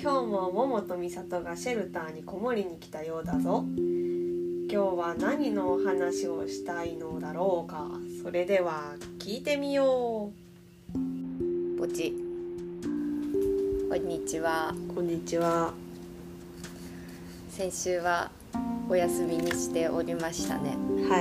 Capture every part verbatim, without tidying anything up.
今日もももとみさとがシェルターにこもりに来たようだぞ。今日は何のお話をしたいのだろうか。それでは聞いてみよう。 ポチこんにちは。 こんにちは。 先週はお休みにしておりましたね。 はい、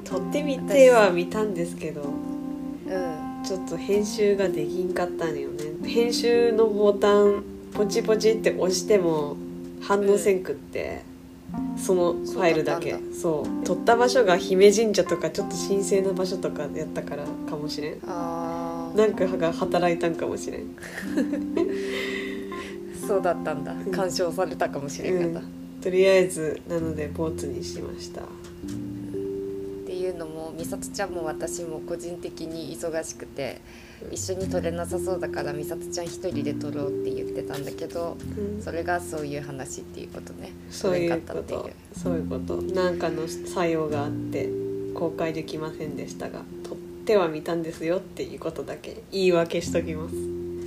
撮ってみては見たんですけど、 うんちょっと編集ができんかったのよね。編集のボタンポチポチって押しても反応せんくって、うん、そのファイルだけそうそう撮った場所が姫神社とかちょっと神聖な場所とかやったからかもしれん。 あなんかが働いたんかもしれんそうだったんだ。干渉されたかもしれんかった、 うん、とりあえずなのでボツにしました。 っていうのもみさとちゃんも私も個人的に忙しくて一緒に撮れなさそうだからみさとちゃん一人で撮ろうって言ってたんだけど、うん、それがそういう話っていうことね。 そういうことそういうことなんかの作用があって公開できませんでしたが撮ってはみたんですよっていうことだけ言い訳しときます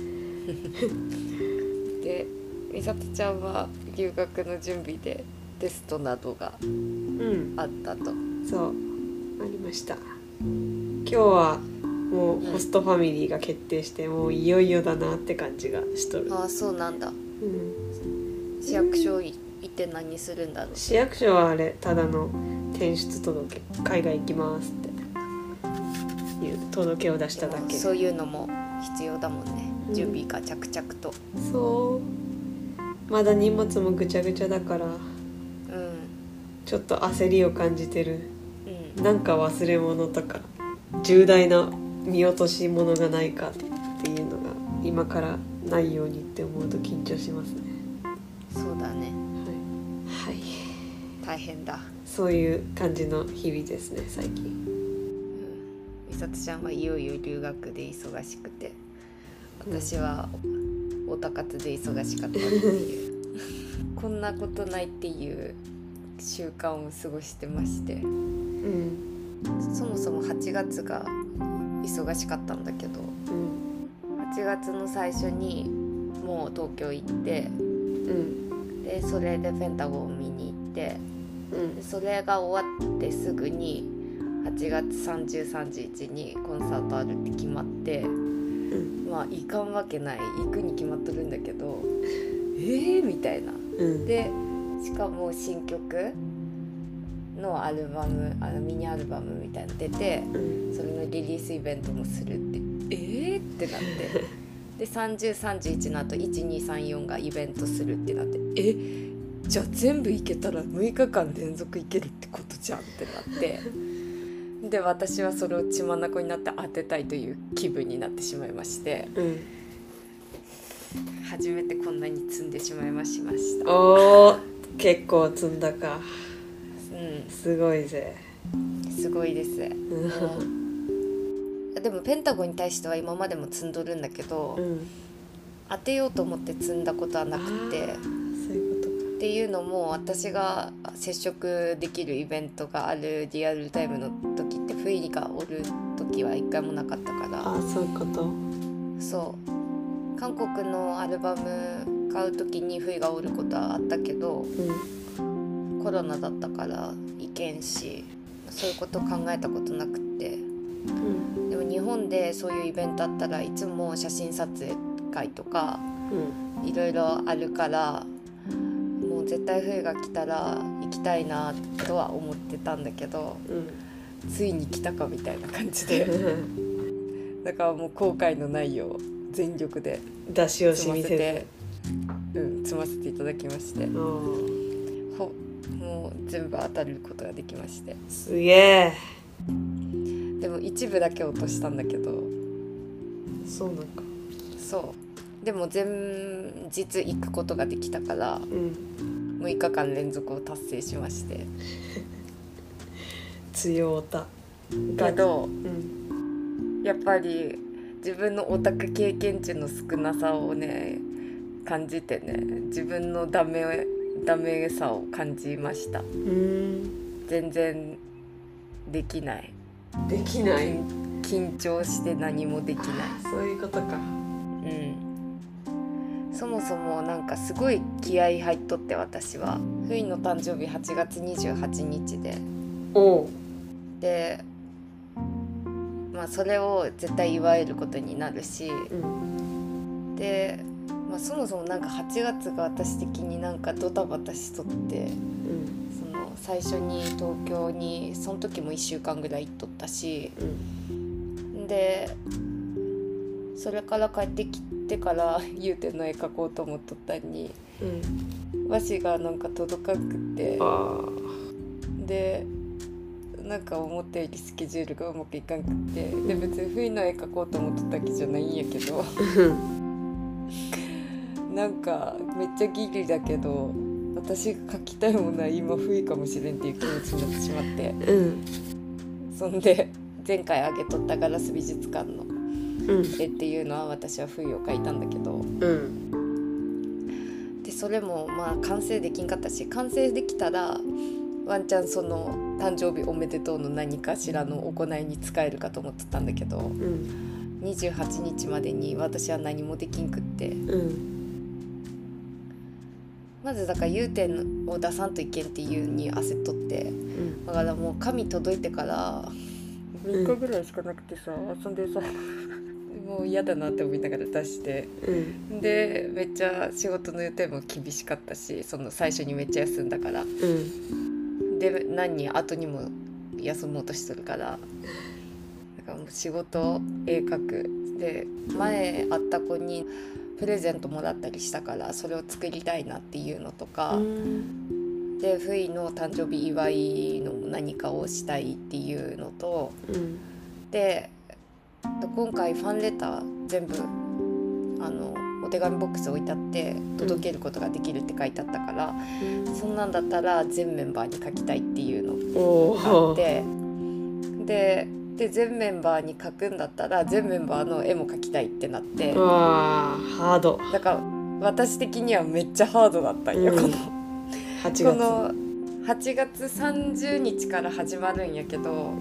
でみさとちゃんは留学の準備でテストなどがあったと、うん、 そうありました。今日はもうホストファミリーが決定して、うん、もういよいよだなって感じがしとる。 ああそうなんだ、うん、市役所行って何するんだろう。 市役所はあれただの転出届海外行きますっていう届けを出しただけ。 そういうのも必要だもんね、うん、準備が着々と。 そうまだ荷物もぐちゃぐちゃだから、うん、ちょっと焦りを感じてる、うん、なんか忘れ物とか重大な見落とし物がないかっていうのが今からないようにって思うと緊張しますね。 そうだね、 はい、はい、 大変だ。 そういう感じの日々ですね最近、うん、 みさとちゃんはいよいよ留学で忙しくて私はオタ活で忙しかったっていうこんなことないっていう習慣を過ごしてまして、うん、そもそもはちがつが忙しかったんだけど、うん、はちがつの最初にもう東京行って、うん、でそれでペンタゴンを見に行って、うん、それが終わってすぐにはちがつさんじゅう、さんじゅういちにコンサートあるって決まって、うん、まあ行かんわけない、行くに決まっとるんだけどえーみたいな、うん、でしかも新曲のアルバムあのミニアルバムみたいなの出て、うん、それのリリースイベントもするってえーってなってでさんじゅう、さんじゅういちの後いち、に、さん、よんがイベントするってなってえじゃあ全部行けたらむいかかん連続行けるってことじゃんってなってで私はそれを血眼になって当てたいという気分になってしまいまして、うん、初めてこんなに積んでしまいましました。 おー結構積んだか。 うん、 すごいぜ。 すごいです。でもペンタゴンに対しては今までも積んどるんだけど、うん、当てようと思って積んだことはなくて、 そういうことか。 っていうのも私が接触できるイベントがあるリアルタイムの時ってフイがおる時は一回もなかったから。 あ、そういうこと。 そう韓国のアルバム買う時にフイがおることはあったけど、うん、コロナだったから行けんしそういうこと考えたことなくて、うん、でも日本でそういうイベントあったらいつも写真撮影会とか、うん、いろいろあるからもう絶対冬が来たら行きたいなとは思ってたんだけど、うん、ついに来たかみたいな感じでだからもう後悔のないよう全力で出し惜しみせて、 うん、積ませていただきましてほもう全部当たることができましてすげえ。 でも一部だけ落としたんだけど。 そうなんか。 そうでも前日行くことができたから、うん、むいかかん連続を達成しまして強おたけど、うん、やっぱり自分のオタク経験値の少なさをね感じてね自分のダメダメさを感じました。うーん全然できないできない緊張して何もできない。 そういうことか。 うんそもそもなんかすごい気合い入っとって、私はふいの誕生日はちがつにじゅうはちにちで、 おうでまあそれを絶対祝えることになるし、 うん、 で、まあ、そもそもなんかはちがつが私的になんかドタバタしとって、うん、その最初に東京にその時もいっしゅうかんぐらい行っとったし、うん、でそれから帰ってきてからゆうての絵描こうと思っとったのに、うん、和紙がなんか届かんくってでなんか思ったよりスケジュールがうまくいかんくってで別に冬の絵描こうと思っとったわけじゃないんやけどなんかめっちゃギリだけど私が描きたいものは今冬かもしれんっていう気持ちになってしまって、うん、そんで前回あげとったガラス美術館の絵っていうのは私は冬を描いたんだけど、うん、でそれもまあ完成できんかったし、完成できたらワンチャンその誕生日おめでとうの何かしらの行いに使えるかと思ってたんだけど、うん、にじゅうはちにちまでに私は何もできんくって、うん、まずだから融点を出さんといけんっていうに焦っとって、うん、だからもう紙届いてからみっかぐらいしかなくてさ、遊んでさもう嫌だなって思いながら出して、うん、でめっちゃ仕事の予定も厳しかったし、その最初にめっちゃ休んだから、うん、で何人後にも休もうとしてるから、だからもう仕事絵描くで前会った子にプレゼントもらったりしたからそれを作りたいなっていうのとか、うん、でふいの誕生日祝いの何かをしたいっていうのと、うん、で今回ファンレター全部あのお手紙ボックス置いてあって届けることができるって書いてあったから、うん、そんなんだったら全メンバーに書きたいっていうのがあって、でで全メンバーに書くんだったら全メンバーの絵も描きたいってなって、 うわーハードだから私的にはめっちゃハードだったんよ、うん、このはちがつこのはちがつさんじゅうにちから始まるんやけど、うん、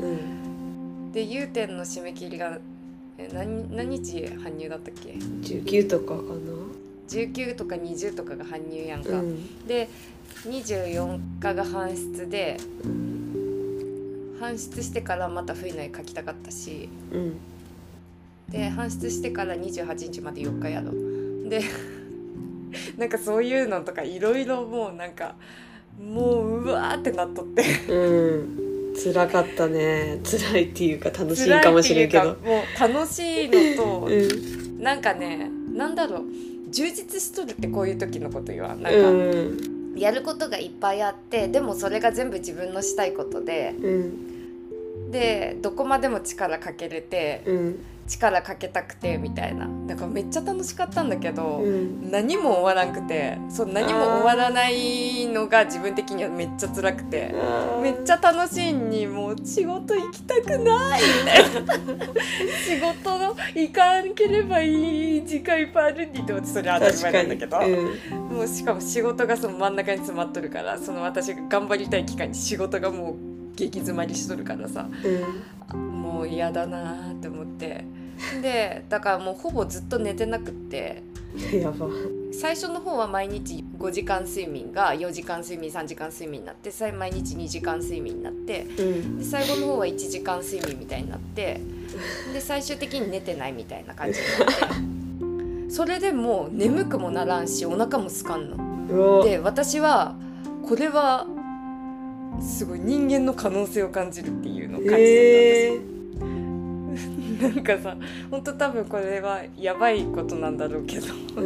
で融点の締め切りがえ 何, 何日搬入だったっけ？ じゅうきゅうとかかな、 じゅうきゅうとかにじゅうとかが搬入やんか、うん、でにじゅうよっかが搬出で、うん、搬出してからまた冬の絵描きたかったし、うん、で搬出してからにじゅうはちにちまでよっかやろでなんかそういうのとかいろいろもうなんかもううわーってなっとってうん辛かったね。辛いっていうか楽しいかもしれんけど、 もう楽しいのと、うん、なんかねなんだろう充実しとるってこういう時のこと言わんなんか、うん、やることがいっぱいあってでもそれが全部自分のしたいことで、うん、でどこまでも力かけれて、うん、力かけたくてみたいな、だからめっちゃ楽しかったんだけど、うん、何も終わらなくてそう何も終わらないのが自分的にはめっちゃ辛くて、めっちゃ楽しいにもう仕事行きたくないみたいな仕事の行かんければいい時間いっぱいあるにってそれは当たり前なんだけど、うん、もうしかも仕事がその真ん中に詰まっとるからその私が頑張りたい期間に仕事がもう激詰まりしとるからさ、うん、もう嫌だなって思ってでだからもうほぼずっと寝てなくってやば最初の方は毎日ごじかん睡眠がよじかん睡眠さんじかん睡眠になって毎日にじかん睡眠になって、うん、で最後の方はいちじかん睡眠みたいになってで最終的に寝てないみたいな感じになってそれでもう眠くもならんしお腹もすかんので私はこれはすごい人間の可能性を感じるっていうのを感じたんだ、えーなんかさ本当多分これはやばいことなんだろうけど、うん、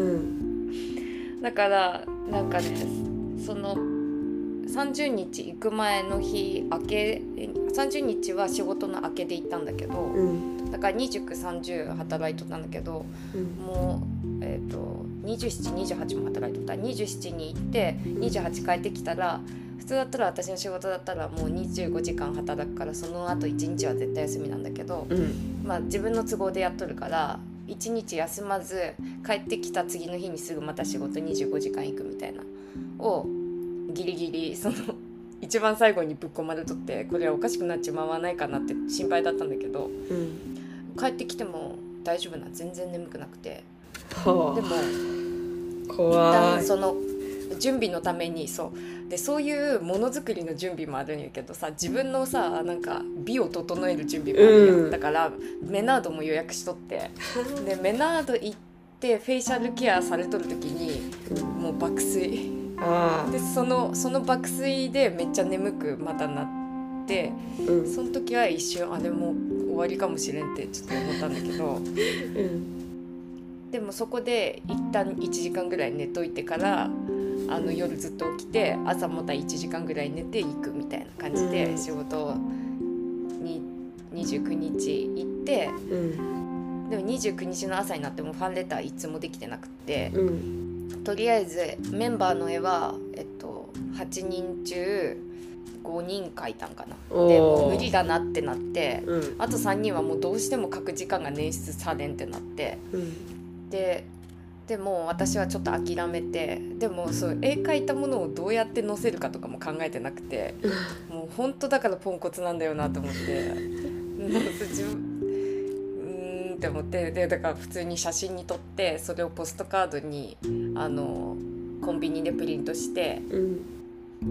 だからなんかねそのさんじゅうにち行く前の日明けさんじゅうにちは仕事の明けで行ったんだけど、うん、だからにじゅうく、さんじゅう働いとったんだけど、うん、もう、えーと、にじゅうなな、にじゅうはちも働いとったにじゅうななに行ってにじゅうはち帰ってきたら普通だったら私の仕事だったらもうにじゅうごじかん働くからその後いちにちは絶対休みなんだけど、うん、まあ自分の都合でやっとるからいちにち休まず帰ってきた次の日にすぐまた仕事にじゅうごじかん行くみたいなをギリギリその一番最後にぶっ込まれとってこれはおかしくなっちまわないかなって心配だったんだけど、うん、帰ってきても大丈夫な全然眠くなくて、はあ、でも怖い。 一旦その準備のためにそうでそういうものづくりの準備もあるんやけどさ、自分のさなんか美を整える準備もあるやん、うん、だからメナードも予約しとってでメナード行ってフェイシャルケアされとる時にもう爆睡でそのその爆睡でめっちゃ眠くまたなって、うん、その時は一瞬あれも終わりかもしれんってちょっと思ったんだけど、うん、でもそこで一旦いちじかんぐらい寝といてからあの夜ずっと起きて朝またいちじかんぐらい寝て行くみたいな感じで仕事ににじゅうくにち行って、うん、でもにじゅうくにちの朝になってもファンレターいつもできてなくて、うん、とりあえずメンバーの絵は、えっと、はちにん中ごにん描いたんかな。でもう無理だなってなって、うん、あとさんにんはもうどうしても書く時間が捻出されんってなって、うん、ででも私はちょっと諦めて、でもそう絵描いたものをどうやって載せるかとかも考えてなくて、もう本当だからポンコツなんだよなと思って自分うーんって思って、でだから普通に写真に撮ってそれをポストカードにあのコンビニでプリントして、うん、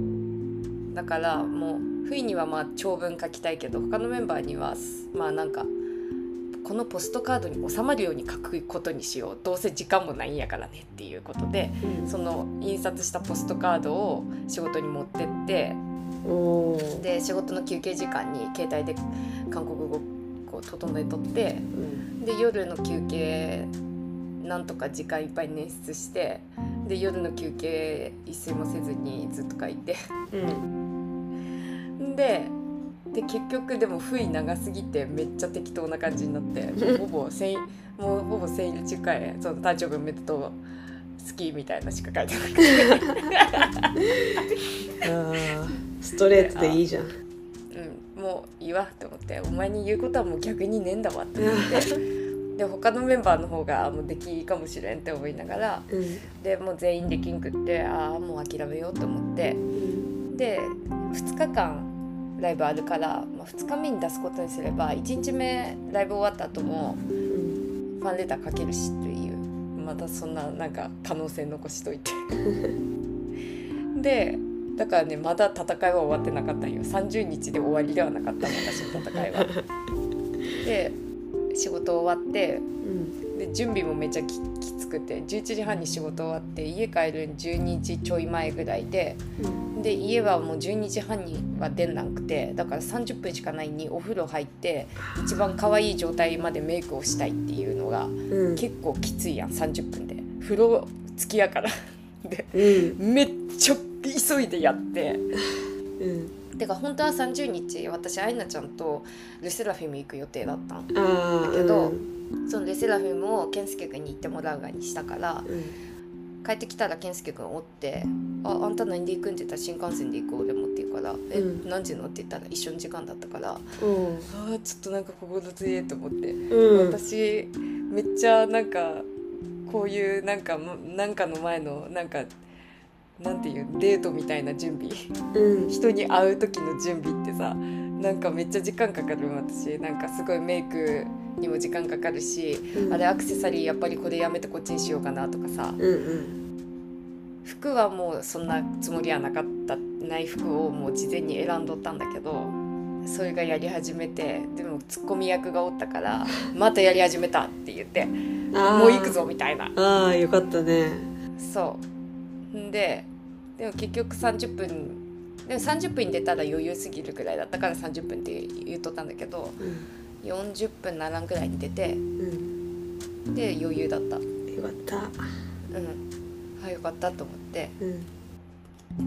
だからもう不意にはまあ長文書きたいけど他のメンバーにはまあなんかこのポストカードに収まるように書くことにしよう、どうせ時間もないんやからねっていうことで、うん、その印刷したポストカードを仕事に持ってってで仕事の休憩時間に携帯で韓国語を整えとって、うん、で夜の休憩なんとか時間いっぱい捻出してで夜の休憩一睡もせずにずっと書いて、うん、でで結局でも不意長すぎてめっちゃ適当な感じになってもうほぼ生もうほぼ生日近いその誕生日おめでとう好きみたいなしか書いてなくてあストレートでいいじゃん。 うんもういいわって思ってお前に言うことはもう逆にねえんだわって思ってで他のメンバーの方がもうできいいかもしれんって思いながら、うん、でもう全員できんくってああもう諦めようと思って、うん、でふつかかんライブあるから、まあ、ふつかめに出すことにすればいちにちめライブ終わった後もファンレター書けるしというまたそんななんか可能性残しといてでだからねまだ戦いは終わってなかったんよ。さんじゅうにちで終わりではなかったの私の戦いはで仕事終わって、うん、で準備もめっちゃ き, きつくてじゅういちじはんに仕事終わって家帰るじゅうにじちょい前ぐらいで、うんで家はもうじゅうにじはんには出なくてだからさんじゅっぷんしかないにお風呂入って一番可愛い状態までメイクをしたいっていうのが、うん、結構きついやんさんじゅっぷんで風呂付きやからで、うん、めっちゃ急いでやって、うん、てか本当はさんじゅうにち私アイナちゃんとルセラフィム行く予定だったんだけど、うん、そのルセラフィムを健介君に行ってもらうがにしたから、うん帰ってきたら健介君おってあ, あんた何で行くんって言ったら新幹線で行こうでもって言うから、うん、え何時のって言ったら一緒の時間だったから、うん、あちょっとなんか心強いと思って、うん、私めっちゃなんかこういうなんかなんかの前のなんかなんていうデートみたいな準備、うん、人に会う時の準備ってさなんかめっちゃ時間かかる私なんかすごいメイクにも時間かかるし、うん、あれアクセサリーやっぱりこれやめてこっちにしようかなとかさ、うんうん、服はもうそんなつもりはなかったない服をもう事前に選んどったんだけどそれがやり始めてでもツッコミ役がおったからまたやり始めたって言ってもう行くぞみたいなああよかったねそうででも結局さんじゅっぷんでもさんじゅっぷんに出たら余裕すぎるくらいだったからさんじゅっぷんって言っとったんだけど、うん、よんじゅっぷんならんくらいに出て、うん、で余裕だったよかったうんあよかったと思って、うん、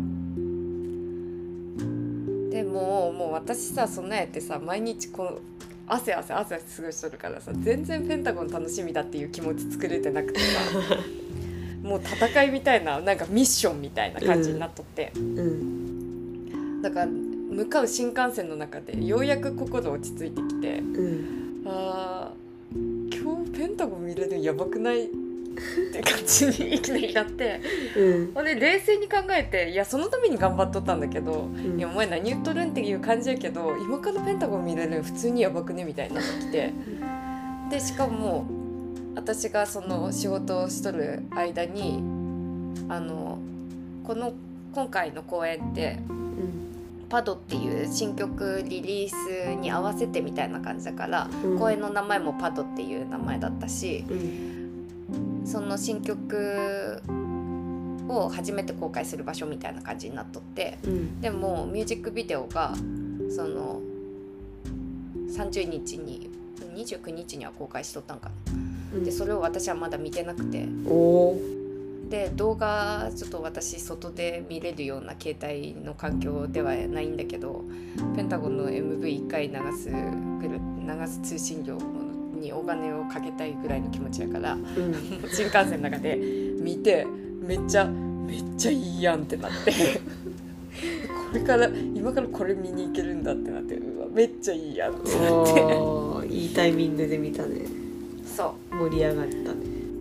でももう私さそんなやってさ毎日この汗汗汗すごいしとるからさ全然ペンタゴン楽しみだっていう気持ち作れてなくてさもう戦いみたいななんかミッションみたいな感じになっとって、うんうんだから向かう新幹線の中でようやく心落ち着いてきて、うん、あ今日ペンタゴン見れるのやばくないって感じにいきなりなって、うん、で冷静に考えていやそのために頑張っとったんだけど、うん、いやお前何言っとるんっていう感じやけど今からペンタゴン見れるの普通にやばくねみたいになってきてでしかも私がその仕事をしとる間にあのこの今回の公演って、うん、パドっていう新曲リリースに合わせてみたいな感じだから、うん、公演の名前もパドっていう名前だったし、うん、その新曲を初めて公開する場所みたいな感じになっとって、うん、でもミュージックビデオがそのさんじゅうにちににじゅうくにちには公開しとったんかな、うん、でそれを私はまだ見てなくて、おで動画ちょっと私外で見れるような携帯の環境ではないんだけど、ペンタゴンの エムブイいっかい流す流す通信料にお金をかけたいぐらいの気持ちやから、うん、新幹線の中で見てめっちゃめっちゃいいやんってなってこれから今からこれ見に行けるんだってなって、うわめっちゃいいやんってなっていいタイミングで見たね。 そう盛り上がったね。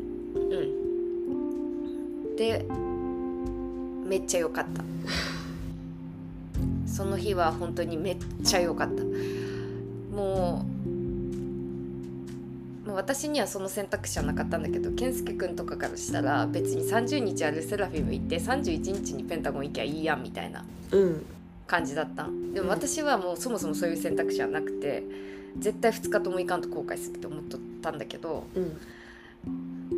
うんでめっちゃ良かったその日は本当にめっちゃ良かった。もう私にはその選択肢はなかったんだけど、健介くんとかからしたら別にさんじゅうにちあるセラフィム行ってさんじゅういちにちにペンタゴン行きゃいいやんみたいな感じだった、うん、でも私はもうそもそもそういう選択肢はなくて、絶対ふつかとも行かんと後悔するって思っとったんだけど、うん、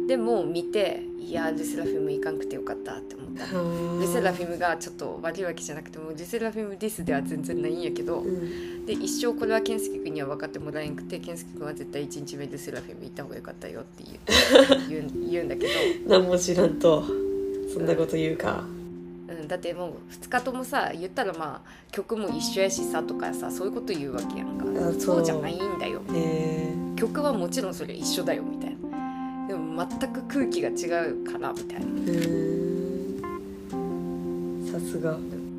でも見ていやルセラフィム行かんくてよかったって思った。ルセラフィムがちょっと悪いわけじゃなくてもルセラフィムディスでは全然ないんやけど、うん、で一生これは健介君には分かってもらえんくて、健介君は絶対いちにちめルセラフィム行った方がよかったよって言う言うんだけど何も知らんとそんなこと言うか、 うんうん、だってもうふつかともさ言ったらまあ曲も一緒やしさとかさそういうこと言うわけやんか。そう、そうじゃないんだよ。曲はもちろんそれ一緒だよみたいな、でも全く空気が違うからみたいな。 さすが。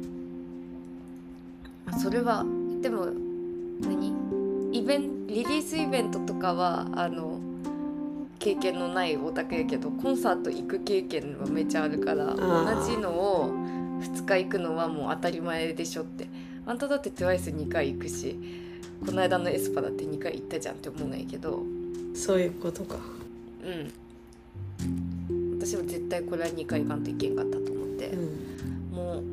それはでも何イベンリリースイベントとかはあの経験のないオタクやけど、コンサート行く経験はめっちゃあるから、同じのをふつか行くのはもう当たり前でしょって。あんただって トゥワイスにかい行くし、この間のエスパだってにかい行ったじゃんって思うんやけど、 そういうことか。 うん私は絶対これはにかい行かんといけんかったと思って、うん、もう、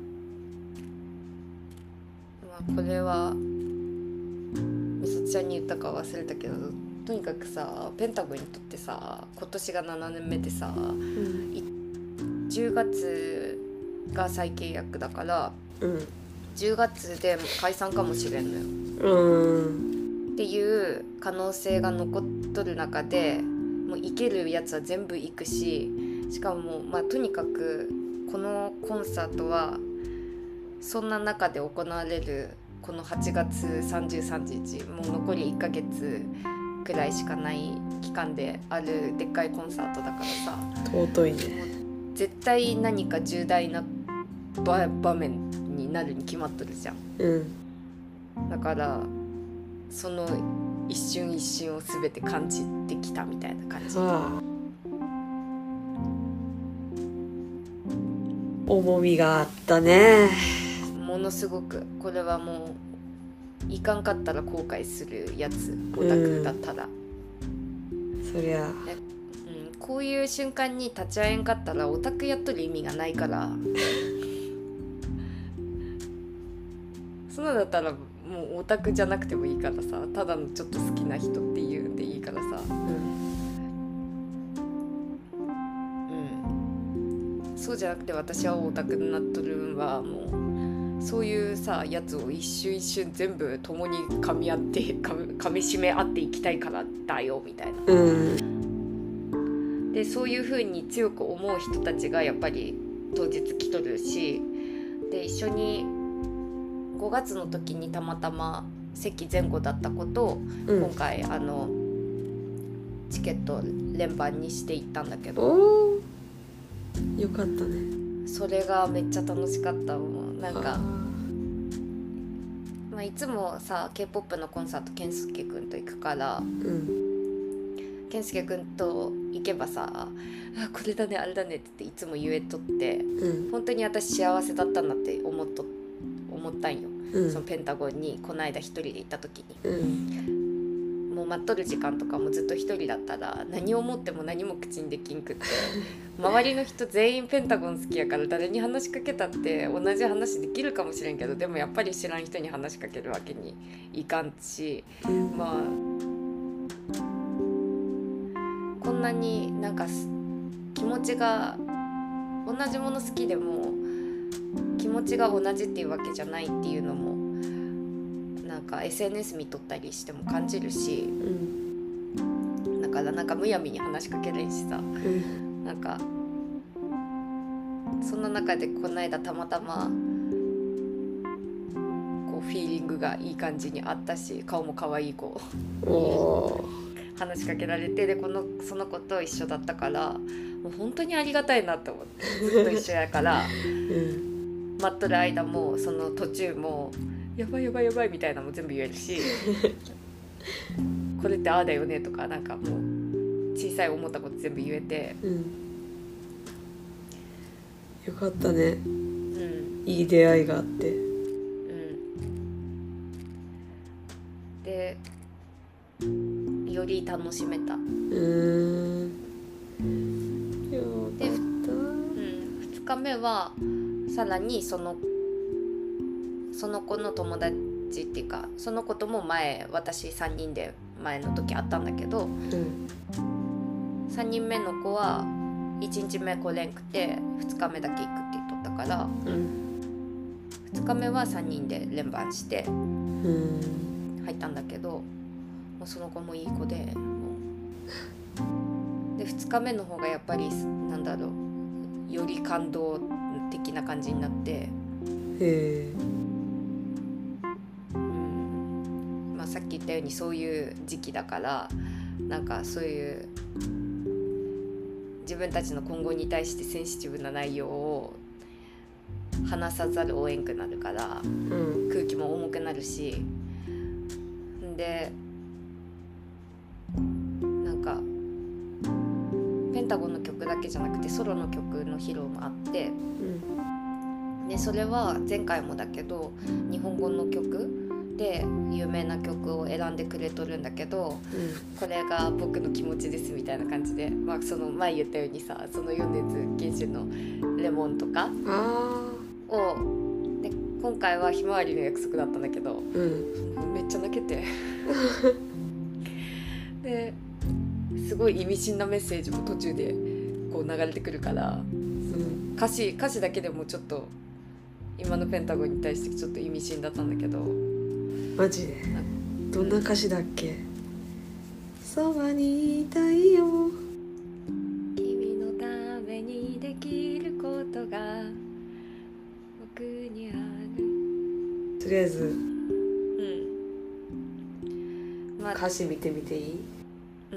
まあ、これはみさちゃんに言ったか忘れたけど、とにかくさペンタゴンにとってさ今年がななねんめでさ、うん、じゅうがつが再契約だから、うん、じゅうがつで解散かもしれんのよ、うん、っていう可能性が残っとる中でもう行けるやつは全部行くし、しかも、まあ、とにかくこのコンサートはそんな中で行われるこのはちがつさんじゅう、さんじゅういちもう残りいっかげつくらいしかない期間であるでっかいコンサートだからさ、 尊いね。 絶対何か重大な場, 場面になるに決まっとるじゃん、うん、だからその一瞬一瞬を全て感じてきたみたいな感じ、はあ、 重みがあったね。 ものすごくこれはもういかんかったら後悔するやつ、オタクだったら、 うん、そりゃ、うん、 こういう瞬間に立ち会えんかったらオタクやっとる意味がないからそんなだったらもうオタクじゃなくてもいいからさ、ただのちょっと好きな人っていうんでいいからさ、うんうん、そうじゃなくて私はオタクになっとるんはもうそういうさやつを一瞬一瞬全部共に噛み合って噛み締め合っていきたいからだよみたいな、うん、でそういう風に強く思う人たちがやっぱり当日来とるし、で一緒にごがつの時にたまたま席前後だったことを、うん、今回あのチケット連番にしていったんだけど、 よかったね。 それがめっちゃ楽しかったもん。なんか、まあ、いつもさ K-ポップ のコンサート健介くんと行くから、うん、健介くんと行けばさあこれだねあれだねっていつも言えとって、うん、本当に私幸せだったんだって思っと思ったんよ、うん、そのペンタゴンにこの間一人で行った時に、うん、 もう待っとる時間とかもずっと一人だったら何を思っても何も口にできんくって周りの人全員ペンタゴン好きやから誰に話しかけたって同じ話できるかもしれんけど、でもやっぱり知らん人に話しかけるわけにいかんし、まあこんなになんか気持ちが同じもの好きでも気持ちが同じっていうわけじゃないっていうのもなんか エスエヌエス 見とったりしても感じるし、うん、だからなんかむやみに話しかけれんしさ、うん、なんかそんな中でこの間たまたまこうフィーリングがいい感じにあったし、顔も可愛い子話しかけられて、でこのその子と一緒だったからもう本当にありがたいなと思って、ずっと一緒やから、うん、待っとる間もその途中もやばいやばいやばいみたいなのも全部言えるしこれってああだよねとかなんかもう小さい思ったこと全部言えて、うん、 よかったね、うん、いい出会いがあって、うん、 でより楽しめた。うーんよかった。で、うん、 ふつかめはさらにそのその子の友達っていうかその子とも前私さんにんで前の時会ったんだけど、うん、さんにんめの子はいちにちめ来れんくてふつかめだけ行くって言っとったから、うん、ふつかめはさんにんで連番して入ったんだけど、もうその子もいい子で、もうでふつかめの方がやっぱりなんだろう、より感動的な感じになって、へー、さっき言ったようにそういう時期だからなんかそういう自分たちの今後に対してセンシティブな内容を話さざるを得んくなるから、うん、空気も重くなるし、でなんかペンタゴンの曲だけじゃなくてソロの曲の披露もあって、うん、でそれは前回もだけど日本語の曲で有名な曲を選んでくれとるんだけど、うん、これが僕の気持ちですみたいな感じで、まあ、その前言ったようにさ、その米津玄師のレモンとかをで今回はひまわりの約束だったんだけど、うん、めっちゃ泣けてですごい意味深なメッセージも途中でこう流れてくるから、うん、歌詞歌詞だけでもちょっと今のペンタゴンに対してちょっと意味深だったんだけど、 マジでどんな歌詞だっけ？そばにいたいよ、 君のためにできることが僕にある。 とりあえず、うん、まあ、歌詞見てみていい？うん。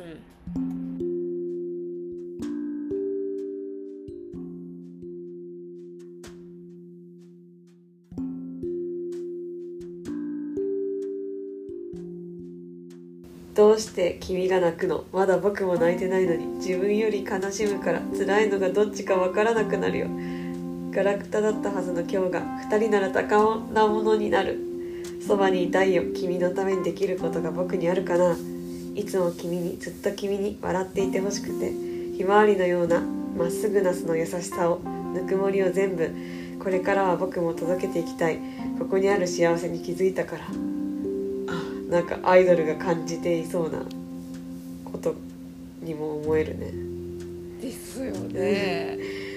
どうして君が泣くの？まだ僕も泣いてないのに。自分より悲しむから辛いのがどっちかわからなくなるよ。ガラクタだったはずの今日が二人なら高なものになる。そばにいたいよ、君のためにできることが僕にあるかな。いつも君にずっと君に笑っていてほしくて、ひまわりのようなまっすぐなその優しさをぬくもりを全部これからは僕も届けていきたい。ここにある幸せに気づいたから。なんかアイドルが感じていそうなことにも思えるね。 ですよね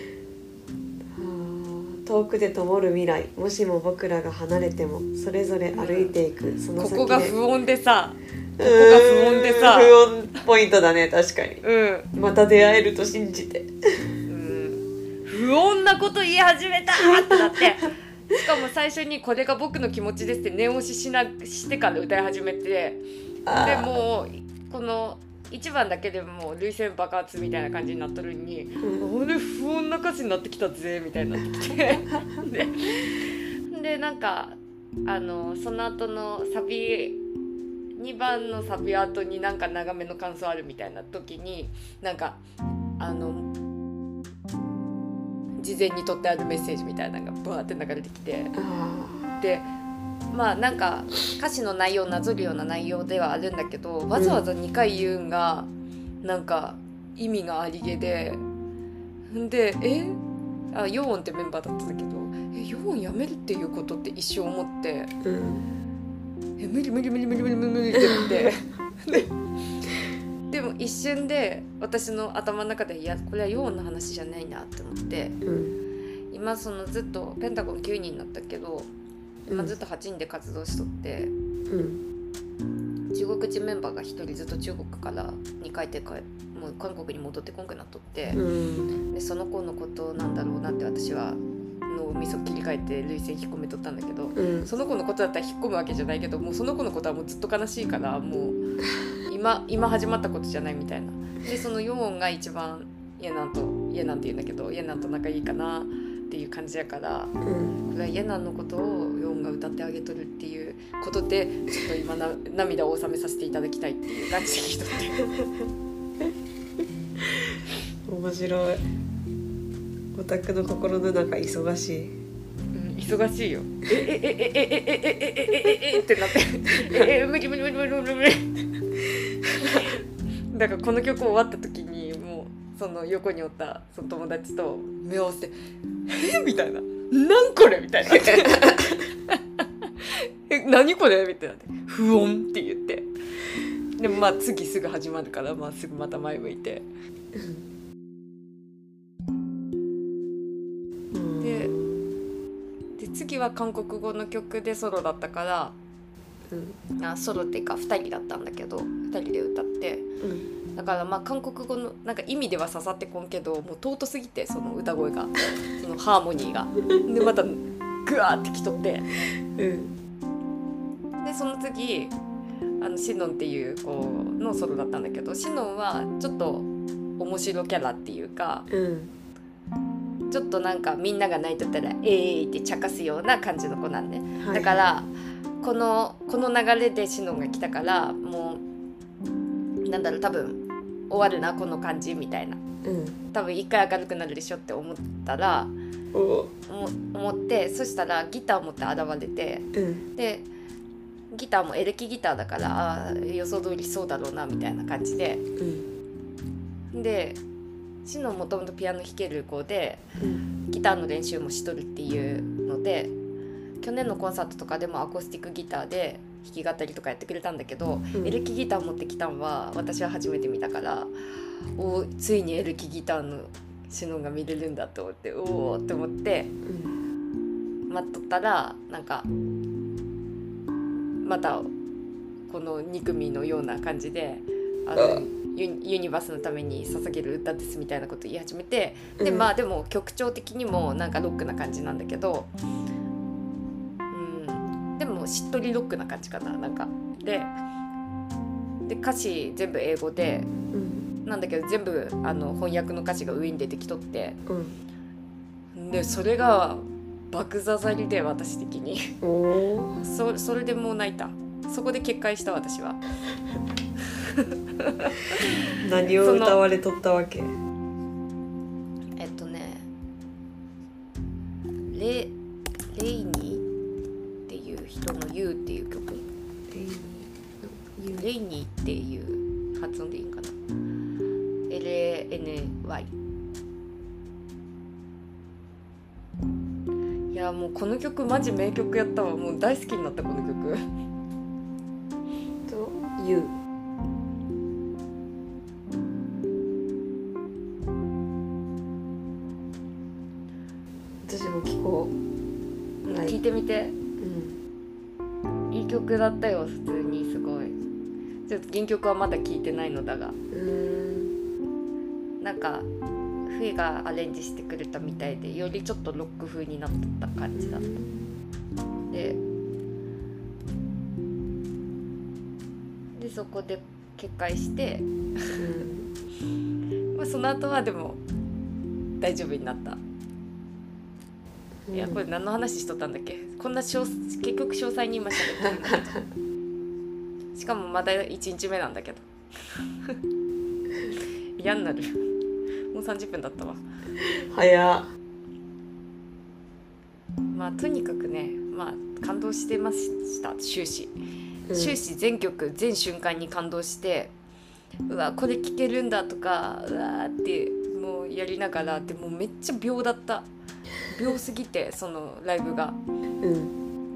遠くで灯る未来、もしも僕らが離れてもそれぞれ歩いていく、うん、その先でここが不穏でさここが不穏でさ不穏ポイントだね。確かに、うん、また出会えると信じて、うん、 不穏なこと言い始めたってなってしかも最初にこれが僕の気持ちですって念押ししなしてから歌い始めて、でもうこのいちばんだけでも涙腺爆発みたいな感じになっとるに、うん、俺不穏な歌詞になってきたぜみたいになってきてで, でなんかあのその後のサビにばんのサビ後になんか長めの感想あるみたいな時になんかあの事前に撮ってあるメッセージみたいなのがバーって流れてきて、でまあなんか歌詞の内容をなぞるような内容ではあるんだけど、わざわざにかい言うんがなんか意味がありげで、んでえあヨーンってメンバーだったんだけど、えヨーンやめるっていうことって一瞬思って、うん、え無理無理無理無理無理無理無理って思ってでも一瞬で私の頭の中でいやこれはヨーンの話じゃないなって思って、うん、今そのずっとペンタゴンきゅうにんになったけど今ずっとはちにんで活動しとって、うん、中国人メンバーがひとりずっと中国からにかいてかもう韓国に戻ってこんくなっとって、うん、でその子のことなんだろうなって私は脳みそ切り替えて涙腺引っ込めとったんだけど、うん、その子のことだったら引っ込むわけじゃないけど、もうその子のことはもうずっと悲しいからもう今, 今始まったことじゃないみたいな。でそのヨーンが一番イエナンとイエナンって言うんだけどイエナンと仲いいかなっていう感じやから、うん、これはイエナンのことをヨーンが歌ってあげとるっていうことでちょっと今な涙を収めさせていただきたいっていう感じで聞いとって面白い。オタクの心の中忙しい、 うん、忙しいよ。えええええええええええってなってええ無理無理無理無理無理無理だからこの曲終わった時にもうその横におったその友達と目を合わせてえみたいな、なんこれみたいなえ何これみたいな不穏って言って、でもまあ次すぐ始まるからまあすぐまた前向いてで, で次は韓国語の曲でソロだったから、うん、あソロっていうかふたりだったんだけどふたりで歌って、うん、だからまあ韓国語のなんか意味では刺さってこんけどもう尊すぎてその歌声がそのハーモニーがでまたグワーってきとって、うん、でその次あのシノンっていう子のソロだったんだけど、シノンはちょっと面白キャラっていうか、うんちょっとなんかみんなが泣いとったらえーって茶化すような感じの子なんで、はい、だからこのこの流れでシノンが来たからもうなんだろう多分終わるなこの感じみたいな、うん、多分一回明るくなるでしょって思ったら思ってそしたらギター持って現れて、うん、でギターもエレキギターだからあ予想通りそうだろうなみたいな感じで、うん、でシノンもともとピアノ弾ける子で、うん、ギターの練習もしとるっていうので去年のコンサートとかでもアコースティックギターで弾き語りとかやってくれたんだけど、うん、エレキギター持ってきたんは私は初めて見たからおついにエレキギターのシノンが見れるんだと思っておおって思って、うん、待っとったらなんかまたこのに組のような感じであのユ, ユニバースのために捧げる歌ですみたいなこと言い始めて、でまあでも曲調的にもなんかロックな感じなんだけど、うん、でもしっとりロックな感じかななんかでで歌詞全部英語で、うん、なんだけど全部あの翻訳の歌詞が上に出てきとって、うん、でそれが爆刺さりで私的にそ, それでもう泣いた。そこで決壊した私は何を歌われとったわけ？ えっとねレ, レイニーっていう人の You っていう曲、レイニーのレイニーっていう発音でいいんかな エルエーエヌワイ いやもうこの曲マジ名曲やったわ。もう大好きになったこの曲と You私も聞こう、 はい、聞いてみて、うん、いい曲だったよ普通にすごい。ちょっと原曲はまだ聞いてないのだがうーんなんかフイがアレンジしてくれたみたいでよりちょっとロック風になった感じだった。ででそこで決壊して、うんまあ、その後はでも大丈夫になった。いやこれ何の話しとったんだっけ。こんな結局詳細に今しゃべってるんだけどしかもまだいちにちめなんだけど嫌になる。もうさんじゅっぷんだったわ。 早っ。 まあとにかくねまあ感動してました終始、うん、終始全曲全瞬間に感動して、うわこれ聴けるんだとかうわーってもうやりながら、でもめっちゃ秒だった秒すぎてそのライブが、うん、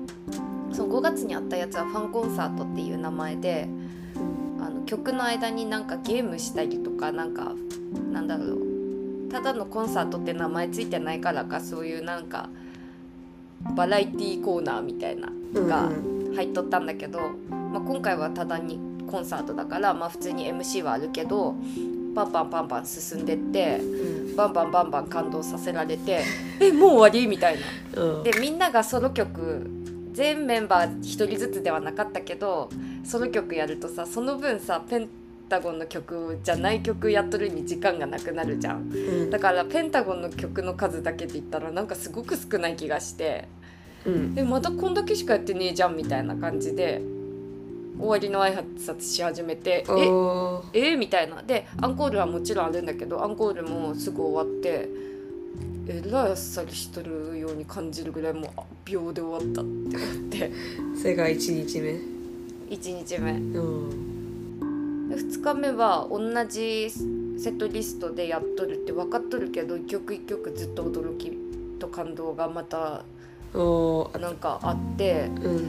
そのごがつにあったやつはファンコンサートっていう名前で、あの曲の間になんかゲームしたりとか、なんかなんだろう、ただのコンサートって名前ついてないからか、そういうなんかバラエティーコーナーみたいなのが入っとったんだけど、まあ、今回はただにコンサートだから、まあ、普通に エムシー はあるけどパンパンパンパン進んでって、うん、バンバンバンバン感動させられてえもう終わりみたいな、うん、でみんながソロ曲全メンバーひとりずつではなかったけどソロ曲やるとさ、その分さペンタゴンの曲じゃない曲やっとるに時間がなくなるじゃん、うん、だからペンタゴンの曲の数だけで言ったらなんかすごく少ない気がして、うん、でまたこんだけしかやってねえじゃんみたいな感じで終わりの挨拶し始めてええみたいな。でアンコールはもちろんあるんだけど、アンコールもすぐ終わってえらいあっさりしとるように感じるぐらいもう秒で終わったって思ってそれがいちにちめいちにちめ、うん、でふつかめは同じセットリストでやっとるって分かっとるけど、一曲一曲ずっと驚きと感動がまたなんかあって、うん、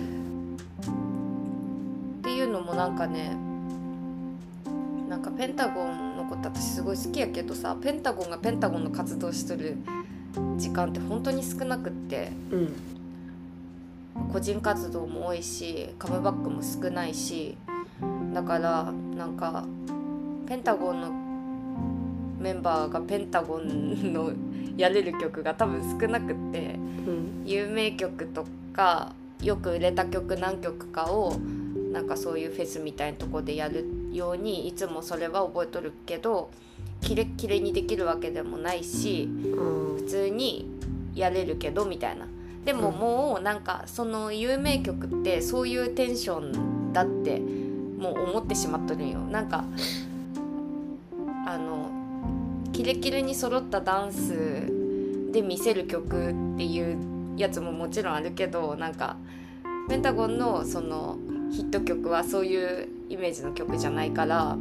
っていうのもなんかね、なんかペンタゴンのこと私すごい好きやけどさ、ペンタゴンがペンタゴンの活動しとる時間って本当に少なくって、うん、個人活動も多いしカムバックも少ないし、だからなんかペンタゴンのメンバーがペンタゴンのやれる曲が多分少なくって、うん、有名曲とかよく売れた曲何曲かをなんかそういうフェスみたいなとこでやるようにいつもそれは覚えとるけど、キレッキレにできるわけでもないし、うん、普通にやれるけどみたいな。でももうなんかその有名曲ってそういうテンションだってもう思ってしまっとるんよ。なんかあのキレキレに揃ったダンスで見せる曲っていうやつももちろんあるけど、なんかペンタゴンのそのヒット曲はそういうイメージの曲じゃないから、うん、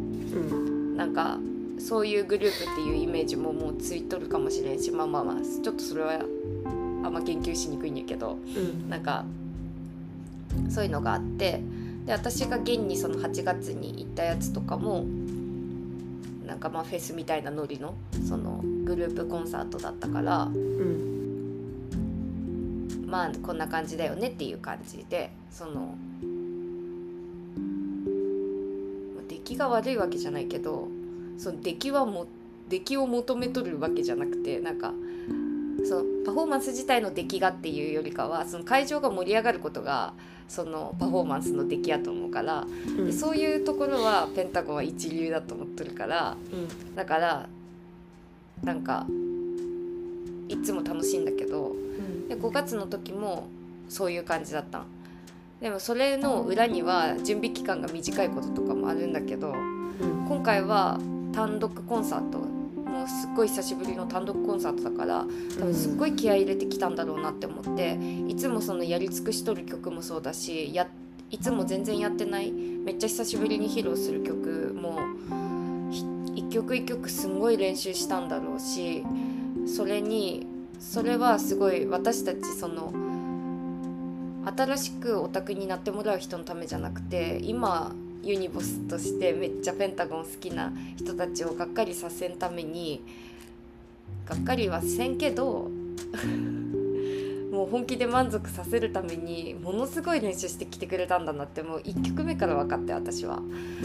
なんかそういうグループっていうイメージももうついとるかもしれんし、まあまあまあちょっとそれはあんま言及しにくいんやけど、うん、なんかそういうのがあって、で私が現にそのはちがつに行ったやつとかもなんかまあフェスみたいなノリのそのグループコンサートだったから、うん、まあこんな感じだよねっていう感じで、その出来が悪いわけじゃないけど、その出来はも出来を求めとるわけじゃなくて、なんかそのパフォーマンス自体の出来がっていうよりかは、その会場が盛り上がることがそのパフォーマンスの出来やと思うから、うん、でそういうところはペンタゴンは一流だと思ってるから、うん、だからなんかいつも楽しいんだけど、うん、でごがつの時もそういう感じだったの。でもそれの裏には準備期間が短いこととかもあるんだけど、うん、今回は単独コンサート、もうすっごい久しぶりの単独コンサートだから多分すっごい気合い入れてきたんだろうなって思って、いつもそのやり尽くしとる曲もそうだし、やいつも全然やってないめっちゃ久しぶりに披露する曲も一曲一曲すんごい練習したんだろうし、それにそれはすごい私たちその新しくオタクになってもらう人のためじゃなくて、今ユニボスとしてめっちゃペンタゴン好きな人たちをがっかりさせんために、がっかりはせんけどもう本気で満足させるためにものすごい練習してきてくれたんだなって、もういっきょくめから分かって、私は、うん、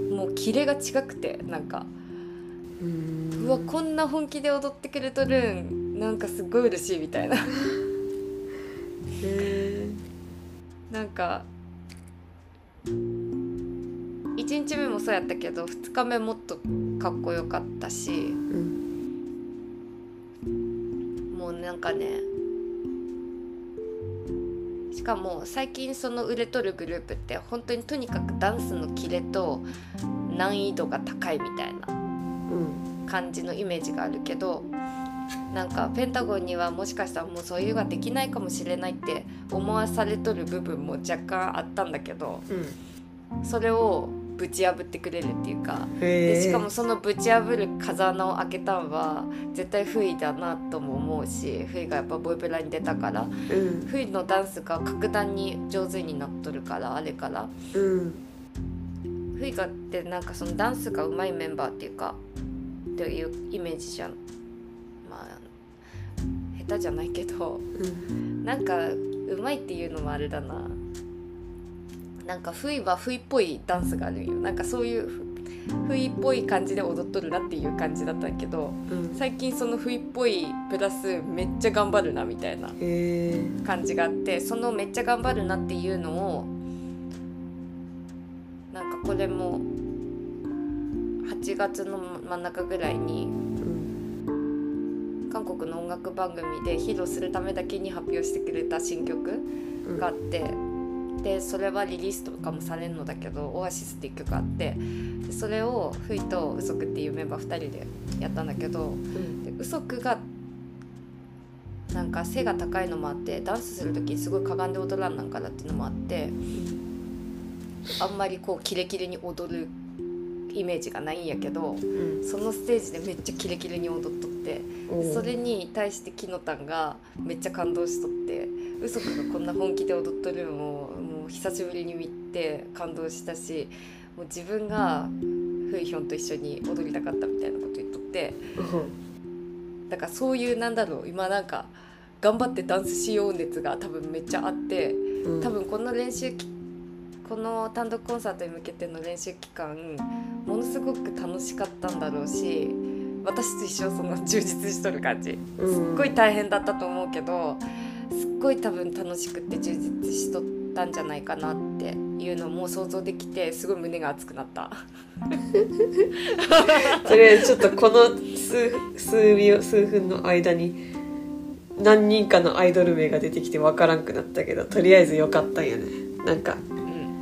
もうキレが違くて、なんかうーん、うわこんな本気で踊ってくれとるん、なんかすごい嬉しいみたいなへー、なんかいちにちめもそうやったけどふつかめもっとかっこよかったし、うん、もうなんかね、しかも最近その売れとるグループって本当にとにかくダンスのキレと難易度が高いみたいな感じのイメージがあるけど、 なんかペンタゴンにはもしかしたらもうそういうのができないかもしれないって思わされとる部分も若干あったんだけど、うん、それをぶち破ってくれるっていうか、でしかもそのぶち破る風穴を開けたんは絶対フイだなとも思うし、フイがやっぱボイブラに出たから、うん、フイのダンスが格段に上手になっとるからあれから、うん、フイがってなんかそのダンスが上手いメンバーっていうかっていうイメージじゃん。まあ下手じゃないけど、うん、なんか上手いっていうのもあれだな。なんかフイはフイっぽいダンスがあるんよ。なんかそういうフイっぽい感じで踊っとるなっていう感じだったけど、うん、最近そのフイっぽいプラスめっちゃ頑張るなみたいな感じがあって、そのめっちゃ頑張るなっていうのをなんかこれもはちがつの真ん中ぐらいに、うん、韓国の音楽番組で披露するためだけに発表してくれた新曲があって、うんでそれはリリースとかもされるのだけど、オアシスっていう曲があって、でそれをフイとウソクっていうメンバーふたりでやったんだけど、うん、でウソクがなんか背が高いのもあってダンスする時にすごいかがんで踊らんなんからっていうのもあって、うん、あんまりこうキレキレに踊るイメージがないんやけど、うん、そのステージでめっちゃキレキレに踊っとって、それに対してキノタンがめっちゃ感動しとって、ウソクがこんな本気で踊っとるのをもう久しぶりに見て感動したし、もう自分がフイヒョンと一緒に踊りたかったみたいなこと言っとって、だからそういうなんだろう、今なんか頑張ってダンスしよう熱が多分めっちゃあって、多分この練習期この単独コンサートに向けての練習期間ものすごく楽しかったんだろうし、私と一緒その充実しとる感じ、すっごい大変だったと思うけど、すっごい多分楽しくて充実しとったんじゃないかなっていうのも想像できて、すごい胸が熱くなったとりあえずちょっとこの 数, 数, 秒数分の間に何人かのアイドル名が出てきて分からんくなったけど、とりあえずよかったんやね。なんか、うん、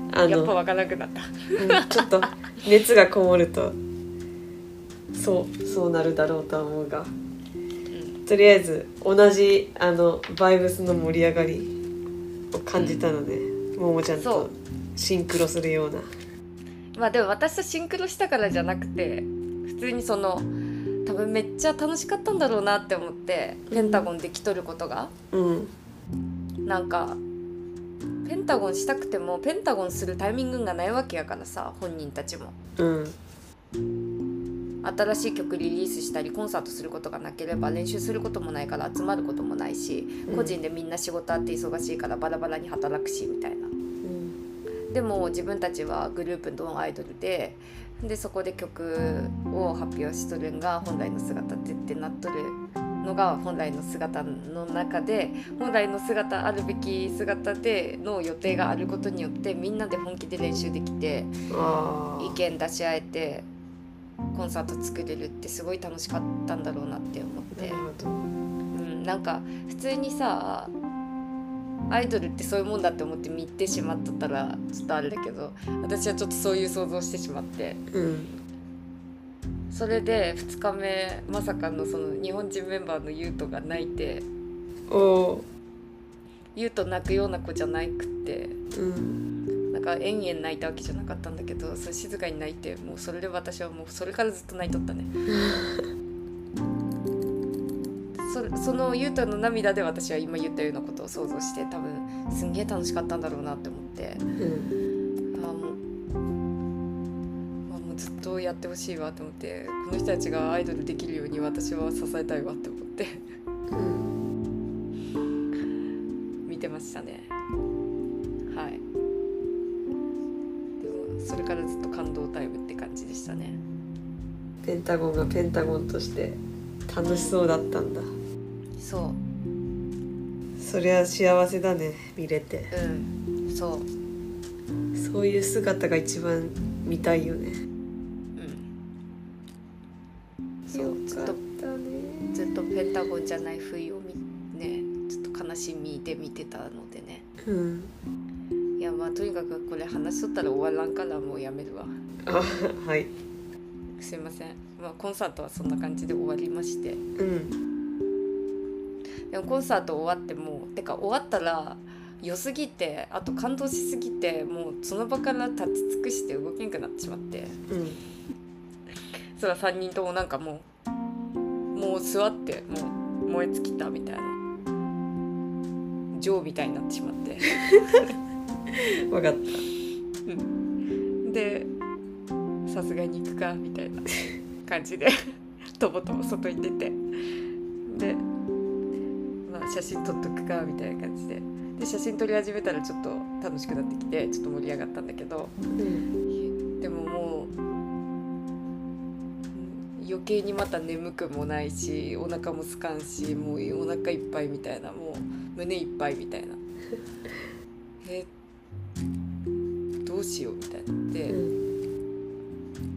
あのやっぱ分からなくなった、 うん、ちょっと熱がこもるとそうそうなるだろうとは思うが、とりあえず同じあのバイブスの盛り上がりを感じたので、うん、ももちゃんとシンクロするような。 まあでも私とシンクロしたからじゃなくて、普通にその多分めっちゃ楽しかったんだろうなって思って、ペンタゴンできとることが、うん、なんかペンタゴンしたくてもペンタゴンするタイミングがないわけやからさ、本人たちも、うん新しい曲リリースしたりコンサートすることがなければ練習することもないから集まることもないし、個人でみんな仕事あって忙しいからバラバラに働くしみたいな、うん、でも自分たちはグループのアイドルででそこで曲を発表しとるんが本来の姿でってなっとるのが本来の姿の中で、本来の姿あるべき姿での予定があることによってみんなで本気で練習できて意見出し合えてコンサート作れるってすごい楽しかったんだろうなって思って、うん、なんか普通にさアイドルってそういうもんだって思って見てしまっとったらちょっとあれだけど、私はちょっとそういう想像してしまって、うん、それでふつかめまさかのその日本人メンバーのユウトが泣いて、おユウト泣くような子じゃなくって、うんなんか延々泣いたわけじゃなかったんだけど、それ静かに泣いて、もうそれで私はもうそれからずっと泣いとったねそ, そのゆうたの涙で私は今言ったようなことを想像して、多分すんげえ楽しかったんだろうなって思って、うん、あもう、まあ、もうずっとやってほしいわと思って、この人たちがアイドルできるように私は支えたいわって思って、うん、見てましたね。はい。それからずっと感動タイムって感じでしたね。 ペンタゴンがペンタゴンとして楽しそうだったんだ。 そうそりゃ幸せだね、見れて。 うんそうそういう姿が一番見たいよね。 うんそうずっとずっとペンタゴンじゃない不意を見ね、ちょっと悲しみで見てたのでね。うんいやまあとにかくこれ話しとったら終わらんからもうやめるわ。 あはいすいません、まあ、コンサートはそんな感じで終わりまして、うんでもコンサート終わってもてか終わったら良すぎて、あと感動しすぎて、もうその場から立ち尽くして動けなくなってしまって、 うん、 そらさんにんともなんかもうもう座ってもう燃え尽きたみたいなジョーみたいになってしまって分かった、 うん、でさすがに行くかみたいな感じでとぼとぼ外に出て、で、まあ、写真撮っとくかみたいな感じで、で写真撮り始めたらちょっと楽しくなってきてちょっと盛り上がったんだけど、うん、でももう余計にまた眠くもないし、お腹も空かんし、もうお腹いっぱいみたいな、もう胸いっぱいみたいなえどうしようみたいになって、うん、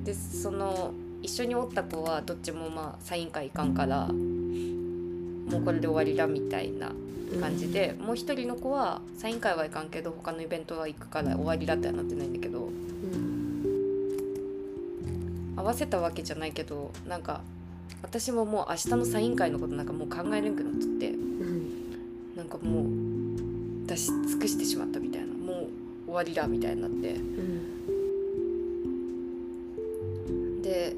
でその一緒におった子はどっちもまあサイン会行かんからもうこれで終わりだみたいな感じで、うん、もう一人の子はサイン会は行かんけど他のイベントは行くから終わりだってはなってないんだけど、うん、合わせたわけじゃないけど、なんか私ももう明日のサイン会のことなんかもう考えれんくなっちゃって、うん、なんかもう出し尽くしてしまったみたいな、もう終わりだみたいになって、うん、で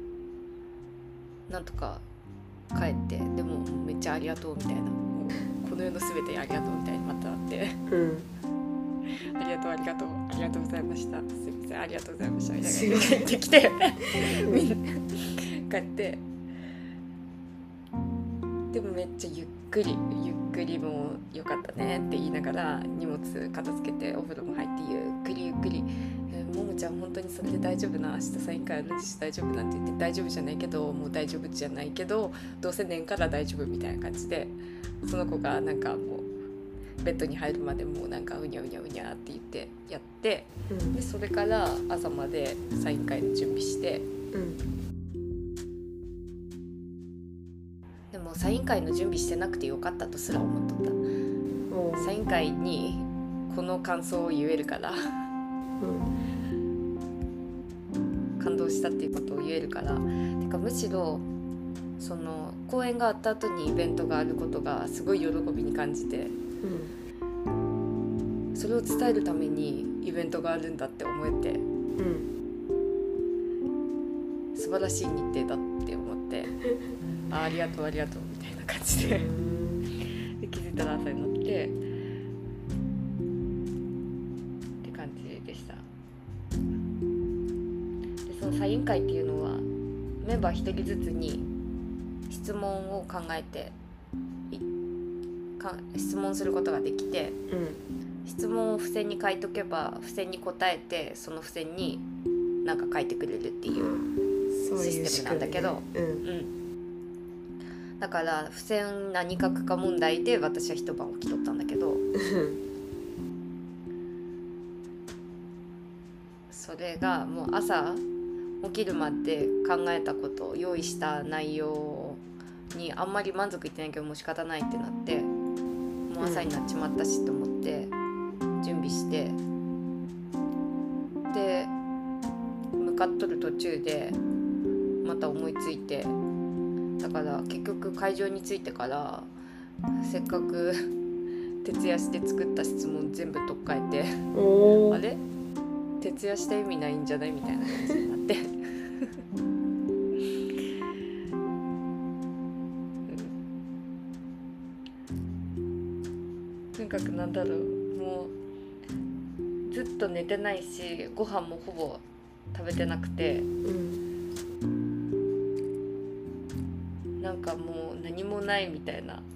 なんとか帰って、でもめっちゃありがとうみたいな、もうこの世の全てありがとうみたいにまたあって、うん、ありがとうありがとうありがとうございました、すみませんありがとうございましたみたいな感じで帰ってきてみんな帰って、でもめっちゃゆっくりゆっくりもうよかったねって言いながら荷物片付けてお風呂も入ってゆっくりゆっくり、えー、ももちゃん本当にそれで大丈夫な、明日サイン会あるし大丈夫なんて言って、大丈夫じゃないけどもう大丈夫じゃないけどどうせ寝んから大丈夫みたいな感じで、その子がなんかもうベッドに入るまでもうなんかうにゃうにゃうにゃって言ってやって、うん、でそれから朝までサイン会の準備して、うん、でもサイン会の準備してなくてよかったとすら思っとった。サイン会にこの感想を言えるから、うん、感動したっていうことを言えるから、てかむしろその公演があった後にイベントがあることがすごい喜びに感じて、うん、それを伝えるためにイベントがあるんだって思えて、うん、素晴らしい日程だって思ってあ, ありがとうありがとうみたいな感じでで気づいたら朝になってって感じでした。でそのサイン会っていうのはメンバー一人ずつに質問を考えてか質問することができて、うん、質問を付箋に書いとけば付箋に答えてその付箋に何か書いてくれるっていうシステムなんだけど、うんうん、だから付箋何書くか問題で私は一晩起きとったんだけどそれがもう朝起きるまで考えたこと用意した内容にあんまり満足いってないけどもう仕方ないってなって、もう朝になっちまったしと思って準備して、で向かっとる途中でまた思いついて、だから結局会場に着いてからせっかく徹夜して作った質問全部取っ替えてあれ徹夜した意味ないんじゃないみたいな感じになってとにかくなんだろう、もうずっと寝てないしご飯もほぼ食べてなくて、うん、なんかもう何もないみたいな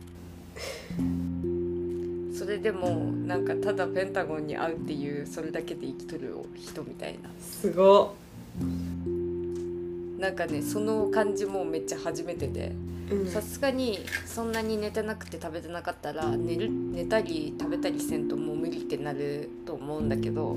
それでもなんかただペンタゴンに会うっていうそれだけで生きとる人みたいな、 すごっ、 なんかねその感じもめっちゃ初めてで、さすがにそんなに寝てなくて食べてなかったら 寝る、寝たり食べたりせんともう無理ってなると思うんだけど、うん、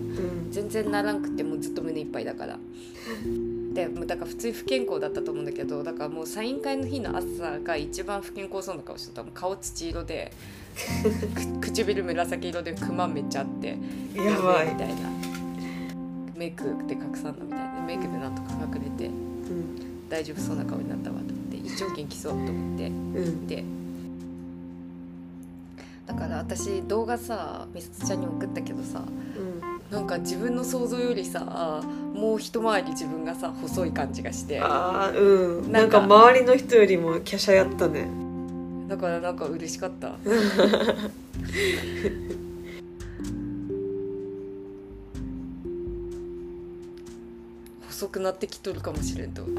全然ならんくてもうずっと胸いっぱいだからでだから普通に不健康だったと思うんだけど、だからもうサイン会の日の朝が一番不健康そうな顔してた。顔土色で唇紫色でクマめっちゃあってやばいみたいな、メイクで隠さんのみたいな、メイクでなんとか隠れて、うん、大丈夫そうな顔になったわと思って一応元気そうと思って、うん、でから私動画さみさとちゃんに送ったけどさ、うん、なんか自分の想像よりさもう一回り自分がさ細い感じがして、 あーうんなんか周りの人よりも華奢やったね。 だからなんか嬉しかった細くなってきとるかもしれんと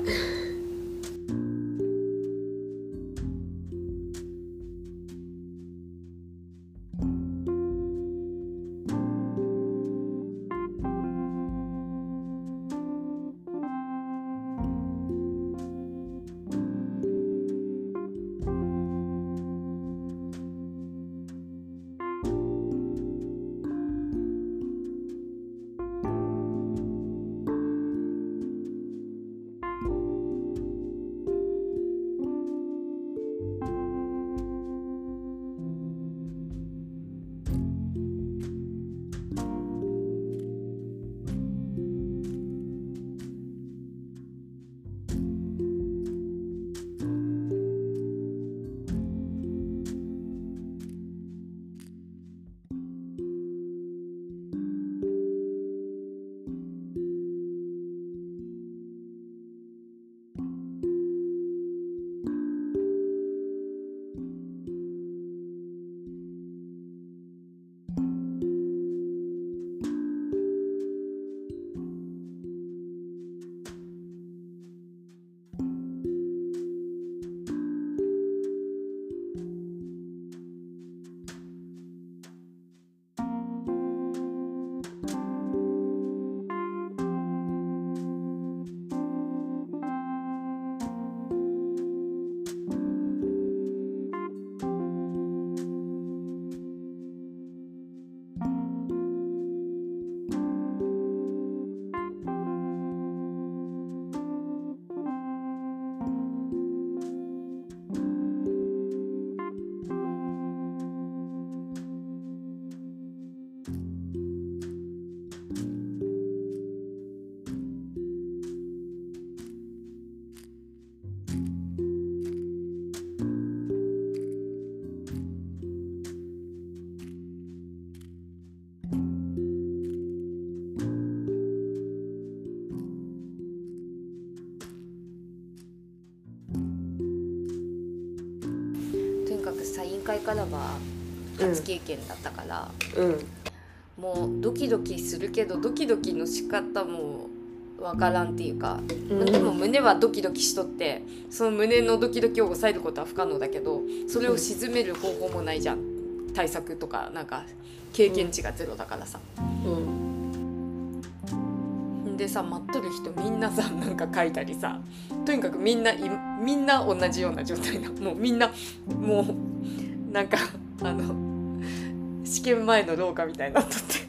サイン会からは初経験だったから、うんうん、もうドキドキするけどドキドキの仕方もわからんっていうか、うん、でも胸はドキドキしとってその胸のドキドキを抑えることは不可能だけどそれを鎮める方法もないじゃん、対策とかなんか経験値がゼロだからさ、うんうん、でさ待っとる人みんなさなんか書いたりさとにかくみんなみんな同じような状態だ。もうみんなもうなんかあの試験前の廊下みたいになっとって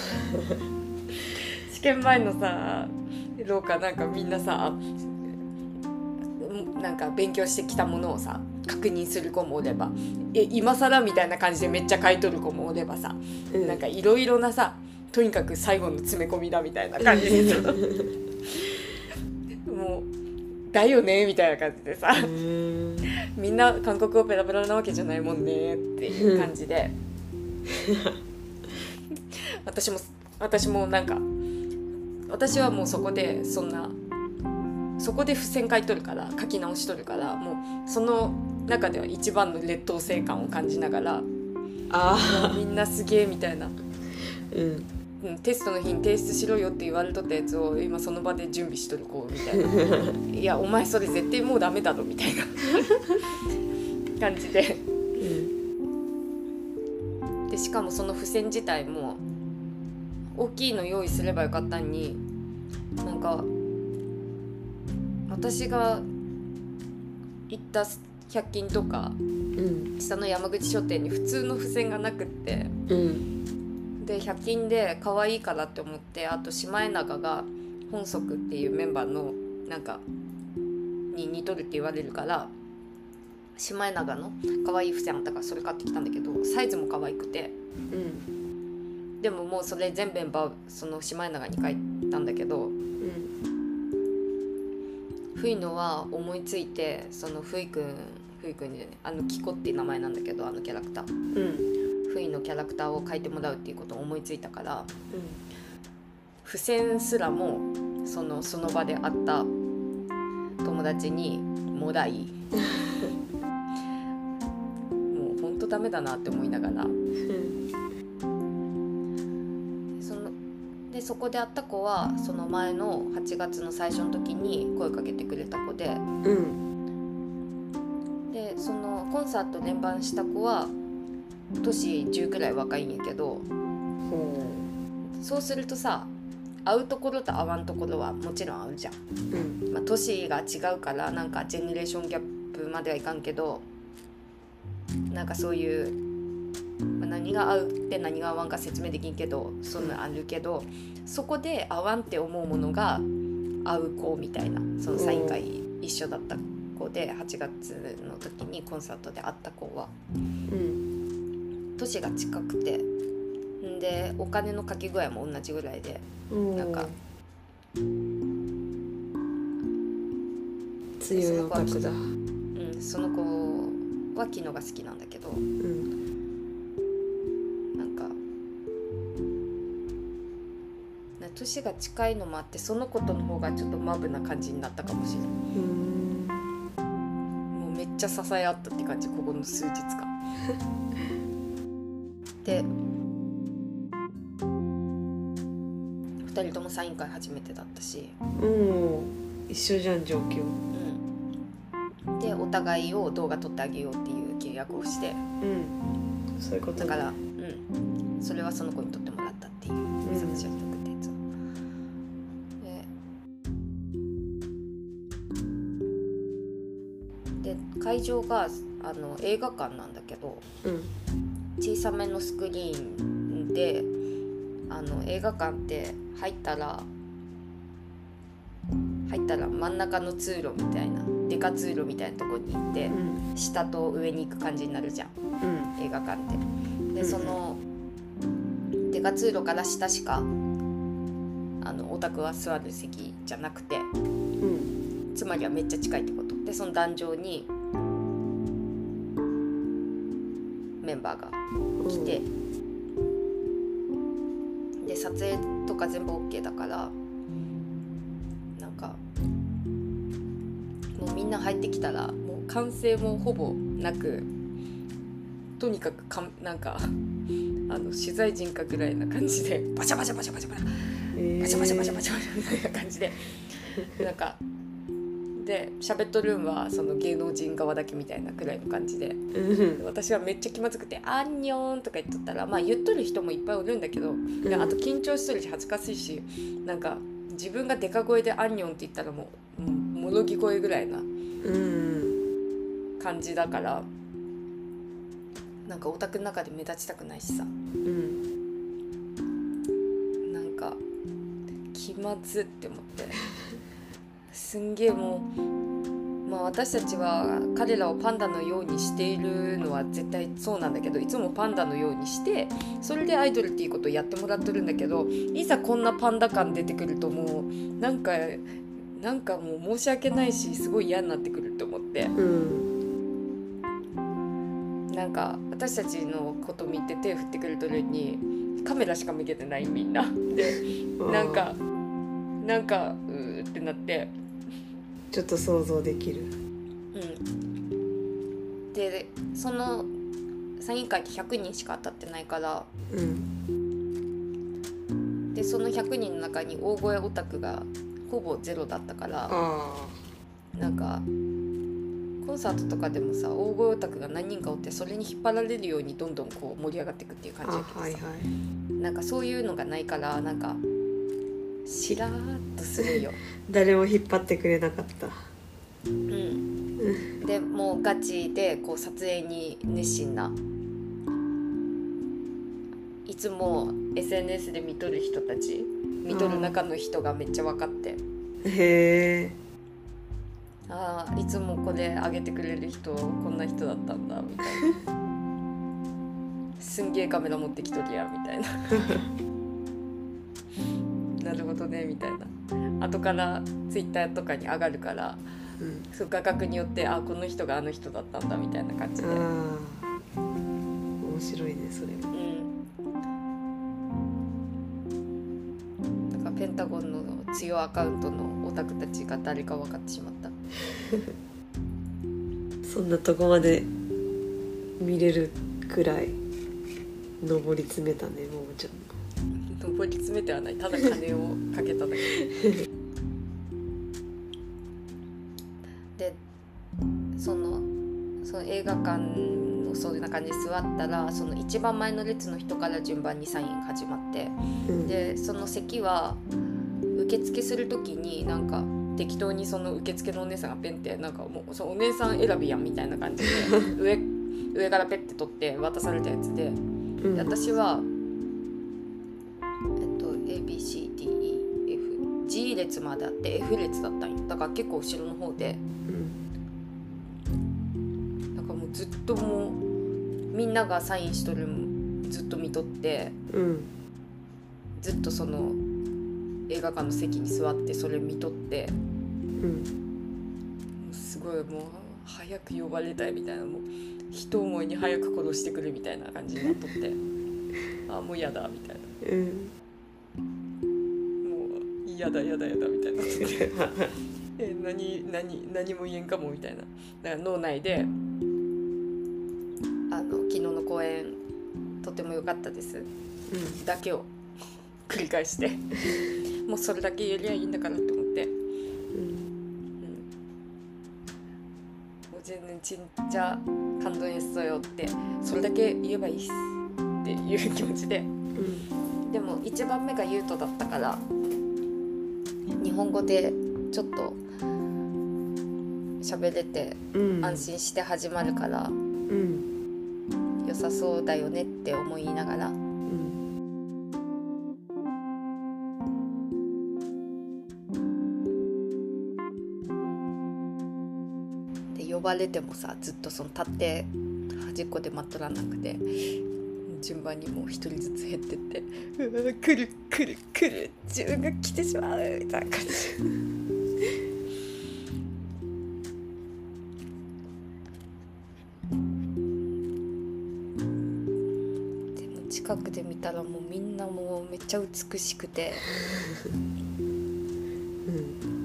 試験前のさ廊下なんかみんなさなんか勉強してきたものをさ確認する子もおればえ今更みたいな感じでめっちゃ書いとる子もおればさ、うん、なんかいろいろなさとにかく最後の詰め込みだみたいな感じでさもうだよねみたいな感じでさみんな韓国語ペラペラなわけじゃないもんねっていう感じで私も私もなんか私はもうそこでそんなそこで付箋書いとるから書き直しとるからもうその中では一番の劣等生感を感じながらあみんなすげえみたいな、うんうん、テストの日に提出しろよって言われとったやつを今その場で準備しとる子みたいないやお前それ絶対もうダメだろみたいな感じで、うん、でしかもその付箋自体も大きいの用意すればよかったのになんか私が行ったひゃく均とか、うん、下の山口書店に普通の付箋がなくって、うん、でひゃく均で可愛いからって思ってあとシマエナガが本則っていうメンバーのなんかに似とるって言われるからシマエナガの可愛い付箋あったからそれ買ってきたんだけどサイズも可愛くて、うん、でももうそれ全部そのシマエナガに書いたんだけど、うんふいのは思いついてそのふいくんふいくんでねあのキコっていう名前なんだけどあのキャラクター、うん、 フイのキャラクターを描いてもらうっていうことを思いついたから、 うん、 付箋すらもそのその場で会った友達にもらいもうほんとダメだなって思いながら、うん、そのでそこで会った子はその前のはちがつの最初の時に声かけてくれた子で、うん、でそのコンサート連番した子は年じゅうくらい若いんやけど、そうするとさ、会うところと会わんところはもちろん会うじゃん、うん、まあ、年が違うからなんかジェネレーションギャップまではいかんけど、なんかそういう、まあ、何が合うって何が合わんか説明できんけど、そんなあるけど、そこで合わんって思うものが合う子みたいな、そのサイン会一緒だった子ではちがつの時にコンサートで会った子は、うん、年が近くて、でお金のかけ具合も同じぐらいで、なんか強いオタクだ。うん、 その子はキノが好きなんだけど、うん、なんか年が近いのもあってその子との方がちょっとマブな感じになったかもしれない。うん、もうめっちゃ支え合ったって感じ、ここの数日間でふたりともサイン会初めてだったし、 うん、一緒じゃん状況、 うん、でお互いを動画撮ってあげようっていう契約をして、うん、 そういうことだから、うん、それはその子に撮ってもらったっていう作者に送ったやつ、うん、で, で会場があの映画館なんだけど、うん、小さめのスクリーンで、あの映画館って入ったら入ったら真ん中の通路みたいなデカ通路みたいなとこに行って、うん、下と上に行く感じになるじゃん、うん、映画館ってで、うん、そのデカ通路から下しかあのオタクは座る席じゃなくて、うん、つまりはめっちゃ近いってことで、その壇上にメンバーが来て、うん、で撮影とか全部 OK だから、なんかもうみんな入ってきたらもう歓声もほぼなく、とにかくかなんかあの取材陣かぐらいな感じでバシャバシャバシャバシャバシャ、えー、バシャバシャバシャバシャみたいな感じでなんかで喋っとるんはその芸能人側だけみたいなくらいの感じで、うん、私はめっちゃ気まずくてアンニョンとか言っとったら、まあ言っとる人もいっぱいおるんだけど、うん、あと緊張しとるし恥ずかしいし、なんか自分がデカ声でアンニョンって言ったらもう物聞こえぐらいな感じだから、なんかオタクの中で目立ちたくないしさ、うん、なんか気まずって思ってすんげえもう、まあ、私たちは彼らをパンダのようにしているのは絶対そうなんだけど、いつもパンダのようにしてそれでアイドルっていうことをやってもらってるんだけど、いざこんなパンダ感出てくるともうなんかなんかもう申し訳ないしすごい嫌になってくると思って、うん、なんか私たちのこと見て手振ってくるとるにカメラしか向けてないみんなで、なんかなんかうーってなってちょっと想像できる、うんん、でそのサイン会ってひゃくにんしか当たってないから、うん、でそのひゃくにんの中に大声オタクがほぼゼロだったから、なんかコンサートとかでもさ大声オタクが何人かおってそれに引っ張られるようにどんどんこう盛り上がっていくっていう感じだけどさ、はいはい、なんかそういうのがないからなんかしらーっとするよ誰も引っ張ってくれなかった、 うん、でもうガチでこう撮影に熱心な、いつも エスエヌエス で見とる人たち見とる中の人がめっちゃ分かって、へー、ああいつもこれ上げてくれる人こんな人だったんだみたいなすんげえカメラ持ってきとるやんみたいななるほどねみたいな、後からツイッターとかに上がるから、うん、そう画角によってあこの人があの人だったんだみたいな感じで、 面面白いねそれも。 うん。なんかペンタゴンの強アカウントのオタクたちが誰か分かってしまった。 そんなとこまで見れるくらい上り詰めたねももちゃん。 上り詰めてはない、ただ金をかけただけでそのその映画館のそんな感じで座ったら、その一番前の列の人から順番にサイン始まって、うん、でその席は受付する時になんか適当にその受付のお姉さんがペンってなんかもうそのお姉さん選びやんみたいな感じで上, 上からペッて取って渡されたやつで、うん、で私はえっと エービーシーディーイーエフジー 列まであって F 列だったんよ。だから結構後ろの方で、うん、なんかもうずっともうみんながサインしとるのずっと見とって、うん、ずっとその映画館の席に座ってそれ見とって、うん、すごいもう早く呼ばれたいみたいな、もう一思いに早く殺してくるみたいな感じになっとってあもうやだみたいな、うん、もうやだやだやだみたいなえ何何何も言えんかもみたいな。だから脳内であの昨日の公演とても良かったです、うん、だけを繰り返してもうそれだけ言えりゃいいんだからと思って、うんうん、もう全然ちんちゃ感動했어요ってそれだけ言えばいいっすっていう気持ちで、うん、でもいちばんめが優斗だったから日本語でちょっと喋れて安心して始まるから、うん、良さそうだよねって思いながら、呼ばれてもさずっとその立って端っこで待っとらなくて順番にもう一人ずつ減ってってうわ来る来る来る自分が来てしまうみたいな感じでも近くで見たらもうみんなもうめっちゃ美しくて、うん、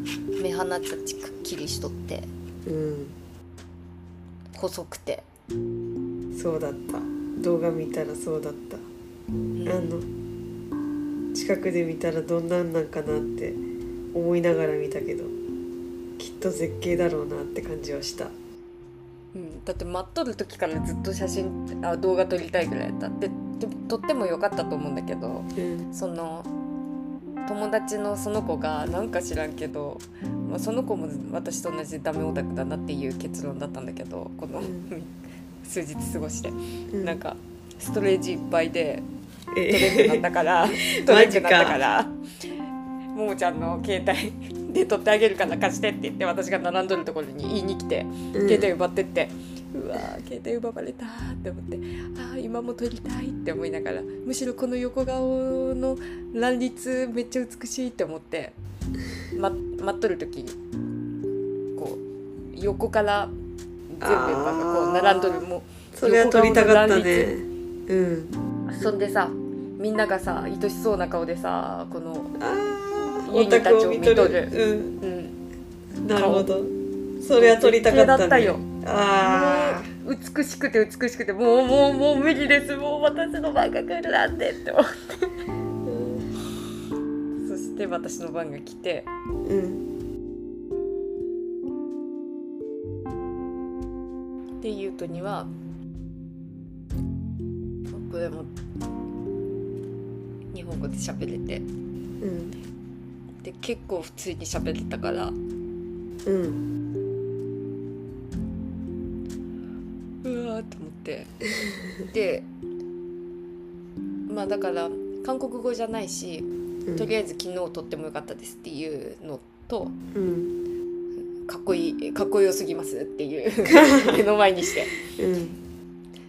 目鼻たちくっきりしとって、うん細くてそうだった。動画見たらそうだった、うん、あの近くで見たらどんなんなんかなって思いながら見たけどきっと絶景だろうなって感じはした、 うん、だって待っとる時からずっと写真あ動画撮りたいぐらいやったでとっても良かったと思うんだけど、うん、その友達のその子がなんか知らんけど、まあ、その子も私と同じダメオタクだなっていう結論だったんだけどこの、うん、数日過ごして、うん、なんかストレージいっぱいでトレンドだったから、えー、トレンドだったからももちゃんの携帯で撮ってあげるから貸してって言って私が並んどるところに言いに来て、うん、携帯奪ってってうわー携帯奪われたって思ってあ今も撮りたいって思いながらむしろこの横顔の乱立めっちゃ美しいって思って、ま、待っとる時にこう横から全メンバーがこう並んどるもうそれは撮りたかったね、うん、 そんでさみんながさ愛しそうな顔でさこのユニたちを見とる、うんうん、なるほどそれは撮りたかったねだったよあ美しくて美しくてもうもうもう無理ですもう私の番が来るなんてって思って、うん、そして私の番が来て、うん、でゆうとにはこれも日本語で喋れて、うん、で結構普通に喋れたからうんうわーって思ってでまあだから韓国語じゃないし、うん、とりあえず昨日とってもよかったですっていうのと、うん、かっこいいかっこよすぎますっていう目の前にして、うん、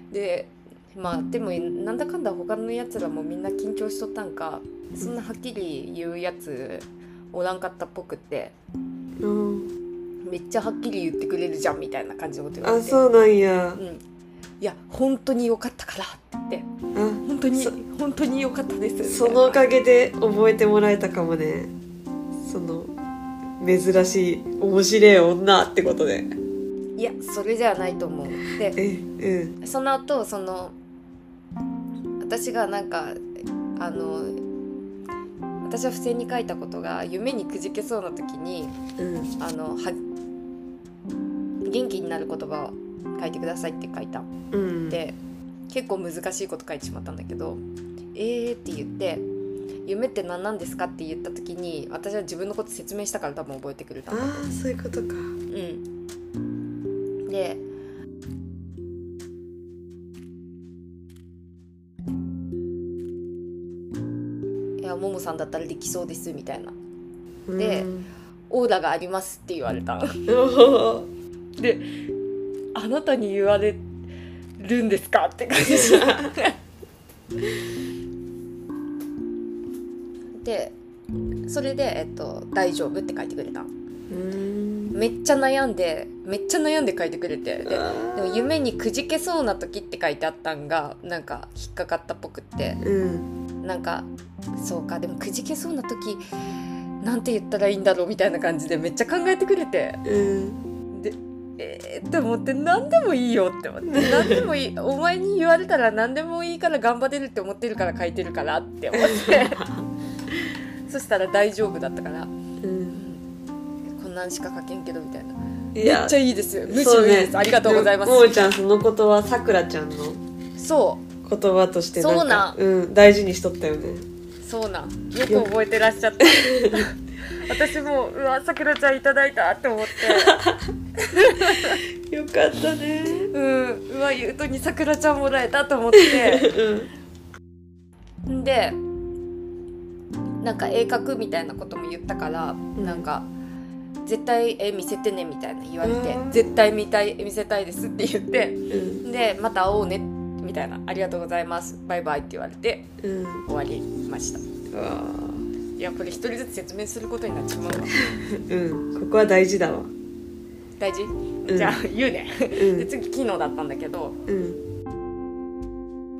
でまあでもなんだかんだ他のやつらもみんな緊張しとったんかそんなはっきり言うやつおらんかったっぽくって、うん、めっちゃはっきり言ってくれるじゃんみたいな感じのこと言われてあそうなんや、 うん、 いや本当に良かったからって言って本当に本当に良かったですそのおかげで覚えてもらえたかもね。その珍しい面白い女ってことで。 いやそれじゃないと思う。で、 え、うん、 その後その私がなんかあの私は付箋に書いたことが夢にくじけそうな時に、うん、あのは元気になる言葉を書いてくださいって書いた、うん、で結構難しいこと書いてしまったんだけどえーって言って夢って何なんですかって言った時に私は自分のこと説明したから多分覚えてくれたんだと思う。 ああそういうことか。 うんでいやももさんだったらできそうですみたいなで、うん、オーラがありますって言われたであなたに言われるんですかって感じでそれで、えっと、大丈夫って書いてくれた。うんめっちゃ悩んでめっちゃ悩んで書いてくれてででも夢にくじけそうな時って書いてあったんがなんか引っかかったっぽくって、うん、なんかそうかでもくじけそうな時なんて言ったらいいんだろうみたいな感じでめっちゃ考えてくれて、うん、でえー、って思って何でもいいよって思って何でもいいお前に言われたら何でもいいから頑張れるって思ってるから書いてるからって思ってそしたら大丈夫だったから、うん、こんなんしか書けんけどみたいな。めっちゃいいですよ。むしろいいです、ね、ありがとうございます。 ももちゃんその言葉さくらちゃんのそう言葉としてなんかそうなん、うん、大事にしとったよね。 そうなんよく覚えてらっしゃった私もうわさくらちゃんいただいたって思ってよかったね。 うんうわゆうとにさくらちゃんもらえたと思って、うん、でなんか絵描くみたいなことも言ったから、うん、なんか絶対絵見せてねみたいな言われて、うん、絶対見たい見せたいですって言って、うん、でまた会おうねみたいなありがとうございますバイバイって言われて、うん、終わりました。うわいやこれ一人ずつ説明することになっちまうわうんここは大事だわ。 大事、うん、じゃあ言うね、うん、で次昨日だったんだけど、うん、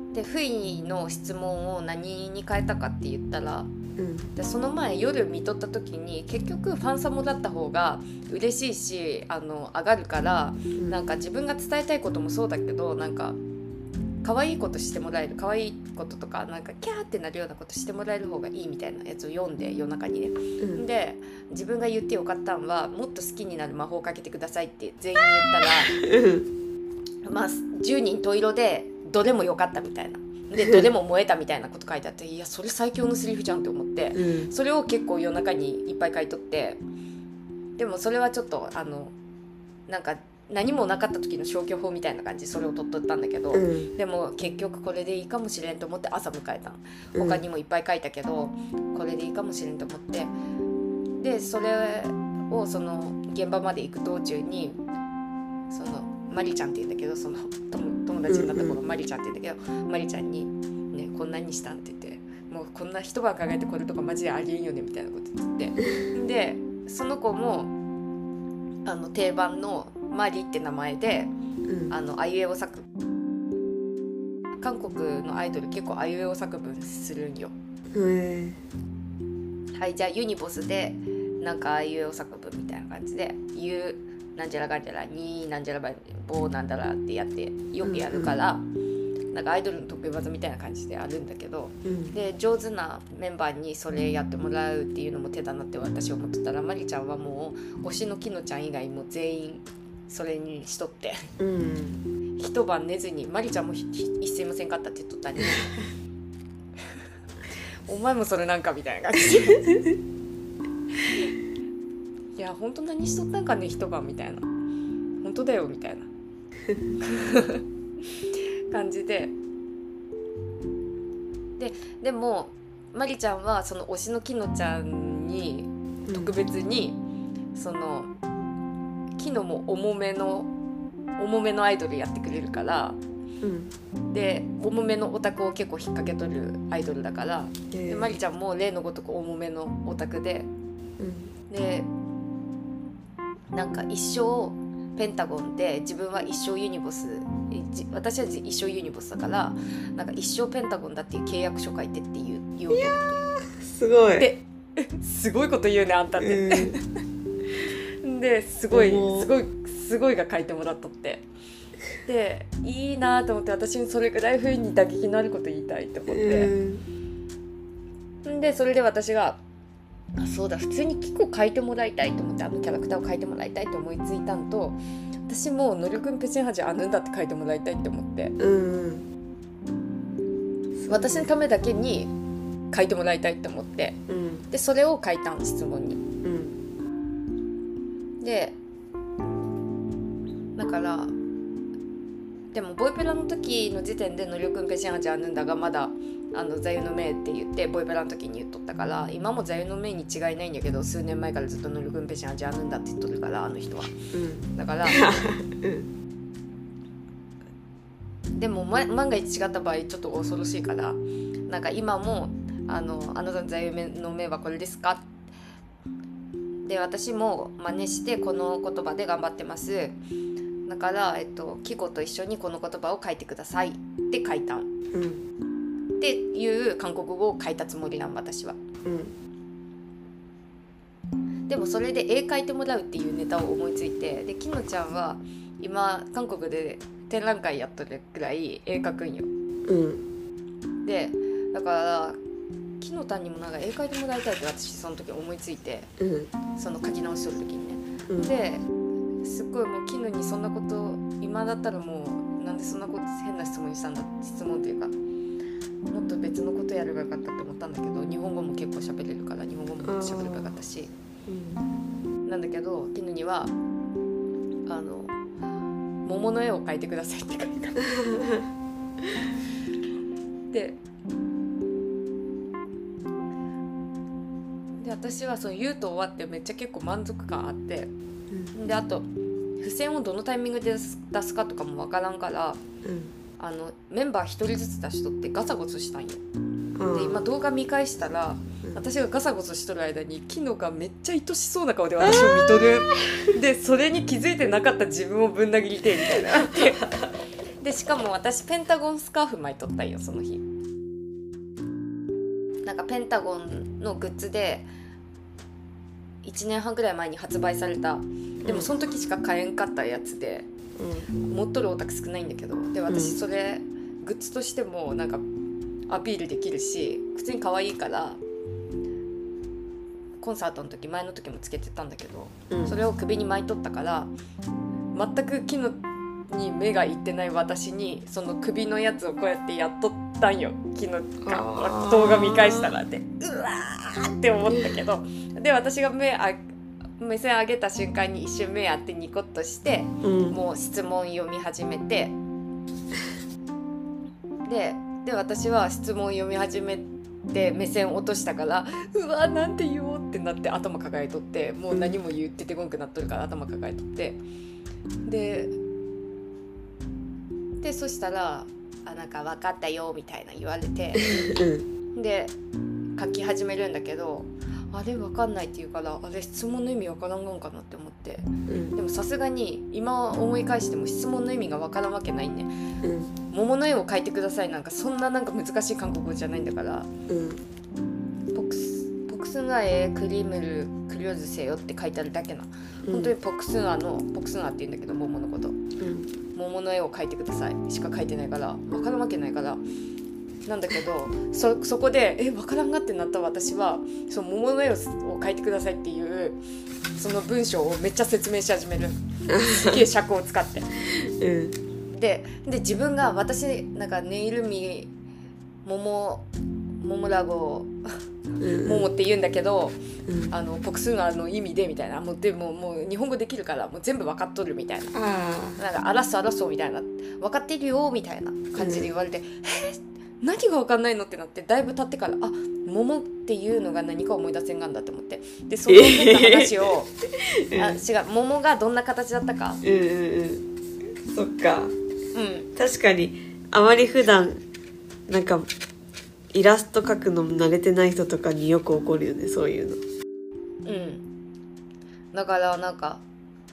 で不意の質問を何に変えたかって言ったらうん、でその前夜見とった時に結局ファンサもだった方が嬉しいしあの上がるから、うん、なんか自分が伝えたいこともそうだけどなんか可愛いことしてもらえる可愛いこととかなんかキャーってなるようなことしてもらえる方がいいみたいなやつを読んで夜中にね、うん、で自分が言ってよかったんはもっと好きになる魔法をかけてくださいって全員言ったらまあじゅうにん十色でどれもよかったみたいなでどれも燃えたみたいなこと書いてあっていやそれ最強のセリフじゃんって思って、うん、それを結構夜中にいっぱい書いとってでもそれはちょっとあのなんか何もなかった時の消去法みたいな感じそれを取っとったんだけど、うん、でも結局これでいいかもしれんと思って朝迎えた他にもいっぱい書いたけど、うん、これでいいかもしれんと思ってでそれをその現場まで行く道中にそのマリちゃんって言うんだけどその友達になった頃、うんうん、マリちゃんって言うんだけどマリちゃんに、ね、こんなにしたんって言ってもうこんな一晩考えてこれとかマジでありえんよねみたいなこと言ってでその子もあの定番のマリって名前で、うん、あのあいうえお作韓国のアイドル結構あいうえお作文するんよ。へはいじゃあユニボスでなんかあいうえお作文みたいな感じで言うなんじゃらかんじゃらになんじゃらばぼうなんだらってやってよくやるから、うんうん、なんかアイドルの得意技みたいな感じであるんだけど、うん、で上手なメンバーにそれやってもらうっていうのも手だなって私思ってたらマリちゃんはもう推しのきのちゃん以外も全員それにしとって、うん、一晩寝ずにマリちゃんも一睡もせんかったって言っとったにお前もそれなんかみたいな感じいや本当何しとったんかね一晩みたいな本当だよみたいな感じでででもマリちゃんはその推しのきのちゃんに特別に、うん、そのきのも重めの重めのアイドルやってくれるから、うん、で重めのオタクを結構引っ掛けとるアイドルだから、えー、でマリちゃんも例のごとく重めのオタクで、うん、でなんか一生ペンタゴンで自分は一生ユニボス、私は一生ユニボスだからなんか一生ペンタゴンだっていう契約書書いてっていう言おうと思って、 すごいですごいこと言うねあんたって、うん、ですごいすごいすごいが書いてもらっとって、でいいなと思って、私にそれぐらい不意に打撃のあること言いたいと思って、うん、でそれで私があそうだ普通にキコ書いてもらいたいと思って、あのキャラクターを書いてもらいたいと思いついたんと、私もノリくんペチンハジあぬんだって書いてもらいたいって思って、うん、私のためだけに書いてもらいたいって思って、うん、でそれを書いたん質問に、うん、でだからでもボイペラの時の時点でノリくんペチンハジあぬんだがまだあの座右の銘って言ってボイペラの時に言っとったから、今も座右の銘に違いないんだけど、数年前からずっとノリくんペチンハジあぬんだって言っとるからあの人は、うん、だから、うん、でも、ま、万が一違った場合ちょっと恐ろしいから、なんか今もあのあなたの座右の銘はこれですかで、私も真似してこの言葉で頑張ってます、だから、えっと、キコと一緒にこの言葉を書いてくださいって書いたん、うんっていう韓国語を書いたつもりなん私は、うん、でもそれで絵描いてもらうっていうネタを思いついて、できのちゃんは今韓国で展覧会やっとるくらい絵描くんよ、うん、でだからきのたんにもなんか絵描いてもらいたいって私その時思いついて、うん、その書き直しをする時にね、うん、ですっごいもうきのにそんなこと今だったらもうなんでそんなこと変な質問にしたんだ質問っていうかもっと別のことやればよかったって思ったんだけど、日本語も結構喋れるから日本語ももっと喋ればよかったし、うん、なんだけどキヌにはあの桃の絵を描いてくださいって書いたでで私はその言うと終わってめっちゃ結構満足感あって、うん、であと付箋をどのタイミングで出すかとかもわからんから、うんあのメンバー一人ずつ出しとってガサゴソしたんよ、うん、で今動画見返したら、うん、私がガサゴソしとる間にキノがめっちゃ愛しそうな顔で私を見とるでそれに気づいてなかった自分をぶん殴りてえみたいなでしかも私ペンタゴンスカーフ巻いとったんよその日。なんかペンタゴンのグッズでいちねんはんくらい前に発売された、でもその時しか買えんかったやつで、うん、持っとるオタク少ないんだけど、で私それ、うん、グッズとしてもなんかアピールできるし普通に可愛いからコンサートの時前の時もつけてたんだけど、うん、それを首に巻いとったから全く木のに目がいってない私にその首のやつをこうやってやっとったんよ、木の動画見返したらでうわーって思ったけど、で私が目あ目線上げた瞬間に一瞬目あってニコッとして、うん、もう質問読み始めてで, で私は質問読み始めて目線落としたからうわなんて言おうってなって頭抱えとって、もう何も言っててこんくなっとるから頭抱えとってででそしたらあなんか分かったよみたいな言われてで書き始めるんだけど、あれ分かんないって言うからあれ質問の意味分からんがんかなって思って、うん、でもさすがに今思い返しても質問の意味が分からんわけないね、うん、桃の絵を描いてくださいなんかそんななんか難しい韓国語じゃないんだから、うん、ポクスポクスンアエクリムルクリオズセヨって書いてあるだけな、うん、本当にポクスンアのポクスンアって言うんだけど桃のこと、うん、桃の絵を描いてくださいしか書いてないから分からんわけないからなんだけど そ, そこでえ分からんがってなった私はその桃の絵を描いてくださいっていうその文章をめっちゃ説明し始めるすげえ尺を使って、うん、で, で自分が私なんかネイルミ桃桃ラゴ桃って言うんだけど、うん、あのポクスンアの意味でみたいなもうでももう日本語できるからもう全部分かっとるみたいななんかあらすあらそうみたいな分かってるよみたいな感じで言われて、うん、え何が分かんないのってなってだいぶ経ってからあ桃っていうのが何か思い出せんがんだって思ってでその変な話を、えー、あ違う桃がどんな形だったかうんうんうんそっか、うん、確かにあまり普段なんかイラスト描くの慣れてない人とかによく起こるよねそういうの。 うんだからなんか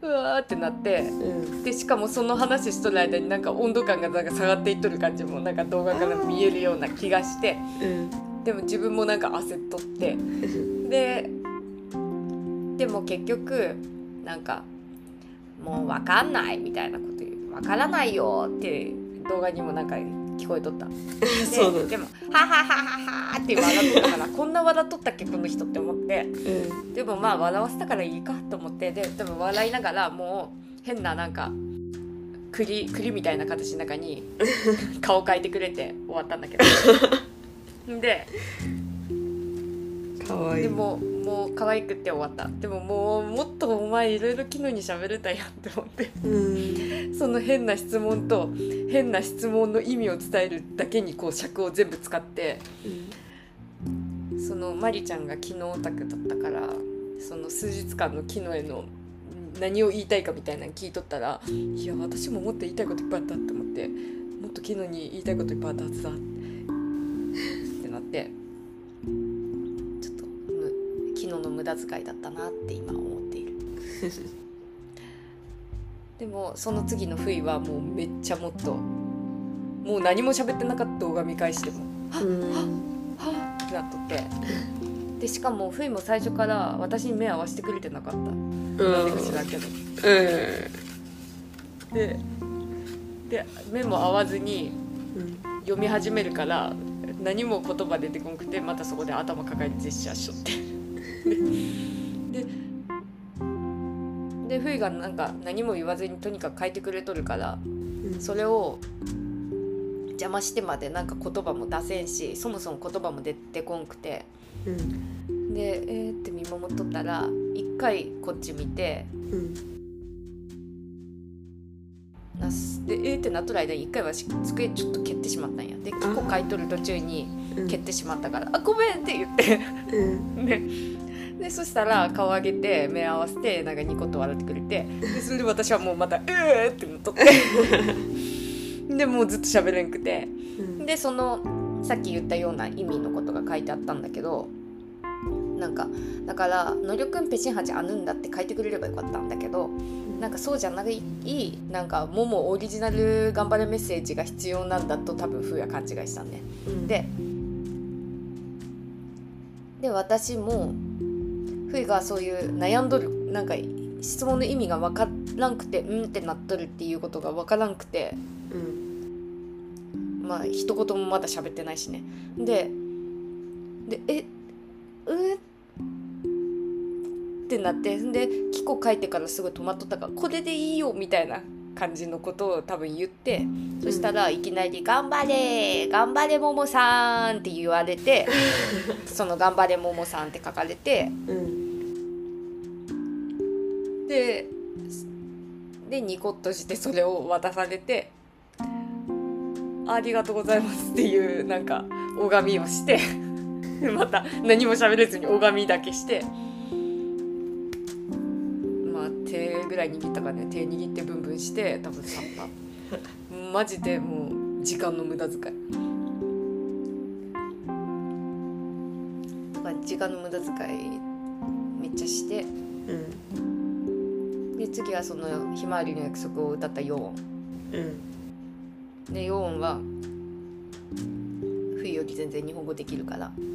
うわーってなって、うん、でしかもその話しとる間になんか温度感がなんか下がっていっとる感じもなんか動画から見えるような気がして、うん、でも自分もなんか焦っとってででも結局なんかもう分かんないみたいなこと言う、分からないよって動画にもなんか聞こえとったで, そうでもはははははって笑っとったからこんな笑っとったっけこの人って思って、うん、でもまあ笑わせたからいいかと思って、ででも笑いながらもう変ななんか栗栗みたいな形の中に顔描いてくれて終わったんだけどでかわいい。 でももう可愛くて終わった。でももうもっとお前いろいろ昨日に喋れたやんって思って、うん、その変な質問と変な質問の意味を伝えるだけにこう尺を全部使って、うん、そのマリちゃんが昨日オタクだったからその数日間の昨日への何を言いたいかみたいなの聞いとったら、いや私ももっと言いたいこといっぱいあったって思って、もっと昨日に言いたいこといっぱいあったはずだってなって、ちょっと昨日の無駄遣いだったなって今思っているでもその次の不意はもうめっちゃもっともう何も喋ってなかった動画見返してもはっはっはっってなっとってでしかも不意も最初から私に目合わせてくれてなかった、うん、なんでか知らんけど、うん、でで目も合わずに読み始めるから何も言葉出てこなくてまたそこで頭抱えてジェスチャーしとってででふいがなんか何も言わずにとにかく書いてくれとるから、うん、それを邪魔してまでなんか言葉も出せんしそもそも言葉も出てこんくて、うん、でえーって見守っとったら一回こっち見て、うん、なすでえーってなっとる間に一回は机ちょっと蹴ってしまったんや。で結構書いとる途中に蹴ってしまったから「あ, あごめん」って言って、うん、で, でそしたら顔上げて目合わせてなんかニコッと笑ってくれて、でそれで私はもうまた「うー」ってなっとってでもうずっと喋れんくて、うん、でそのさっき言ったような意味のことが書いてあったんだけど、なんかだから「のりょくんペチンハチあぬんだ」って書いてくれればよかったんだけど、なんかそうじゃないなんかももオリジナル頑張れメッセージが必要なんだと多分ふうや勘違いしたんね、うん、でで私もふいがそういう悩んどるなんか質問の意味が分からんくてうんってなっとるっていうことが分からんくて、うん、まあ一言もまだ喋ってないしね。ででえうんってなって、でキコ書いてからすぐ止まっとったからこれでいいよみたいな感じのことを多分言って、うん、そしたらいきなり「頑張れ頑張れももさん」って言われてその「頑張れももさん」って書かれて、うん、ででニコッとしてそれを渡されて「ありがとうございます」っていうなんか拝みをしてまた何も喋れずに拝みだけして。手ぐらい握ったからね、手握ってブンブンして多分去ったマジでもう時間の無駄遣いとか時間の無駄遣いめっちゃして、うん、で次はそのひまわりの約束を歌ったヨーン、うん、でヨーンは冬より全然日本語できるから、うん、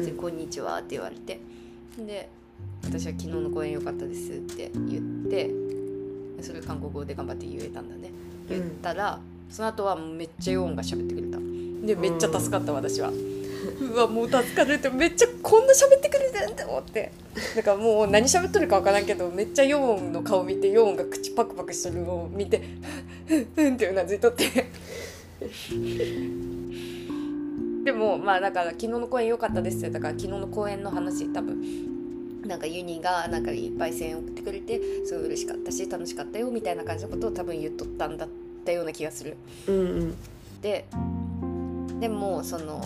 こんにちはって言われて、で私は昨日の公演良かったですって言ってそれ韓国語で頑張って言えたんだね。言ったら、うん、その後はめっちゃヨーンが喋ってくれた。でめっちゃ助かった私は。うわもう助かるってめっちゃこんな喋ってくれてるんだって思って。だからもう何喋っとるか分からんけどめっちゃヨーンの顔見てヨーンが口パクパクしてるのを見てうんってうなずいとってでもまあだから昨日の公演良かったですってだから昨日の公演の話多分なんかユニがなんかいっぱい声援を送ってくれてすごい嬉しかったし楽しかったよみたいな感じのことを多分言っとったんだったような気がする、うんうん、ででもその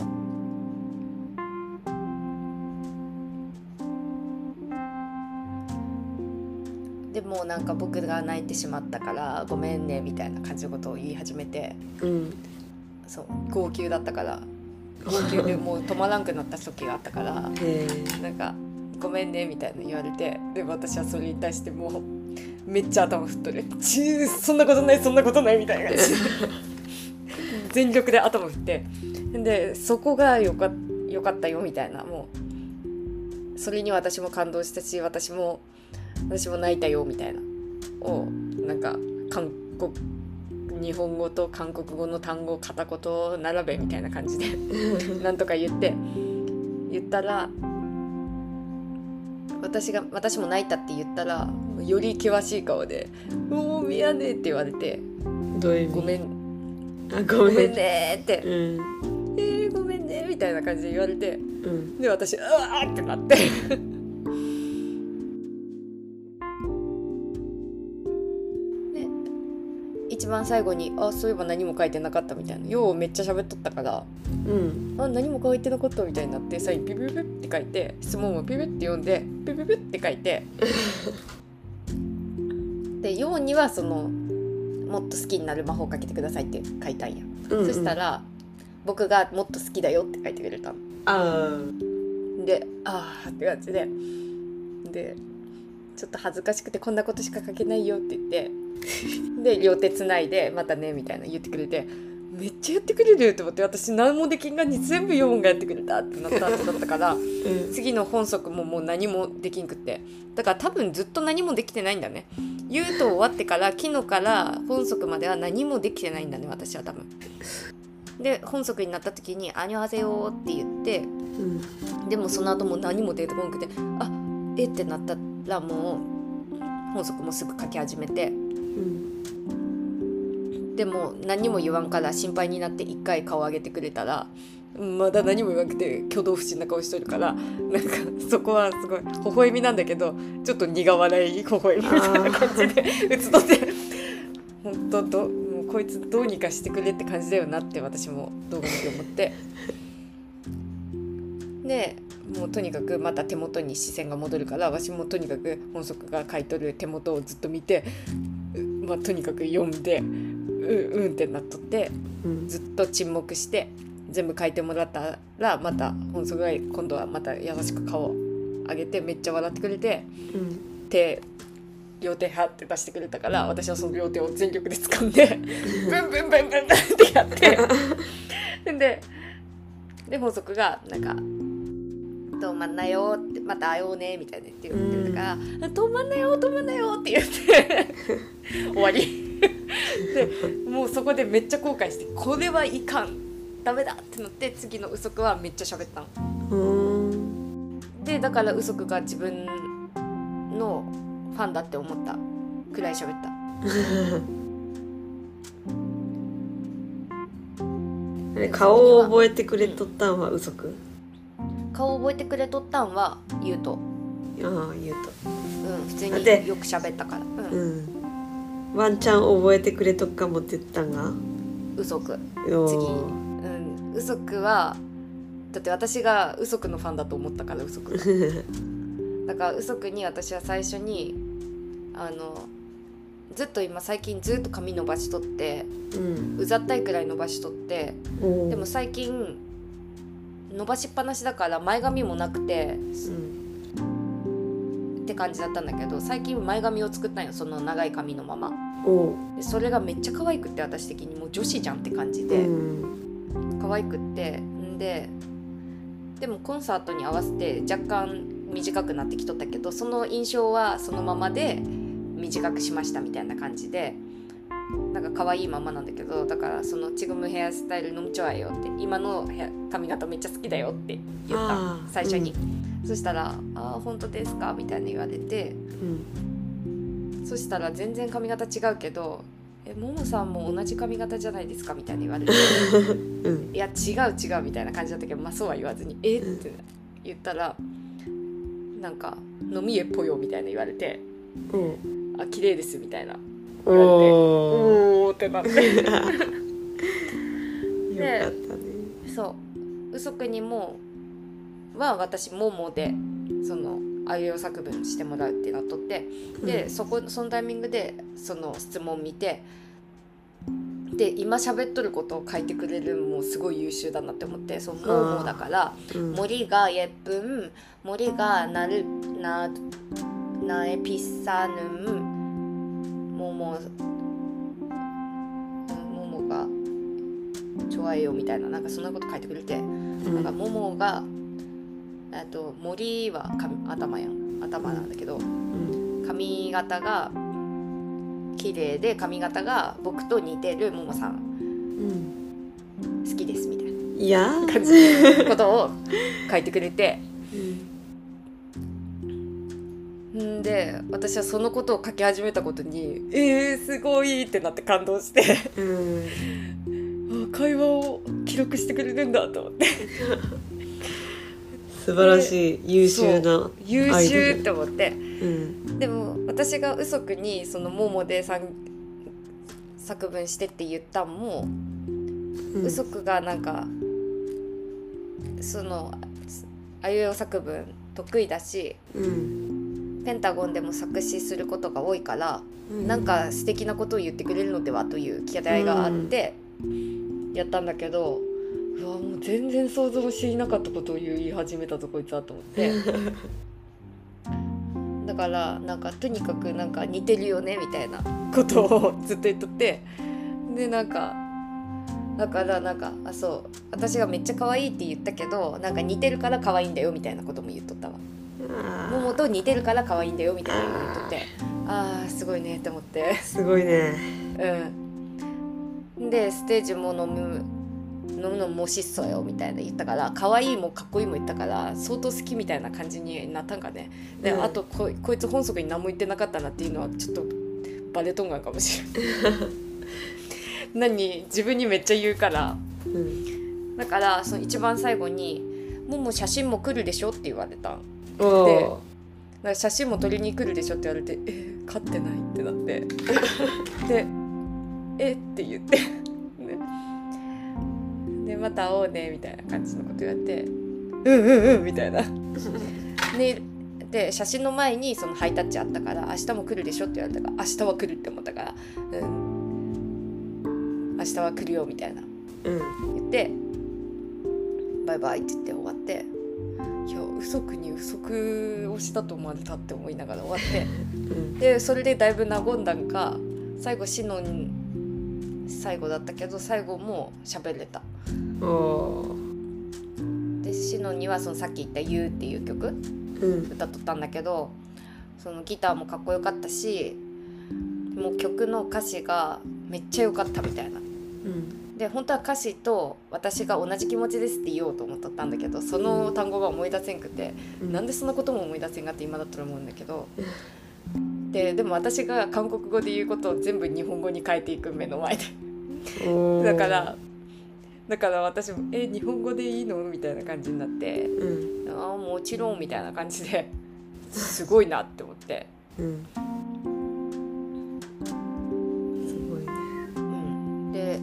でもなんか僕が泣いてしまったからごめんねみたいな感じのことを言い始めて、うん、そう号泣だったから号泣でもう止まらんくなった時があったからなんかごめんねみたいな言われて、で私はそれに対してもうめっちゃ頭振っとる。ちそんなことないそんなことないみたいな感じで全力で頭振って、でそこがよか、よかったよみたいな、もうそれに私も感動したし、私も私も泣いたよみたいなをなんか韓国日本語と韓国語の単語を片言並べみたいな感じでなんとか言って言ったら、私が私も泣いたって言ったらより険しい顔で「もう見やねえ」って言われて「 どういう意味？ ごめんあごめんごめんね」って、 うん 「えー、ごめんね」みたいな感じで言われて、 うん、 で私「うわー」ってなってで一番最後に「あそういえば何も書いてなかった」みたいな、ようめっちゃ喋っとったからうん、 あ何も書いてなかったみたいになって、サインピピピって書いて、質問もピピって読んでピピピって書いてでようにはそのもっと好きになる魔法をかけてくださいって書いたんや、うんうん、そしたら僕がもっと好きだよって書いてくれたの。 あであーって感じででちょっと恥ずかしくてこんなことしか書けないよって言ってで両手つないでまたねみたいな言ってくれて、めっちゃやってくれると思って、私何もできんがに全部ヨウンがやってくれたってなったってだったから、うん、次の本則ももう何もできんくって、だから多分ずっと何もできてないんだね。言うと終わってから昨日から本則までは何もできてないんだね私は多分。で本則になった時に「アニョハセヨ」って言って、うん、でもその後も何も出てこなくて「あえってなったらもう本則もすぐ書き始めて、うん、でも何も言わんから心配になって一回顔上げてくれたらまだ何も言わなくて挙動不審な顔しとるから、なんかそこはすごい微笑みなんだけどちょっと苦笑い微笑みみたいな感じで打つとって本当どもうこいつどうにかしてくれって感じだよなって私も動画見て思ってでもうとにかくまた手元に視線が戻るから、私もとにかく本則が書いとる手元をずっと見て、まあ、とにかく読んでううんってなっとって、うん、ずっと沈黙して全部書いてもらったらまた本則が今度はまた優しく顔上げてめっちゃ笑ってくれて、うん、手両手はって出してくれたから、私はその両手を全力で掴んでブンブンブンブンブンってやってでで本則がなんか止まんなよってまた会おうねみたいな言ってたから、うん、止まんなよ止まんなよって言って終わりでもうそこでめっちゃ後悔して、これはいかんダメだってなって次のウソクはめっちゃ喋ったの。でだからウソクが自分のファンだって思ったくらい喋った顔を覚えてくれとったんはウソク？ 顔を覚えてくれとったんはユウト。 ああユウト。 うん普通によく喋ったから。うん。うん、 ワンチャン覚えてくれとっかもって言ったんがウソク。次うんウソクはだって私がウソクのファンだと思ったからウソク。だからウソクに私は最初にあのずっと今最近ずっと髪伸ばしとって、うん、うざったいくらい伸ばしとって、でも最近伸ばしっぱなしだから前髪もなくて、うん、って感じだったんだけど、最近前髪を作ったんよその長い髪のまま。でそれがめっちゃ可愛くって私的にもう女子じゃんって感じで、うん、可愛くってんででもコンサートに合わせて若干短くなってきとったけど、その印象はそのままで短くしましたみたいな感じで、なんか可愛いままなんだけど、だからそのチグムヘアスタイルのむちょあよって今の髪型めっちゃ好きだよって言った最初に、うん、そしたら「ああ本当ですか?」みたいな言われて、うん、そしたら全然髪型違うけど「えももさんも同じ髪型じゃないですか?」みたいな言われて「うん、いや違う違う」みたいな感じだったけど、まあそうは言わずに「えっ?」って言ったらなんか「飲みえぽよ」みたいな言われて「うん、あ綺麗です」みたいな言われておーってなってよかったね。そうウソクにもは私ももでそのあいうえお作文してもらうってなっとって、で、うん、そこそのタイミングでその質問見て、で今喋っとることを書いてくれるもうすごい優秀だなって思って、そのももだから、うん、森がえっぷん森がなるななえピッサヌンももももがちょわえよみたいな、なんかそんなこと書いてくれて、うん、なんかももがえっと森は頭やん頭なんだけど、うん、髪型が綺麗で髪型が僕と似てるももさん、うん、好きですみたいないや感じのことを書いてくれて、うん、んで私はそのことを書き始めたことにえーすごいってなって感動して、うん、あ会話を記録してくれるんだと思って素晴らしい優秀な優秀って思って、うん、でも私がうそくにそのももで作文してって言ったんも、うそくがなんかそのあいうえお作文得意だし、うん、ペンタゴンでも作詞することが多いから、うん、なんか素敵なことを言ってくれるのではという期待があってやったんだけど、うわもう全然想像もしていなかったことを言い始めたぞこいつはと思ってだからなんかとにかくなんか似てるよねみたいなことをずっと言っとって、でなんかだからなんかあそう私がめっちゃ可愛いって言ったけどなんか似てるから可愛いんだよみたいなことも言っとったわ。ももと似てるから可愛いんだよみたいなこと言っとって、あーすごいねって思って、 すごいね。 うんでステージも飲む飲むのも質素よみたいな言ったから、可愛いもかっこいいも言ったから相当好きみたいな感じになったんかね。で、うん、あと こ, こいつ本則に何も言ってなかったなっていうのはちょっとバレとんがんかもしれない何自分にめっちゃ言うから、うん、だからその一番最後に「もも写真も来るでしょ」って言われたんで、だから写真も撮りに来るでしょって言われて「えー、勝ってない」ってなってで「えっ?」て言ってでまた会おうねみたいな感じのこと言われてうんうんうんみたいなで, で写真の前にそのハイタッチあったから明日も来るでしょって言われたから明日は来るって思ったから、うん、明日は来るよみたいな、うん、言ってバイバイって言って終わって、いやうそくにうそくをしたと思われたって思いながら終わって、うん、でそれでだいぶ和んだんか最後シノン最後だったけど最後も喋れた。でシノにはそのさっき言った「You」っていう曲、うん、歌っとったんだけど、そのギターもかっこよかったしもう曲の歌詞がめっちゃ良かったみたいな、うん、で本当は歌詞と私が同じ気持ちですって言おうと思っとったんだけどその単語が思い出せんくて、うん、なんでそんなことも思い出せんかって今だったら思うんだけど、で, でも私が韓国語で言うことを全部日本語に変えていく目の前でだからだから私もえ日本語でいいのみたいな感じになって、うん、あもちろんみたいな感じですごいなって思って、うん、 すごいね、 うん、で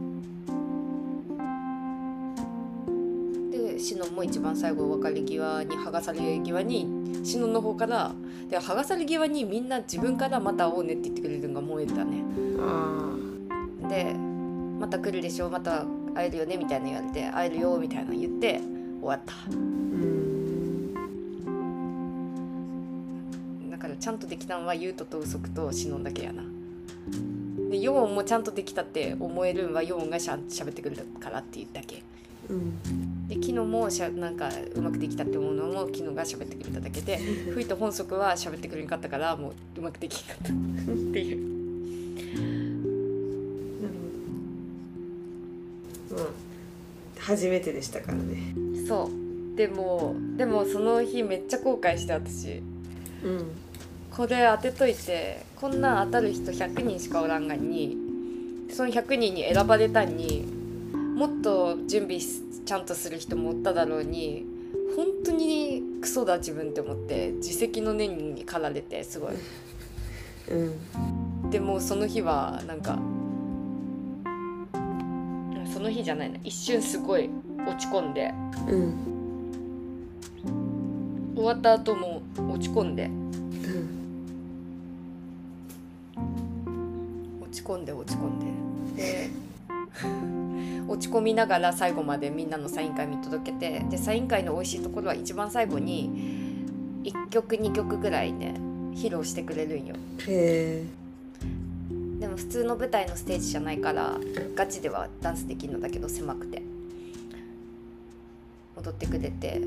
でシノンも一番最後別れ際に剥がされ際にシノンの方からで剥がされ際にみんな自分からまた会おうねって言ってくれるのが燃えたね。あでまた来るでしょまた会えるよねみたいな言われて会えるよみたいな言って終わった。うんだからちゃんとできたのはユウトとウソクとシノンだけやな。でヨウンもちゃんとできたって思えるんはヨウンがしゃ喋ってくれるからっていうだけ、うん、でキノもしゃなんかうまくできたって思うのもキノが喋ってくれただけでフイと本則は喋ってくれなかったからもううまくできなかったっていう。 初めてでしたからね。 そうでもでもその日めっちゃ後悔して私、うん、これ当てといてこんなん当たる人ひゃくにんしかおらんがにそのひゃくにんに選ばれたんにもっと準備ちゃんとする人もおっただろうに本当にクソだ自分って思って自責の念に駆られてすごい、うん、でもその日はなんかその日じゃないな一瞬すごい落ち込んで、うん、終わった後も落ち込んで、うん、落ち込んで落ち込んでで落ち込みながら最後までみんなのサイン会見届けてでサイン会の美味しいところは一番最後にいっきょくにきょくぐらいね披露してくれるんよ。へも普通の舞台のステージじゃないからガチではダンスできるのだけど狭くて踊ってくれて、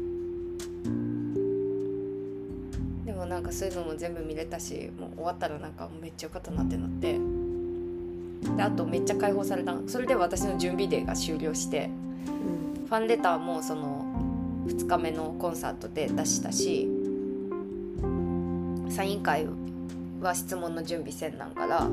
でもなんかそういうのも全部見れたし、もう終わったらなんかめっちゃよかったなってなって、であとめっちゃ解放された。それで私の準備デーが終了して、うん、ファンレターもそのふつかめのコンサートで出したし、サイン会は質問の準備せんなんから、うん、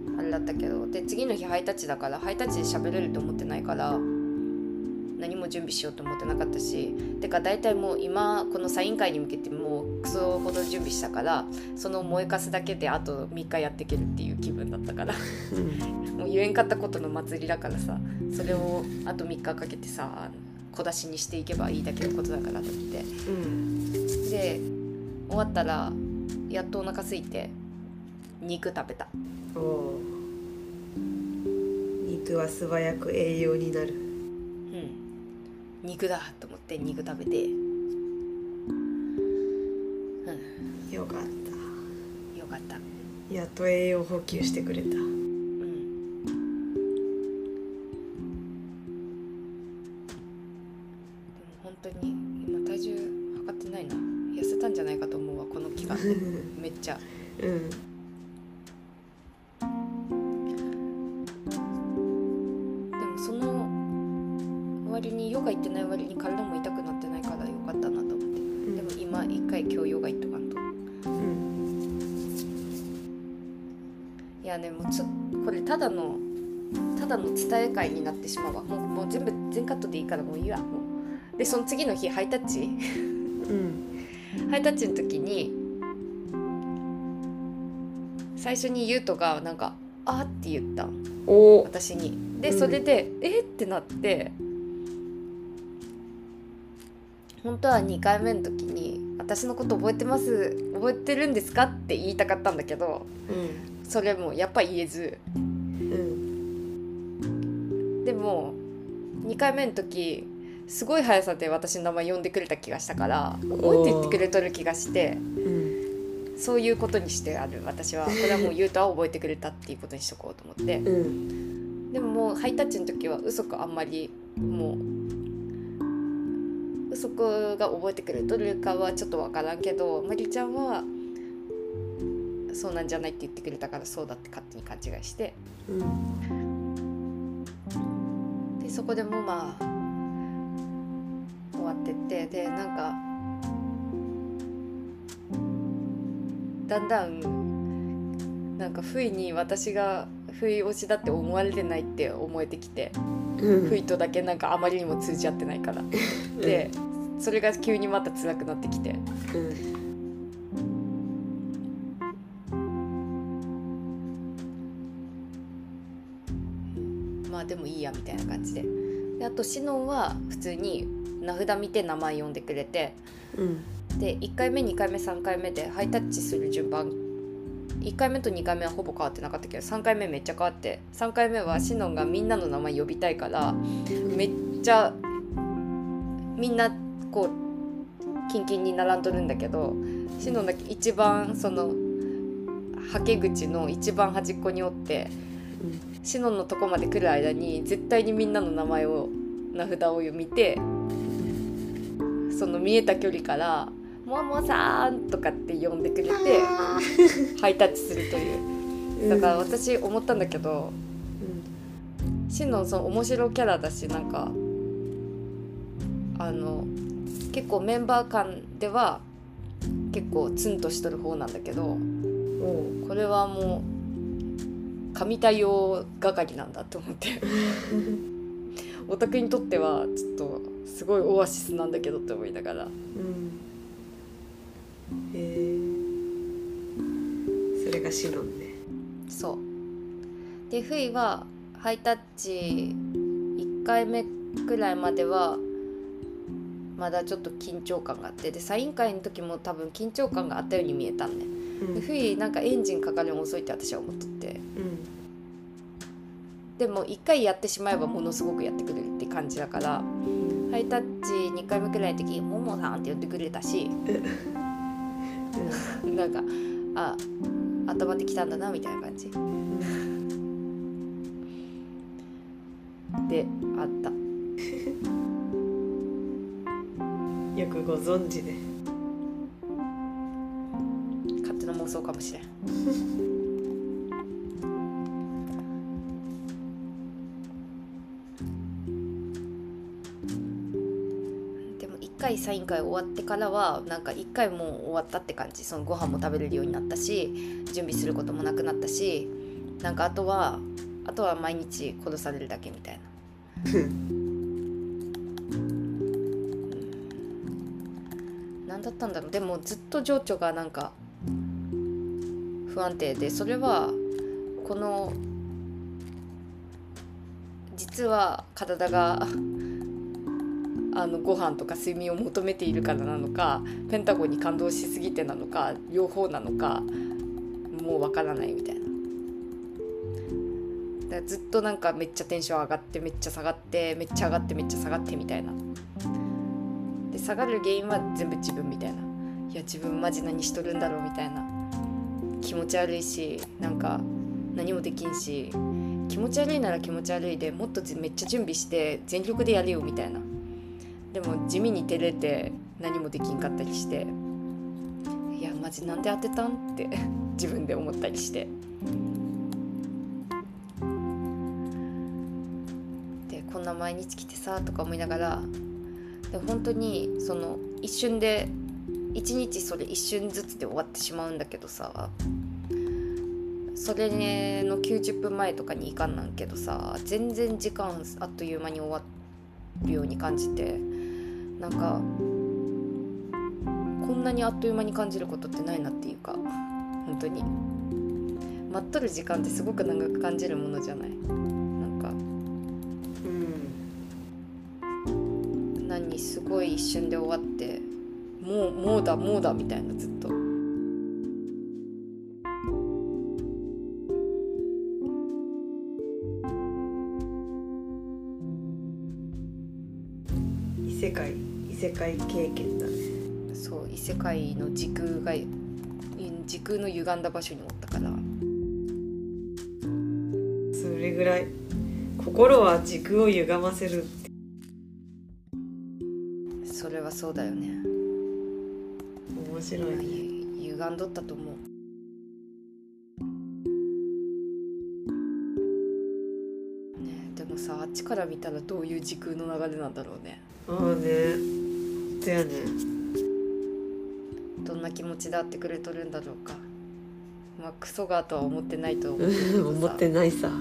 あれだったけど、で次の日ハイタッチだからハイタッチで喋れると思ってないから何も準備しようと思ってなかったし、てか大体もう今このサイン会に向けてもうクソほど準備したから、その燃えかすだけであとみっかやっていけるっていう気分だったからもう言えんかったことの祭りだからさ、それをあとみっかかけてさ小出しにしていけばいいだけのことだからと思って、うん、で終わったらやっとお腹空いて肉食べた。 お肉は素早く栄養になる。 肉だと思って肉食べて、うん、 よかったよかった。 やっと栄養補給してくれた。うん、でも本当に今体重測ってないな。痩せたんじゃないかと思うわこの期間でめっちゃ、うん、でもその割にヨガ行ってない割に体も痛くなってないからよかったなと思って、うん、でも今一回今日ヨガ行っとかんと、うん、いやでもちょこれただのただの伝え会になってしまうわ。もう、もう全部全カットでいいからもういいわ。もうでその次の日ハイタッチ、うん、ハイタッチの時に最初にユウトがなんかあーって言ったお私に。でそれで、うん、えってなって、本当はにかいめの時に私のこと覚えてます覚えてるんですかって言いたかったんだけど、うん、それもやっぱ言えず、うん、でもにかいめの時すごい速さで私の名前呼んでくれた気がしたから覚えて言ってくれとる気がして、うん、そういうことにしてある。私はこれはもう言うとは覚えてくれたっていうことにしとこうと思って、うん、でももうハイタッチの時は嘘かあんまりもうそこが覚えてくれとるかはちょっとわからんけど、まりちゃんはそうなんじゃないって言ってくれたからそうだって勝手に勘違いして、うん、でそこでもまあ終わってって、でなんかだんだんなんか不意に私が不意推しだって思われてないって思えてきて、うん、不意とだけなんかあまりにも通じ合ってないからでそれが急にまた辛くなってきて、うん、まあでもいいやみたいな感じで、であとシノンは普通に名札見て名前呼んでくれて、うん、でいっかいめにかいめさんかいめでハイタッチする順番いっかいめとにかいめはほぼ変わってなかったけどさんかいめめっちゃ変わって、さんかいめはシノンがみんなの名前呼びたいからめっちゃみんなこうキンキンに並んどるんだけど、シノンだけ一番そのはけ口の一番端っこにおって、うん、シノンのとこまで来る間に絶対にみんなの名前を名札を見て、その見えた距離からももさんとかって呼んでくれてハイタッチするという。だから私思ったんだけど、うん、シノンその面白キャラだし、なんかあの結構メンバー間では結構ツンとしとる方なんだけど、これはもう神対応係なんだと思ってオタクにとってはちょっとすごいオアシスなんだけどって思いながら、うん、 へえ、それがシノンね。 そうでフイはハイタッチいっかいめくらいまではまだちょっと緊張感があって、でサイン会の時も多分緊張感があったように見えたんね、うん、でフイなんかエンジンかかるの遅いって私は思っとって、うん、でもいっかいやってしまえばものすごくやってくれるって感じだから、うん、ハイタッチにかいめくらいの時ももさんって呼んでくれたし、うん、なんかあ温まってきたんだなみたいな感じであったよくご存知で。 勝手な妄想かもしれんでもいっかいサイン会終わってからはなんかいっかいもう終わったって感じ。そのご飯も食べれるようになったし、準備することもなくなったし、なんかあとはあとは毎日殺されるだけみたいな何だったんだろう。でもずっと情緒がなんか不安定で、それはこの実は体があのご飯とか睡眠を求めているからなのか、ペンタゴンに感動しすぎてなのか、両方なのかもうわからないみたいな。だからずっとなんかめっちゃテンション上がってめっちゃ下がってめっちゃ上がってめっちゃ下がってみたいな。で下がる原因は全部自分みたいな。いや自分マジ何しとるんだろうみたいな。気持ち悪いし、なんか何もできんし、気持ち悪いなら気持ち悪いでもっとめっちゃ準備して全力でやれよみたいな。でも地味に照れて何もできんかったりして、いやマジなんで当てたんって自分で思ったりして、でこんな毎日来てさとか思いながら、で本当にその一瞬で一日それ一瞬ずつで終わってしまうんだけどさ、それのきゅうじゅっぷんまえとかに行かんなんけどさ、全然時間あっという間に終わるように感じて、なんかこんなにあっという間に感じることってないなっていうか、本当に待っとる時間ってすごく長く感じるものじゃない。なんかうん何すごい一瞬で終わってもうもうだもうだみたいな、ずっと異世界異世界経験だね。 そう異世界の時空が時空の歪んだ場所におったから、 それぐらい心は時空を歪ませるって。 それはそうだよね。 面白いね。 歪んどったと思う。ね、でもさあっちから見たらどういう時空の流れなんだろうね。 ああね、だよね。 どんな気持ちで会ってくれとるんだろうか。まあクソがとは思ってないと思うけど思ってないさ。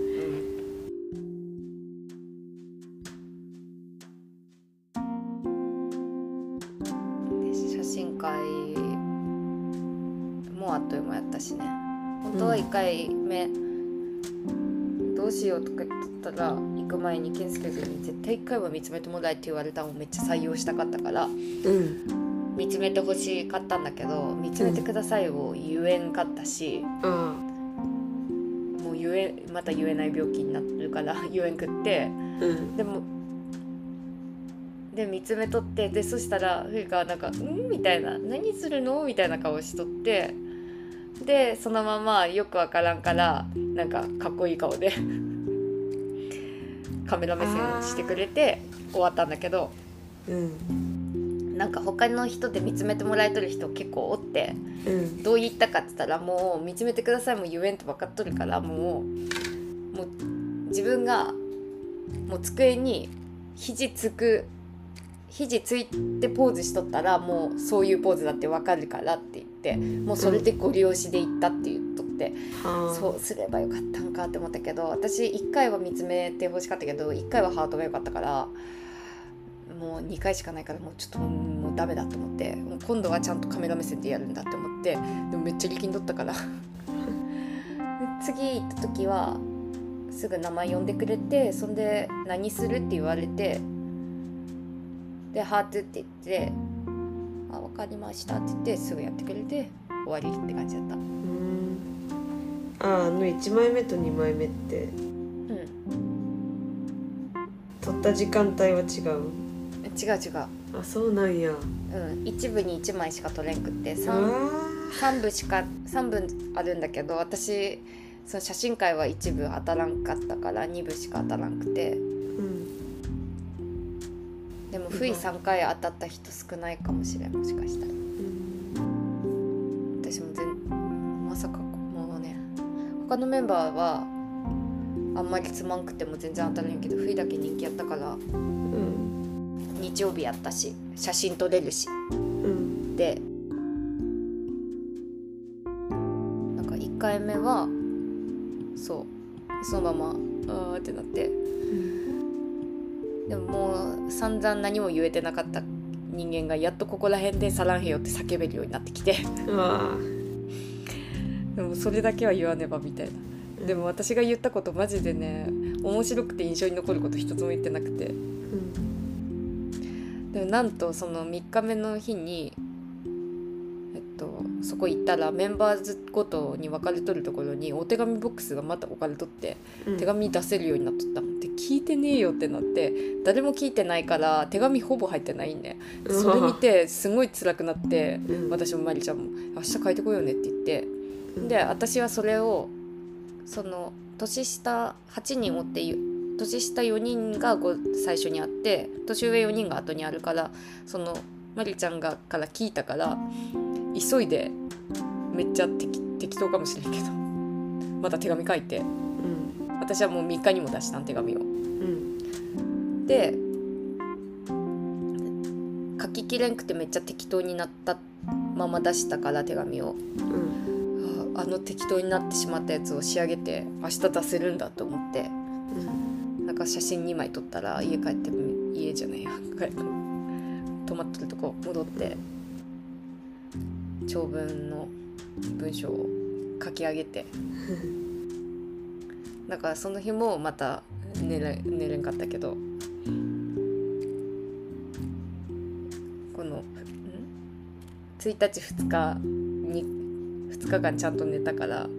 もうあっという間やったしね。本当はいっかいめ、うん、どうしようとか言ったら行く前に健介君に絶対いっかいは見つめてもらえって言われたのをめっちゃ採用したかったから、うん、見つめてほしかったんだけど、見つめてくださいを言えんかったし、うん、もう言えまた言えない病気になるから言えんくって、うん、でもで見つめとって、でそしたらふうかなんか「ん?」みたいな「何するの?」みたいな顔しとって、でそのままよくわからんからなんかかっこいい顔でカメラ目線してくれて終わったんだけど、うん、なんか他の人で見つめてもらえとる人結構おって、うん、どう言ったかって言ったら、もう見つめてくださいも言えんと分かっとるから、もうもう自分がもう机に肘つく肘ついてポーズしとったらもうそういうポーズだって分かるからって言って、もうそれでご利用しで行ったって言っとって、うん、そうすればよかったんかって思ったけど、私いっかいは見つめてほしかったけどいっかいはハートが良かったから、もうにかいしかないからもうちょっともうダメだと思って、もう今度はちゃんとカメラ目線でやるんだって思って、でもめっちゃ力んどったから次行った時はすぐ名前呼んでくれて、そんで何するって言われて、でハートって言って「あ分かりました」って言ってすぐやってくれて終わりって感じだった。うーん、ああのいちまいめとにまいめってうん撮った時間帯は違う？ 違う違う。 あそうなんや。 うん、一部にいちまいしか撮れんくって 3, さんぶしかさんぶあるんだけど、私その写真会はいちぶ当たらんかったからにぶしか当たらんくて、うん、でもふいさんかい当たった人少ないかもしれん、もしかしたら、うん、私も全まさかもうね、他のメンバーはあんまりつまんくても全然当たるんやけど、ふいだけ人気やったから、うん、日曜日やったし写真撮れるし、うん、でなんかいっかいめはそうそのままあーってなって、うん、でももう散々何も言えてなかった人間がやっとここら辺でサランヘヨって叫べるようになってきてうわでもそれだけは言わねばみたいな。でも私が言ったことマジでね面白くて印象に残ること一つも言ってなくて、うん、でもなんとそのみっかめの日にえっとそこ行ったらメンバーズごとに分かれとるところにお手紙ボックスがまた置かれとって、うん、手紙出せるようになっとったもんって聞いてねえよってなって、誰も聞いてないから手紙ほぼ入ってないんね。それ見てすごい辛くなって、うん、私もマリちゃんも明日書いてこようねって言って、うん、で私はそれをその年下はちにんおって、年下よにんが最初にあって年上よにんが後にあるから、そのマリちゃんがから聞いたから急いでめっちゃ 適, 適当かもしれんけどまた手紙書いて、うん、私はもうみっかにも出したん手紙を、うん、で書ききれんくてめっちゃ適当になったまま出したから手紙を、うんあの適当になってしまったやつを仕上げて明日出せるんだと思って、うん、なんか写真にまい撮ったら家帰って家じゃないや泊まってるとこ戻って長文の文章を書き上げてだからその日もまた寝れ、寝れんかったけど、このついたちふつかにふつかかんちゃんと寝たから、あ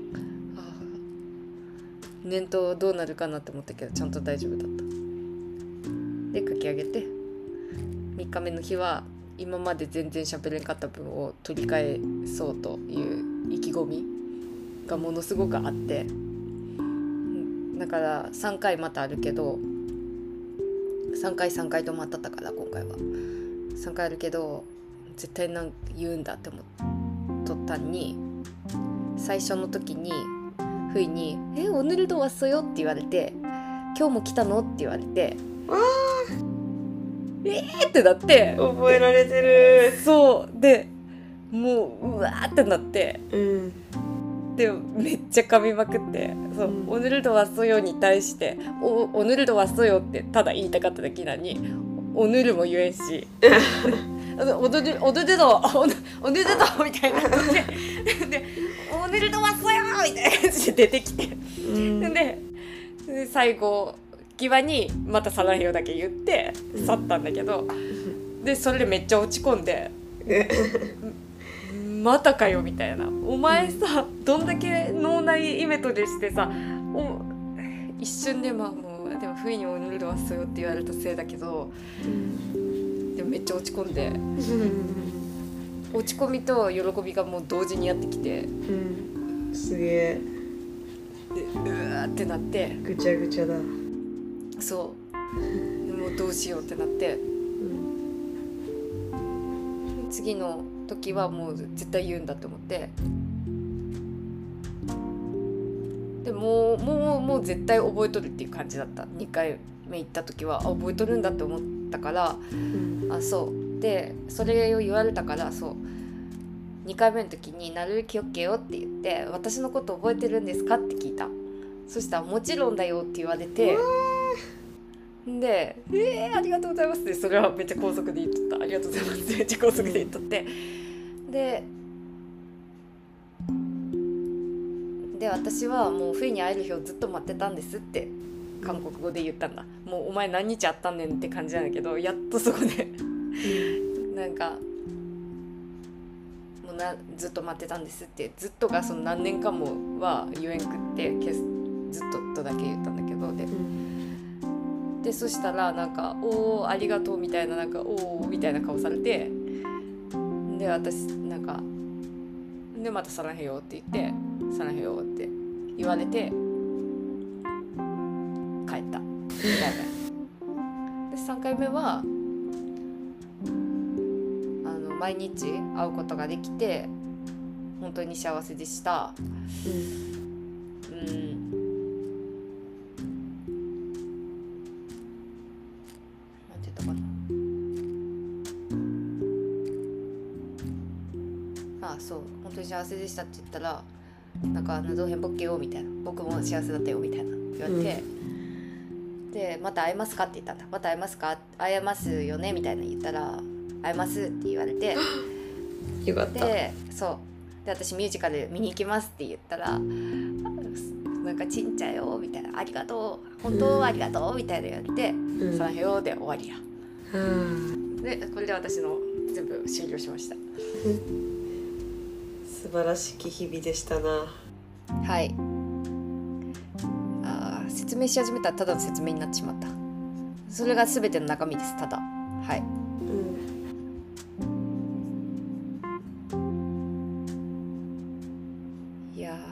念頭どうなるかなって思ったけどちゃんと大丈夫だった。で書き上げてみっかめの日は今まで全然喋れんかった分を取り返そうという意気込みがものすごくあって、だからさんかいまたあるけどさんかいさんかいとも当たったから今回はさんかいあるけど絶対なん言うんだって思って途端に最初の時にふいに「えオヌルド왔어요?」って言われて「今日も来たの?」って言われて「わーえー!」ってなって覚えられてる。 そうでもううわーってなって、うん、でめっちゃ噛みまくって「そう、うん、オヌルド왔어요?」に対して「おオヌルド왔어요?」ってただ言いたかっただけなのにオヌルも言えんしおどるおどるどおぬるどみたいなででおぬるどわっそよみたいな感じで出てきて、うん、で最後際にまたサラヘヨだけ言って去ったんだけど、うん、でそれでめっちゃ落ち込んでまたかよみたいな、お前さどんだけ脳内イメトレしてさお一瞬でまあもうでも不意におぬるどわっそよって言われたせいだけど、うんでもめっちゃ落ち込んで落ち込みと喜びがもう同時にやってきて、うん、 すげえでうわーってなってぐちゃぐちゃだ。 そうもうどうしようってなって、うん、次の時はもう絶対言うんだって思って、でもうもうもう絶対覚えとるっていう感じだった。にかいめ行った時はあ覚えとるんだって思ったから、うん、あそうでそれを言われたからそうにかいめの時になるべき OK よって言って私のこと覚えてるんですかって聞いた。そしたらもちろんだよって言われて、でえー、ありがとうございますってそれはめっちゃ高速で言っとった。ありがとうございますってめっちゃ高速で言っとってでで私はもう冬に会える日をずっと待ってたんですって韓国語で言ったんだ。もうお前何日あったんねんって感じなんだけど、やっとそこでなんかもうなずっと待ってたんですって、ずっとがその何年間もは言えんくってずっととだけ言ったんだけど、で、うん、でそしたらなんかおーありがとうみたいななんかおーみたいな顔されて、で私なんかでまたサラヘヨって言ってサラヘヨって言われて帰ったみたいな。でさんかいめはあの毎日会うことができて本当に幸せでした。うん、うんそう本当に幸せでしたって言ったらなんか謎変ボケよみたいな僕も幸せだったよみたいな言われて、うん、でまた会えますかって言ったんだ。また会えますか会えますよねみたいな言ったら会えますって言われてよかった。 でそうで私ミュージカル見に行きますって言ったらなんかちんちゃよみたいなありがとう本当ありがとうみたいな言われて、うん、そのへよで終わりや、うん、でこれで私の全部終了しました素晴らしき日々でしたな。 はい。あ説明し始めたらただの説明になってしまった。それが全ての中身です。ただはい、うん、いや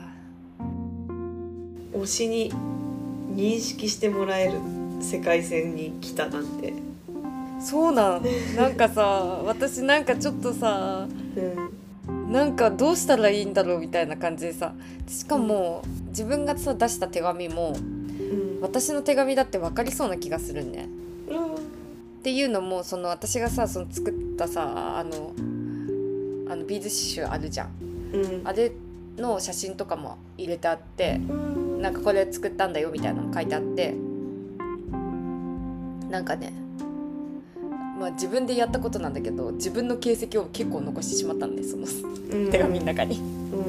推しに認識してもらえる世界線に来たなんて。 そうなんなんかさ私なんかちょっとさ、うん、なんかどうしたらいいんだろうみたいな感じでさしかも、うん、自分がさ出した手紙も、うん、私の手紙だって分かりそうな気がするね、うん、っていうのもその私がさその作ったさあのあのビーズ刺繍あるじゃん、うん、あれの写真とかも入れてあって、うん、なんかこれ作ったんだよみたいなの書いてあってなんかねまあ、自分でやったことなんだけど自分の形跡を結構残してしまったんでその手紙の中に、うん、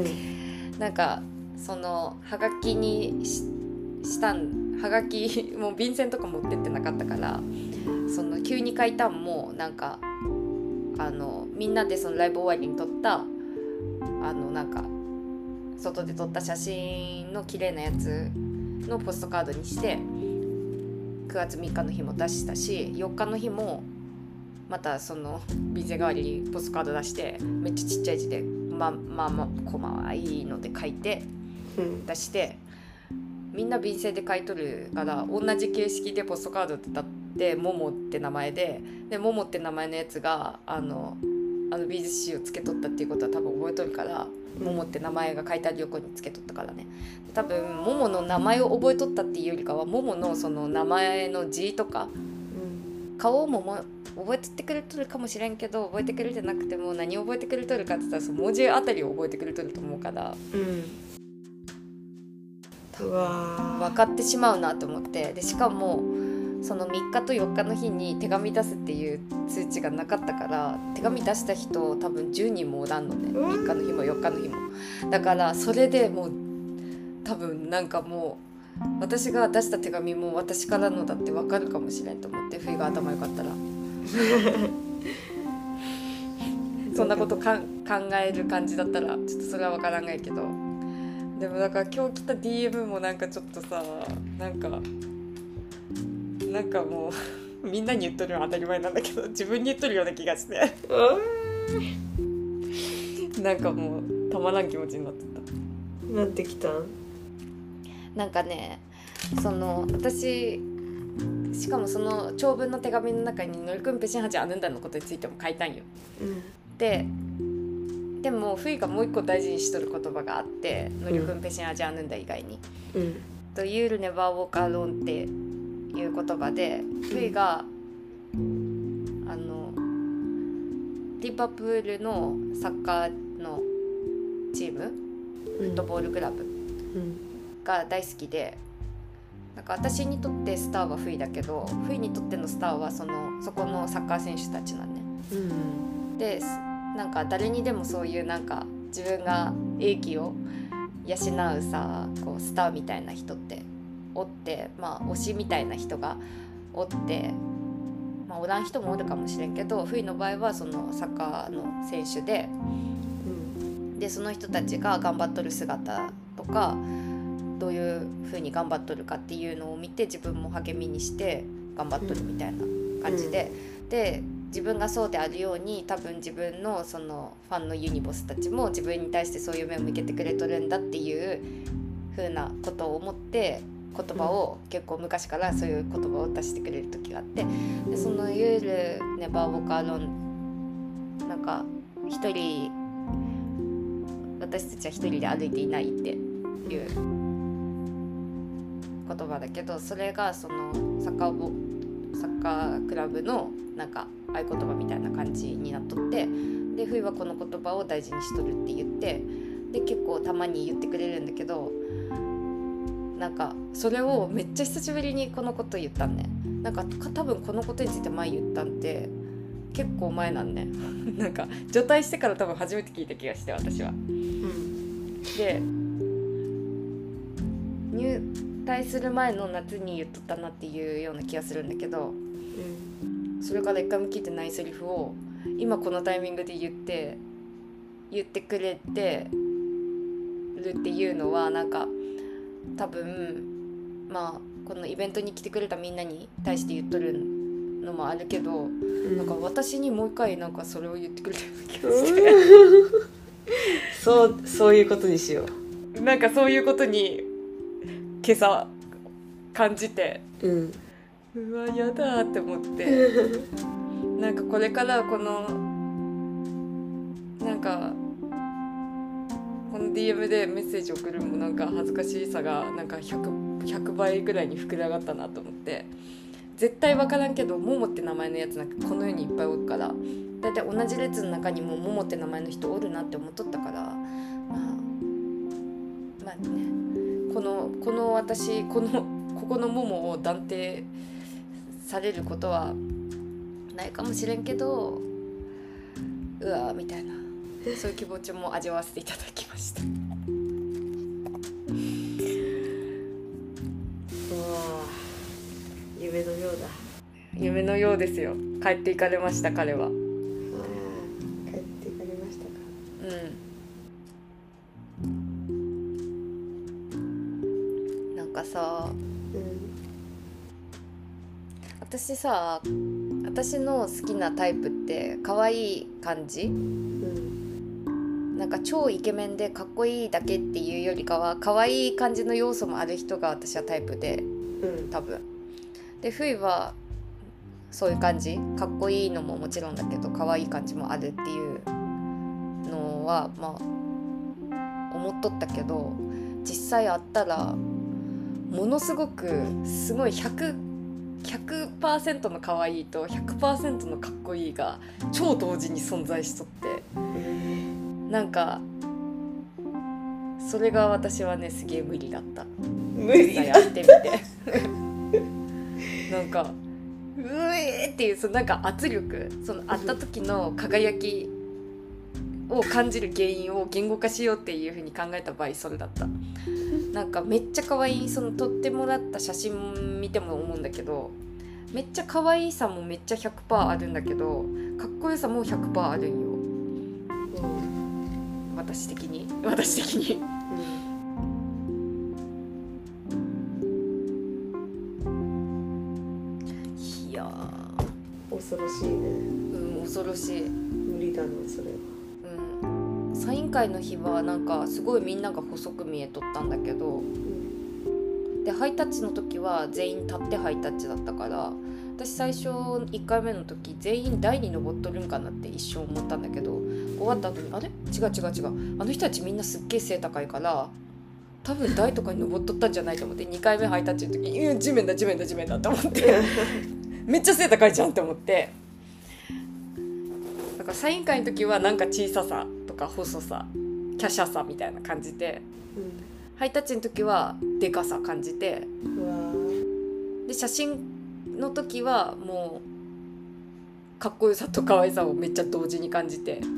なんかそのはがきに し, したんはがきもう便箋とか持ってってなかったからその急に書いたんもなんかあのみんなでそのライブ終わりに撮ったあのなんか外で撮った写真の綺麗なやつのポストカードにしてくがつみっかの日も出したしよっかの日もまたその便箋代わりにポストカード出してめっちゃちっちゃい字でまあまあまあ細いので書いて出して、うん、みんな便箋で書いとるから同じ形式でポストカードって立ってモモって名前ででモモって名前のやつがあのあのビーズ刺繍をつけとったっていうことは多分覚えとるからモモって名前が書いてある横につけとったからね多分モモの名前を覚えとったっていうよりかはモモのその名前の字とか、うん、顔もも覚えてくれとるかもしれんけど覚えてくれてなくても何を覚えてくれとるかって言ったらその文字あたりを覚えてくれとると思うから、うん、多分分かってしまうなと思ってでしかもそのみっかとよっかの日に手紙出すっていう通知がなかったから手紙出した人多分じゅうにんもおらんのねみっかの日もよっかの日もだからそれでもう多分なんかもう私が出した手紙も私からのだって分かるかもしれんと思って冬が頭良かったらそんなことかん考える感じだったらちょっとそれは分からんがいけどでもだから今日来た ディーエム もなんかちょっとさなんかなんかもうみんなに言っとるのは当たり前なんだけど自分に言っとるような気がしてなんかもうたまらん気持ちになってた。 なってきたんなんかねその私しかもその長文の手紙の中にノリくんペシンハチアヌンダのことについても書いたんよ、うん、ででもフイがもう一個大事にしとる言葉があってノリくんペシンハチアヌンダ以外に、うん、とユールネバーウォーカーローンっていう言葉でフイが、うん、あのリバプールのサッカーのチーム、フットボールクラブが大好きでなんか私にとってスターはフイだけどフイにとってのスターはそのそこのサッカー選手たちなんね、うん、でなんか誰にでもそういうなんか自分が英気を養うさこうスターみたいな人っておってまあ推しみたいな人がおってまあおらん人もおるかもしれんけどフイの場合はそのサッカーの選手で、うん、でその人たちが頑張っとる姿とかどういう風に頑張っとるかっていうのを見て自分も励みにして頑張っとるみたいな感じで、うん、で自分がそうであるように多分自分のそのファンのユニボスたちも自分に対してそういう目を向けてくれとるんだっていう風なことを思って言葉を結構昔からそういう言葉を出してくれる時があって、でそのユールネバーウォーカーロンなんか一人私たちは一人で歩いていないっていう言葉だけど、それがそのサッカーボサッカークラブのなんか合言葉みたいな感じになっとって、で冬はこの言葉を大事にしとるって言って、で結構たまに言ってくれるんだけど、なんかそれをめっちゃ久しぶりにこのこと言ったんね。なんか多分このことについて前言ったんって結構前なんねなんか除隊してから多分初めて聞いた気がして私は、うん、で入退する前の夏に言っとったなっていうような気がするんだけど、うん、それから一回も聞いてないセリフを今このタイミングで言って言ってくれてるっていうのはなんか多分まあこのイベントに来てくれたみんなに対して言っとるのもあるけど、うん、なんか私にもう一回なんかそれを言ってくれたような気がして、うん、 そうそういうことにしよう。なんかそういうことに今朝感じて、うん、うわやだって思ってなんかこれからこのなんかこの ディーエム でメッセージ送るもなんか恥ずかしさがなんか ひゃく, ひゃくばいぐらいに膨れ上がったなと思って、絶対分からんけどモモって名前のやつなんかこの世にいっぱいおるから、だいたい同じ列の中にもモモって名前の人おるなって思っとったから、まあまあねこのこの私このここのモモを断定されることはないかもしれんけど、うわーみたいなそういう気持ちも味わわせていただきました夢のようだ。 夢のようですよ。帰っていかれました彼は。あ帰っていかれましたか。 うんなんかさ、うん、私さ私の好きなタイプって可愛い感じ、うん、なんか超イケメンでかっこいいだけっていうよりかは可愛い感じの要素もある人が私はタイプで、うん、多分でふいはそういう感じかっこいいのももちろんだけど可愛い感じもあるっていうのはまあ思っとったけど、実際会ったらものすごくすごい ひゃくパーセント の可愛いと ひゃくパーセント のかっこいいが超同時に存在しとって、なんかそれが私はねすげえ無理だった。 無理だやってみてなんかうえーっていうそのなんか圧力、その会った時の輝きを感じる原因を言語化しようっていう風に考えた場合それだった。なんかめっちゃ可愛いその撮ってもらった写真見ても思うんだけど、めっちゃ可愛いさもめっちゃ ひゃくパーセント あるんだけどかっこよさも ひゃくパーセント あるんよ、うん、私的に私的に恐ろしいね。 うん恐ろしい。 無理だなそれは。 うんサイン会の日はなんかすごいみんなが細く見えとったんだけど、うん、でハイタッチの時は全員立ってハイタッチだったから、私最初いっかいめの時全員台に登っとるんかなって一瞬思ったんだけど、終わった後にあれ違う違う違うあの人たちみんなすっげえ背高いから多分台とかに登っとったんじゃないと思ってにかいめハイタッチの時にいや地面だ地面だ地面だって思ってめっちゃ背高いじゃんって思って、だからサイン会の時はなんか小ささとか細さ華奢さみたいな感じで、うん、ハイタッチの時はでかさ感じて、うわで写真の時はもうかっこよさと可愛さをめっちゃ同時に感じて、うん、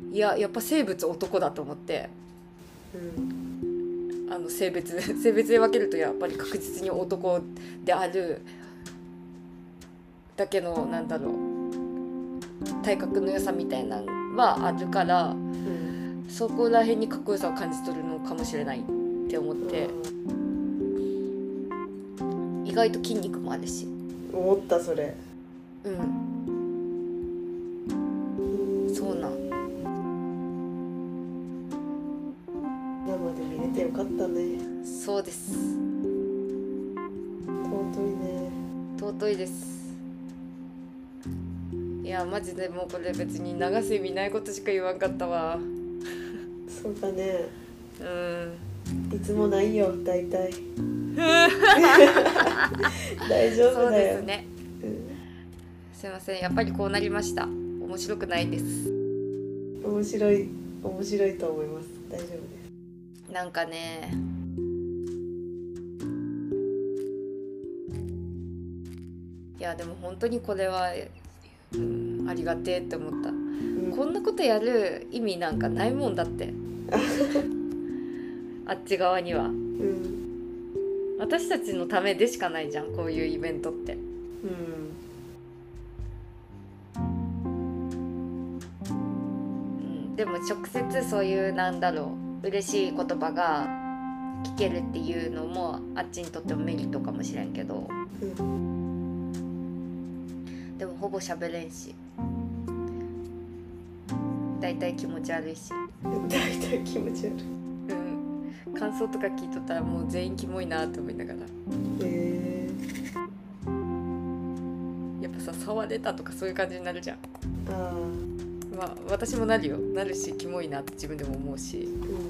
いややっぱ生物男だと思って、うんあの性別性別で分けるとやっぱり確実に男であるだけのなんだろう体格の良さみたいなのはあるから、うん、そこら辺にかっこよさを感じ取るのかもしれないって思って、意外と筋肉もあるし、 思ったそれ。 うん、そうなん。 生で見れてよかったね。 そうです。 尊いね。 尊いです。いやマジでもうこれ別に流す意味ないことしか言わんかったわ。 そうだね。 うん。 いつもないよ大体。大丈夫だよ。 そうですね。 うん、 すいません、やっぱりこうなりました。面白くないです。 面白い面白いと思います。大丈夫です。 なんかね。いやでも本当にこれは、うん、ありがてえって思った、うん、こんなことやる意味なんかないもんだってあっち側には、うん、私たちのためでしかないじゃんこういうイベントって、うんうん、でも直接そういうなんだろう嬉しい言葉が聞けるっていうのもあっちにとってもメリットかもしれんけど、うんでもほぼ喋れんしだいたい気持ち悪いしだいたい気持ち悪い、 うん、感想とか聞いとったらもう全員キモいなって思いながらへーやっぱさ触れたとかそういう感じになるじゃん。あまあ私もなるよなるしキモいなって自分でも思うし、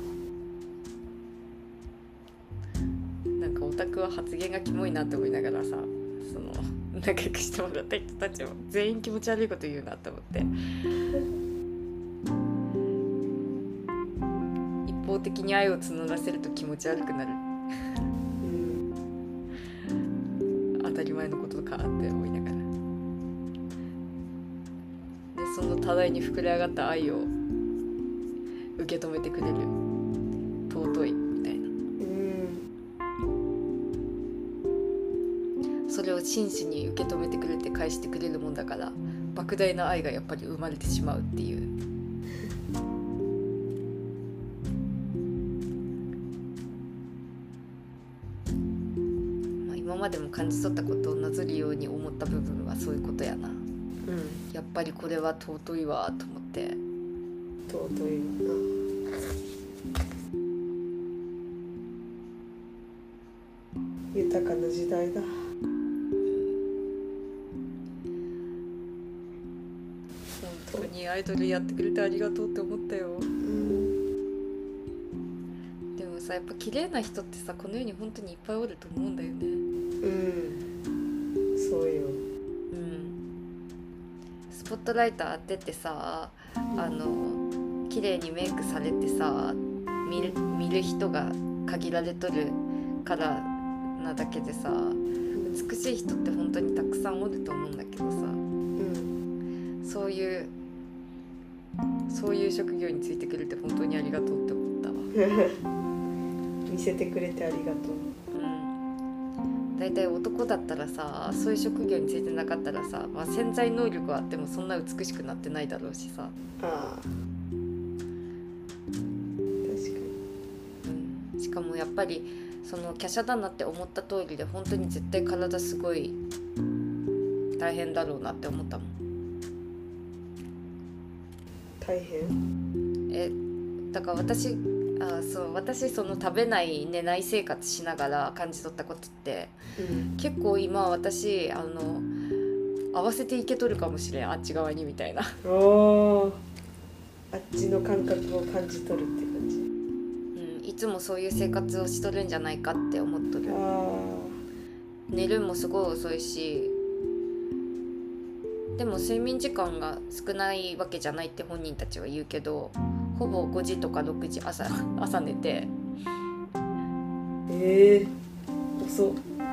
うん、なんかオタクは発言がキモいなって思いながらさその仲良くしてもらった人たちも全員気持ち悪いこと言うなと思って一方的に愛を募らせると気持ち悪くなる当たり前のことかって思いながらでその多大に膨れ上がった愛を受け止めてくれる尊いみたいなそれを真摯に受け止めてくれて返してくれるもんだから莫大な愛がやっぱり生まれてしまうっていう、まあ、今までも感じ取ったことをなぞるように思った部分はそういうことやな、うん、やっぱりこれは尊いわと思って尊いわな豊かな時代だ。 本当にアイドルやってくれてありがとうって思ったよ、うん、でもさやっぱ綺麗な人ってさこの世に本当にいっぱいおると思うんだよね。 うんそうよ、うん、 スポットライト当ててさあの綺麗にメイクされてさ見る、見る人が限られとるからなだけでさ美しい人って本当にたくさんおると思うんだけどさ、うん、そういうそういう職業についてくれて本当にありがとうって思ったわ見せてくれてありがとう。 うんだいたい男だったらさそういう職業についてなかったらさ、まあ、潜在能力はあってもそんな美しくなってないだろうしさあ確かに、うん、しかもやっぱりその華奢だなって思った通りで本当に絶対体すごい大変だろうなって思ったもん。 大変？ えだから私あそう私その食べない寝ない生活しながら感じ取ったことって、うん、結構今私あの合わせていけとるかもしれんあっち側にみたいなおあっちの感覚を感じ取るって感じ。 いつもそういう生活をしとるんじゃないかって思っとる。寝るもすごい遅いしでも睡眠時間が少ないわけじゃないって本人たちは言うけどほぼごじとかろくじ 朝, 朝寝てえー、遅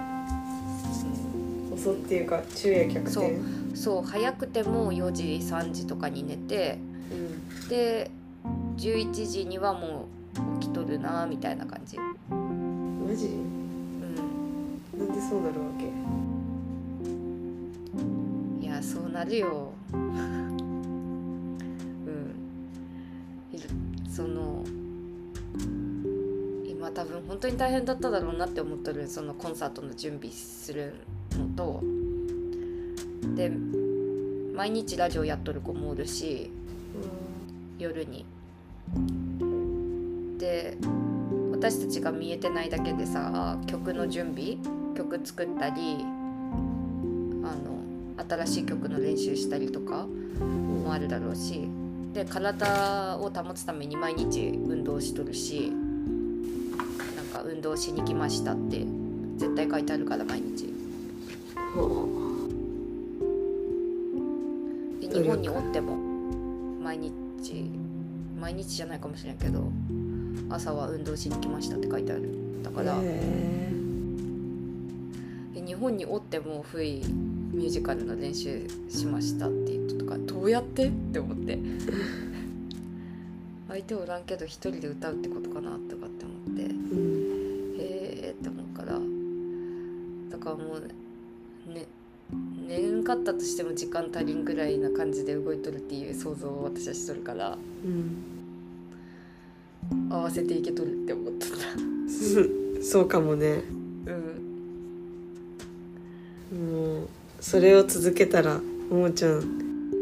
遅っていうか昼夜逆転。 そうそう早くてもよじさんじとかに寝て、うん、でじゅういちじにはもう起きとるなみたいな感じ。 マジ？うん。なんでそうなるわけ？ いやそうなるよ。うんその今多分本当に大変だっただろうなって思っとるそのコンサートの準備するのとで毎日ラジオやっとる子もおるし、うん、夜にで私たちが見えてないだけでさ、曲の準備、曲作ったり、あの新しい曲の練習したりとかもあるだろうし、で体を保つために毎日運動しとるし、なんか運動しに来ましたって絶対書いてあるから毎日。で日本におっても毎日毎日じゃないかもしれんけど、朝は運動しに来ましたって書いてある。だからで日本におってもふいミュージカルの練習しましたって言うとか、どうやってって思って相手おらんけど一人で歌うってことかなとかって思って、うん、へえって思うから、だからもうね、寝んかったとしても時間足りんぐらいな感じで動いとるっていう想像を私はしとるから、うん、合わせていけとるって思ってたそうかもね。うん、もうそれを続けたらももちゃん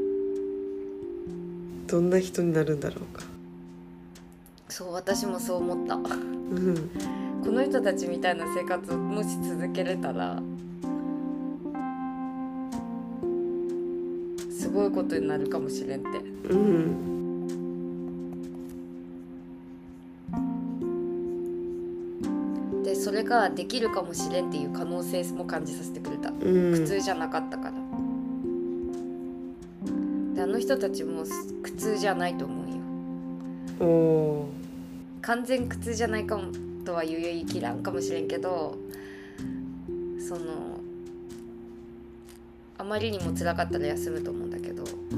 どんな人になるんだろうか。 そう私もそう思った、うん、この人たちみたいな生活をもし続けれたらすごいことになるかもしれんって、うん、でそれができるかもしれんっていう可能性も感じさせてくれた、うん、苦痛じゃなかったから。であの人たちも苦痛じゃないと思うよ。お完全苦痛じゃないかもとは言い切らんかもしれんけど、そのあまりにも辛かったら休むと思うんだけど、うん、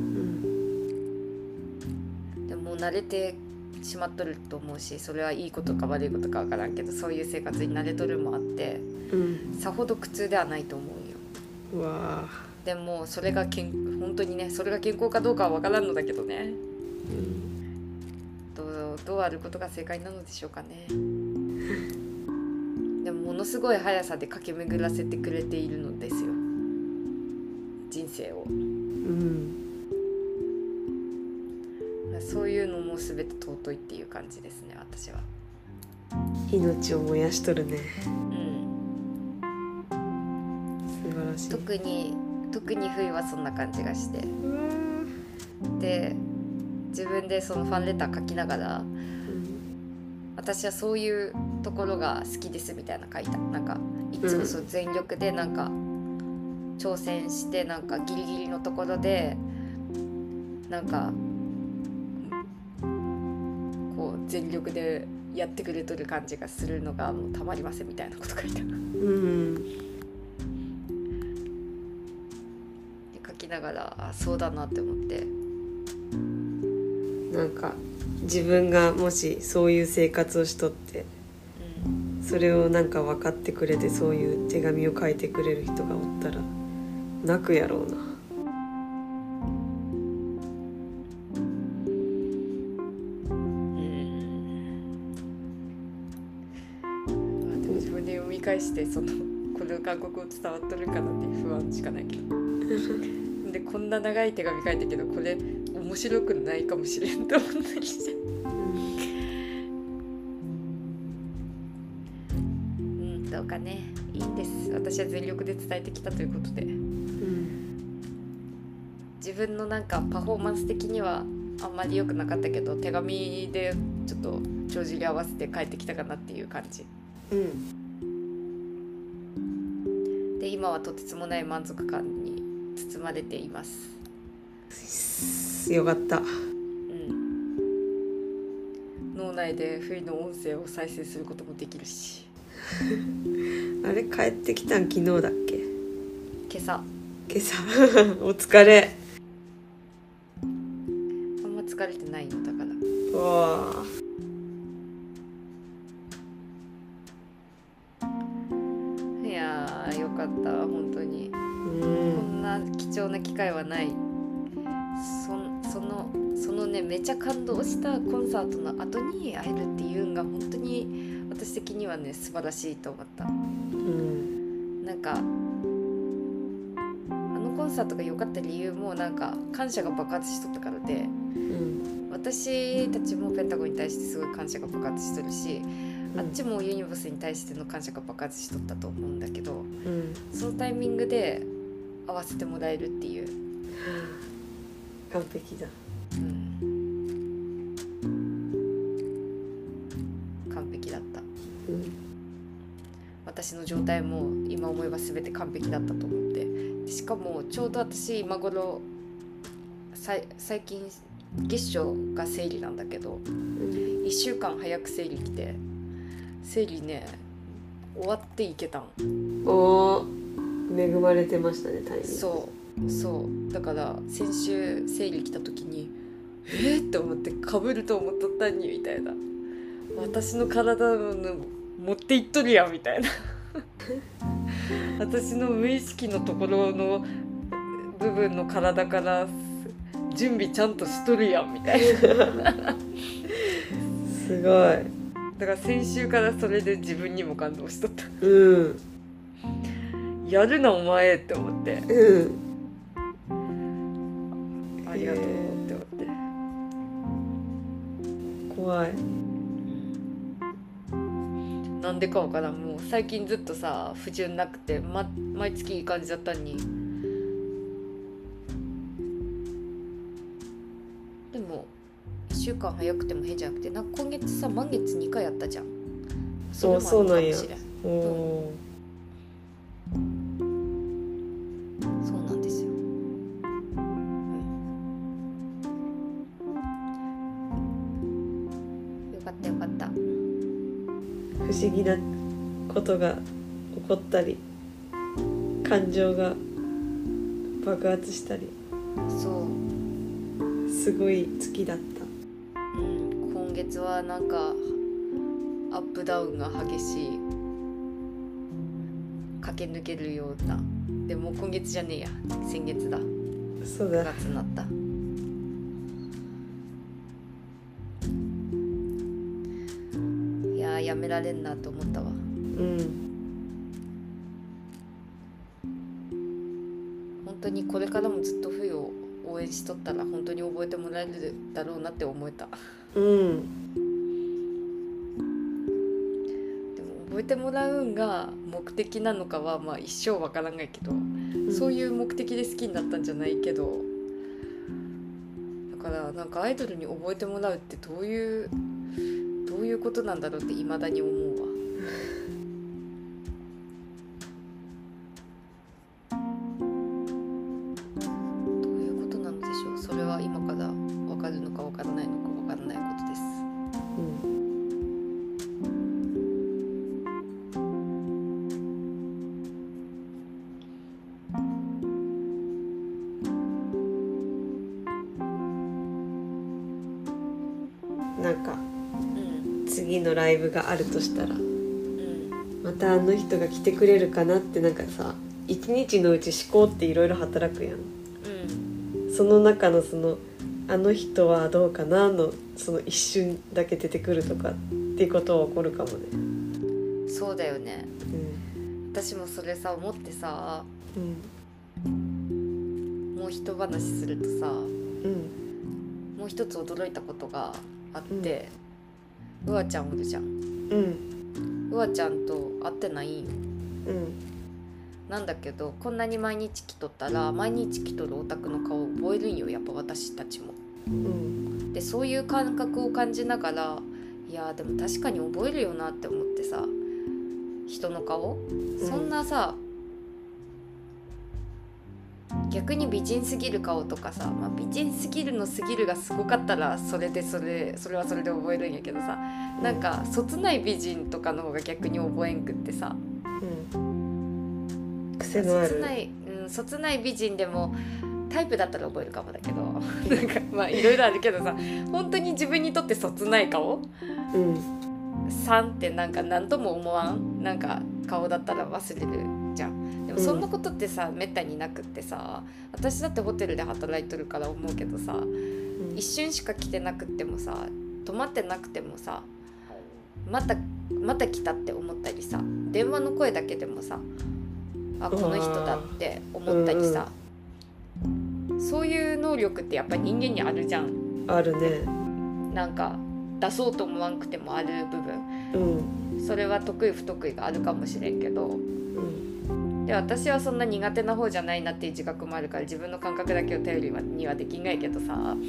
でももう慣れてしまっとると思うし、それはいいことか悪いことか分からんけどそういう生活に慣れとるもあって、うん、さほど苦痛ではないと思うよ。うわでもそれがけん本当にね、それが健康かどうかは分からんのだけどね、うん、どう、どうあることが正解なのでしょうかねでもものすごい速さで駆け巡らせてくれているのですよ、人生を、うん、そういうのも全て尊いっていう感じですね、私は。 命を燃やしとるね、うん、素晴らしい。 特に特に冬はそんな感じがして、で自分でそのファンレター書きながら、うん、私はそういうところが好きですみたいな書いた。なんかいつもそう全力でなんか挑戦して、なんかギリギリのところでなんかこう全力でやってくれとる感じがするのがもうたまりませんみたいなこと書いた。うん書きながらあそうだなって思って、 なんか自分がもしそういう生活をしとって、うん、それをなんか分かってくれてそういう手紙を書いてくれる人がおったら泣くやろうな。 でも自分で読み返してそのこの韓国語伝わっとるかなっていう不安しかないけどでこんな長い手紙書いたけどこれ面白くないかもしれんと思ったりして、うん、どうかね、いいんです。私は全力で伝えてきたということで、うん、自分のなんかパフォーマンス的にはあんまり良くなかったけど手紙でちょっと帳尻合わせて帰ってきたかなっていう感じ、うん、で今はとてつもない満足感に包まれています。 よかった、うん、 脳内で不意の音声を再生することもできるしあれ帰ってきたん昨日だっけ？ 今朝今朝お疲れ。 あんま疲れてないのだから。うわいやーよかった本当に、うん、こんな貴重な機会はない。そ, そのそのねめちゃ感動したコンサートの後に会えるっていうのが本当に私的にはね素晴らしいと思った、うん、なんかあのコンサートが良かった理由もなんか感謝が爆発しとったからで、うん、私たちもペンタゴンに対してすごい感謝が爆発しとるし、うん、あっちもユニバースに対しての感謝が爆発しとったと思うんだけど、うん、そのタイミングで合わせてもらえるっていう、 完璧だ、うん、 完璧だった、うん、私の状態も今思えば全て完璧だったと思って、しかもちょうど私今頃さ最近月初が生理なんだけど、うん、いっしゅうかん早く生理来て、生理ね終わっていけたん。 おー、恵まれてましたね、タイミング。 そうそうだから先週生理来た時にえーって思ってかぶると思っとったんにみたいな、私の体の持っていっとるやんみたいな私の無意識のところの部分の体から準備ちゃんとしとるやんみたいなすごい。 だから先週からそれで自分にも感動しとった。 うん。 やるなお前って思って。うん。ありがとうって思って。 怖い。 なんでかわからん。もう最近ずっとさ不順なくて、ま、毎月いい感じだったのに。でもいっしゅうかん早くても変じゃなくて、なんか今月さ満月にかいやったじゃん。 それもあるかもしれん。おお、 うん、そうなんですよ、うん、よかったよかった。 不思議なことが起こったり、感情が爆発したり、 そうすごい月だった、 うん、今月はなんかアップダウンが激しい、駆け抜けるような。でも今月じゃねえや、先月だ。 そうだ、 くがつになった。いやーやめられんなと思ったわ。うん、本当にこれからもずっと冬を応援しとったら本当に覚えてもらえるだろうなって思えた。うん。でも覚えてもらうんが目的なのかはまあ一生わからないけど、うん、そういう目的で好きになったんじゃないけど、だからなんかアイドルに覚えてもらうってどういうどういうことなんだろうって未だに思うわ。それは今から分かるのか分からないのか分からないことです。 うん、なんか、うん、次のライブがあるとしたら、うん、またあの人が来てくれるかなってなんかさ、一日のうち思考っていろいろ働くやん。その中のそのあの人はどうかなのその一瞬だけ出てくるとかっていうことは起こるかもね。 そうだよね、うん、私もそれさ思ってさ、うん、もう一話するとさ、うん、もう一つ驚いたことがあって、うん、うわちゃんおるじゃん、うん、うわちゃんと会ってないん、うんなんだけど、こんなに毎日来とったら毎日来とるオタクの顔を覚えるんよ、やっぱ私たちも、うん、でそういう感覚を感じながら、いやでも確かに覚えるよなって思ってさ、人の顔、うん、そんなさ逆に美人すぎる顔とかさ、まあ、美人すぎるのすぎるがすごかったらそれでそれそれはそれで覚えるんやけどさ、なんかそつない美人とかの方が逆に覚えんくってさ、うんそつない、うん、そつない美人でもタイプだったら覚えるかもだけどなんかまあいろいろあるけどさ、本当に自分にとってそつない顔、うん、さんってなんか何とも思わんなんか顔だったら忘れるじゃん。でもそんなことってさ、うん、めったになくってさ、私だってホテルで働いとるから思うけどさ、うん、一瞬しか来てなくってもさ、泊まってなくてもさ、またまた来たって思ったりさ、電話の声だけでもさ、あこの人だって思ったりさ、 そういう能力ってやっぱり人間にあるじゃん。 あるね。 なんか出そうと思わんくてもある部分、うん、それは得意不得意があるかもしれんけど、うん、で私はそんな苦手な方じゃないなっていう自覚もあるから自分の感覚だけを頼りにはできないけどさ、うん、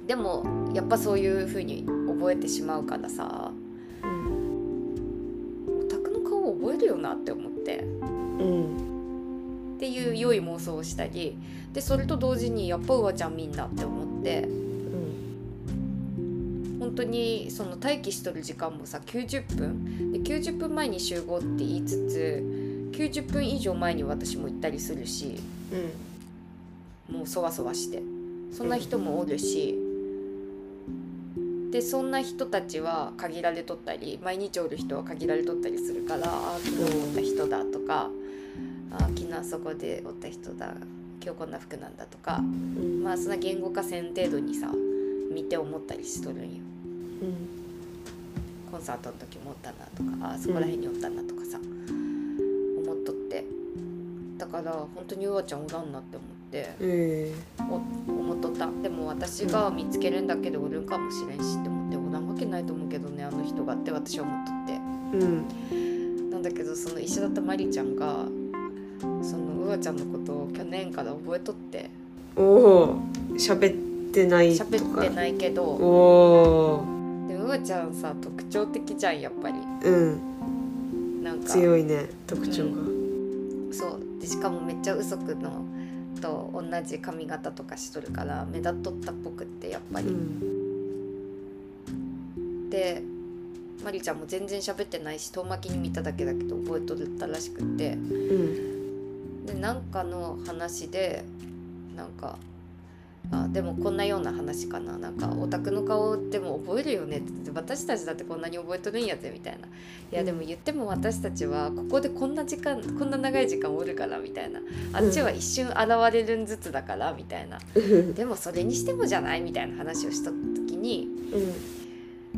でもやっぱそういう風に覚えてしまうからさ、うん、オタクの顔を覚えるよなって思って、うん、っていう良い妄想をしたりで、それと同時にやっぱうわちゃんみんなって思って、本当にその待機しとる時間もさきゅうじゅっぷんできゅうじゅっぷんまえに集合って言いつつきゅうじゅっぷん以上前に私も行ったりするし、うん、もうそわそわしてそんな人もおるし、でそんな人たちは限られとったり毎日おる人は限られとったりするから、あ昨日おった人だとか、あ昨日あそこでおった人だ今日こんな服なんだとか、うん、まあそんな言語化せん程度にさ見て思ったりしとるんよ。うん、コンサートの時もおったなとか、あそこら辺におったなとかさ、うん、思っとって、だから本当にうわちゃんおらんなって思って、えー、お思っとった。でも私が見つけるんだけどおるんかもしれんしって思って、おらんわけないと思うけどねあの人がって私は思っとって、うん、なんだけどその一緒だったマリちゃんがそのうわちゃんのことを去年から覚えとって、 おお喋ってないとか喋ってないけど、 おーうわちゃんさ特徴的じゃんやっぱり、 うんなんか強いね特徴が、うん、 そうでしかもめっちゃウソクのと同じ髪型とかしとるから目立っとったっぽくってやっぱり、うん、でマリちゃんも全然喋ってないし遠巻きに見ただけだけど覚えとったらしくて、うん、でなんかの話でなんかあでもこんなような話かな、なんかオタクの顔でも覚えるよねって言って、私たちだってこんなに覚えとるんやぜみたいな、いやでも言っても私たちはここでこんな時間こんな長い時間おるからみたいな、あっちは一瞬現れるんずつだからみたいな、うん、でもそれにしてもじゃないみたいな話をした時に、うん、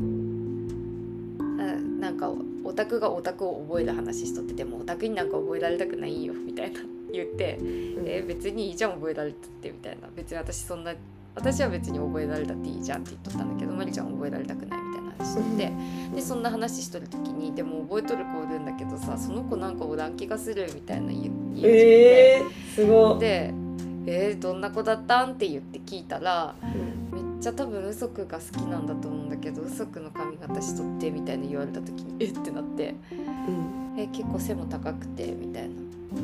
な, なんかオタクがオタクを覚える話しとって、でもオタクになんか覚えられたくないよみたいな言って、うん、えー、別にいいじゃん覚えられたってみたいな、別に私そんな私は別に覚えられたっていいじゃんって言っとったんだけど、マリちゃん覚えられたくないみたいな話して、うん、でそんな話しとる時にでも覚えとる子おるんだけどさその子なんかおらん気がするみたいな言い始めて、 えー、すごいでえー、どんな子だったんって言って聞いたら、うん、めっちゃ多分ウソクが好きなんだと思うんだけどウソクの髪型しとってみたいに言われた時にえってなって、うん、え結構背も高くてみたいな、うん、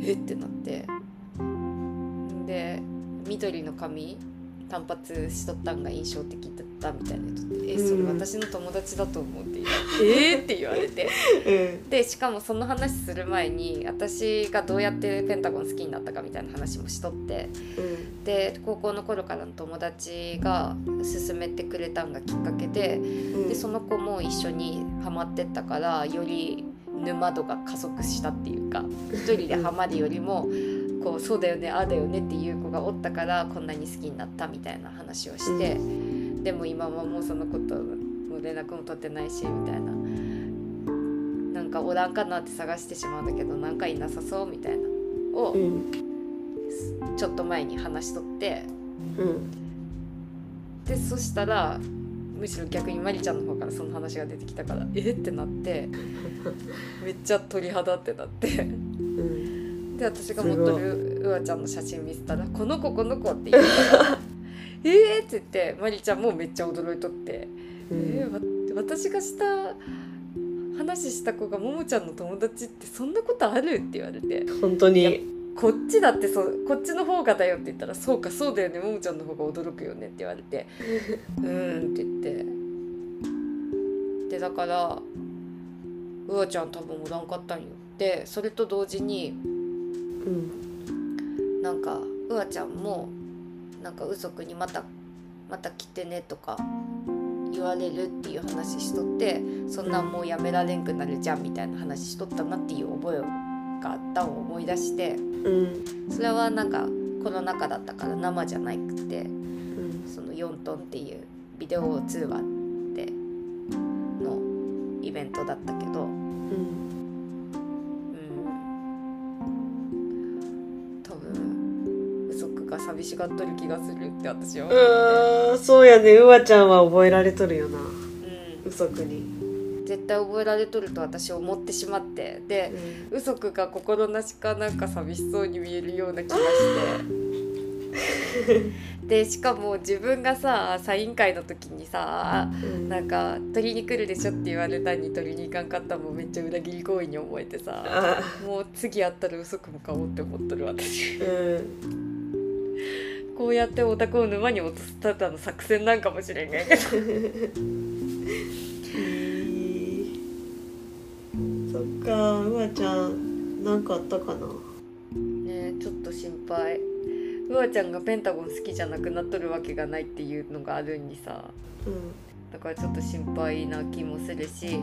えってなって、で緑の髪単発しとったんが印象的だったみたいな言って、うん、えそれ私の友達だと思うって言われてえーって言われて、うん、でしかもその話する前に私がどうやってペンタゴン好きになったかみたいな話もしとって、うん、で高校の頃からの友達が勧めてくれたんがきっかけで、うん、でその子も一緒にハマってったからより沼度が加速したっていうか、一人でハマるよりもこうそうだよねああだよねっていう子がおったからこんなに好きになったみたいな話をして、うん、でも今はもうそのことも連絡も取ってないしみたいな、なんかおらんかなって探してしまうんだけどなんかいなさそうみたいなを、うん、ちょっと前に話しとって、うん、でそしたらむしろ逆にマリちゃんの方からその話が出てきたからえってなってめっちゃ鳥肌ってなって、うん、で私が持っとるうわちゃんの写真見せたらこの子この子って言うからえーって言ってマリちゃんもめっちゃ驚いとって、うん、えー、私がした話した子がももちゃんの友達ってそんなことあるって言われて、 本当にこっちだってそこっちの方がだよって言ったらそうかそうだよねももちゃんの方が驚くよねって言われてうーんって言ってでだからうわちゃん多分おらんかったんよ。でそれと同時に、うん、なんかうわちゃんもなんかうそくにまたまた来てねとか言われるっていう話しとって、そんなんもうやめられんくなるじゃんみたいな話しとったなっていう覚えがあったを思い出して、うん、それはなんかコロナ禍だったから生じゃなくて、うん、そのよんトンっていうビデオ通話でのイベントだったけど、うんうん、多分ウソクがさ寂しがっとる気がするって私は思って。うーそうやね、うわちゃんは覚えられとるよな、うん、ウソクに絶対覚えられとると私思ってしまって、で、うん、ウソクが心なしかなんか寂しそうに見えるような気がしてでしかも自分がさサイン会の時にさ、うん、なんか取りに来るでしょって言われたに取りに行かんかったのもめっちゃ裏切り行為に思えてさ、もう次会ったらウソクも買おうって思っとる私、うん、こうやってオタクを沼に落とすただの作戦なんかもしれんけどそっか、うわちゃんなんかあったかなね。ちょっと心配。うわちゃんがペンタゴン好きじゃなくなっとるわけがないっていうのがあるんにさ、うん、だからちょっと心配な気もするし、うん、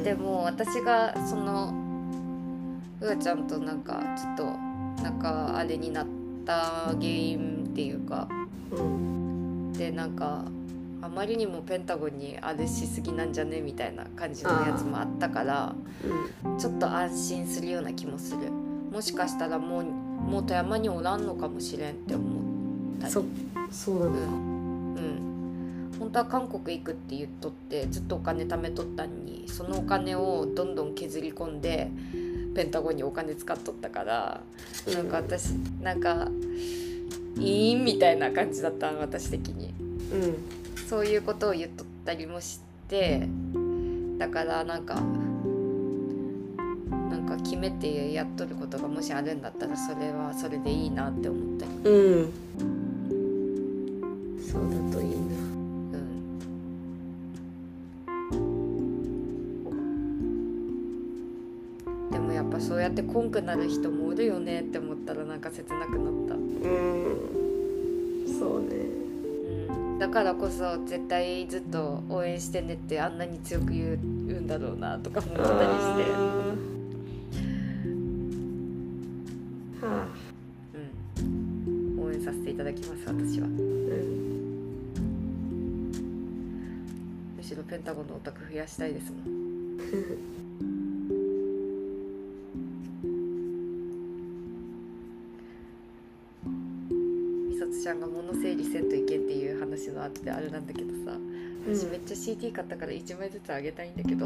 でも私がそのうわちゃんとなんかちょっとなんかあれになった原因っていうか、うん、でなんかあまりにもペンタゴンにあれしすぎなんじゃねみたいな感じのやつもあったから、うん、ちょっと安心するような気もする。もしかしたらもうもう富山におらんのかもしれんって思ったり。 そそうなんだ、うんうん、本当は韓国行くって言っとってずっとお金貯めとったんに、そのお金をどんどん削り込んでペンタゴンにお金使っとったから、うん、なんか私なんかいいんみたいな感じだったの私的に、うん、そういうことを言っとったりもして、だからなんかなんか決めてやっとることがもしあるんだったらそれはそれでいいなって思ったり、うん、 そうだといいな、 うん、でもやっぱそうやってこんくなる人もおるよねって思ったらなんか切なくなった。うんそうね、 うん、だからこそ絶対ずっと応援してねってあんなに強く言うんだろうなとかも思ったりして、はあ、うん、応援させていただきます私は、うん、むしろペンタゴンのオタク増やしたいですもんみさつちゃんが物整理せんといけんっていう話のあってあれなんだけどさ、私めっちゃ シーディー 買ったからいちまいずつあげたいんだけど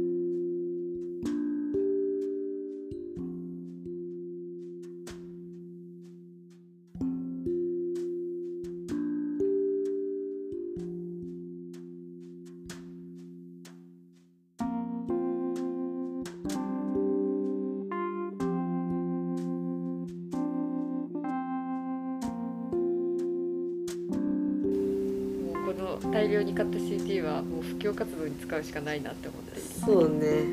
大量に買った シーディー はもう布教活動に使うしかないなって思っている。 そうね、うん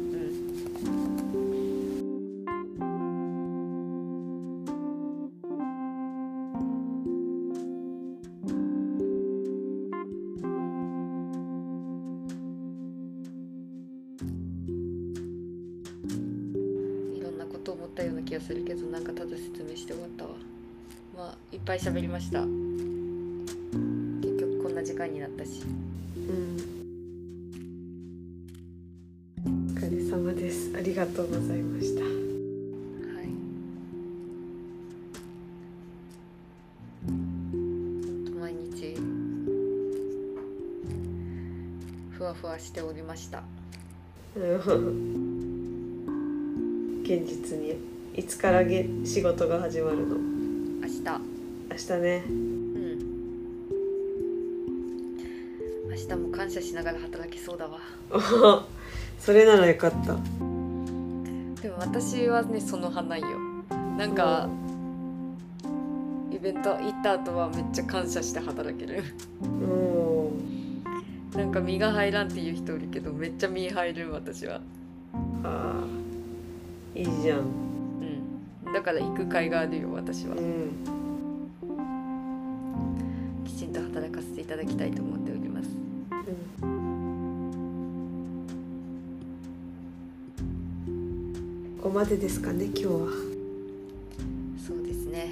、いろんなこと思ったような気がするけど、なんかただ説明して終わったわ。まあいっぱい喋りました。時間になったし、うん、 お疲れ様です。ありがとうございました。はい。 毎日ふわふわしておりました。 現実にいつからげ仕事が始まるの？ 明日。 明日ね。 明日も感謝しながら働きそうだわそれならよかった。 でも私はねその派ないよ。なんかイベント行った後はめっちゃ感謝して働けるなんか身が入らんっていう人おるけどめっちゃ身入る私は。 ああいいじゃん。 うんだから行く甲斐があるよ私は、うん、きちんと働かせていただきたいと思っております。うん、 ここまでですかね今日は。 そうですね。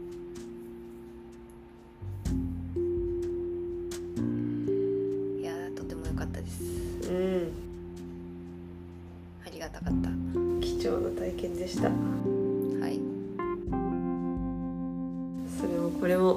いやとても良かったです。うん。ありがたかった。 貴重な体験でした。はい。それもこれも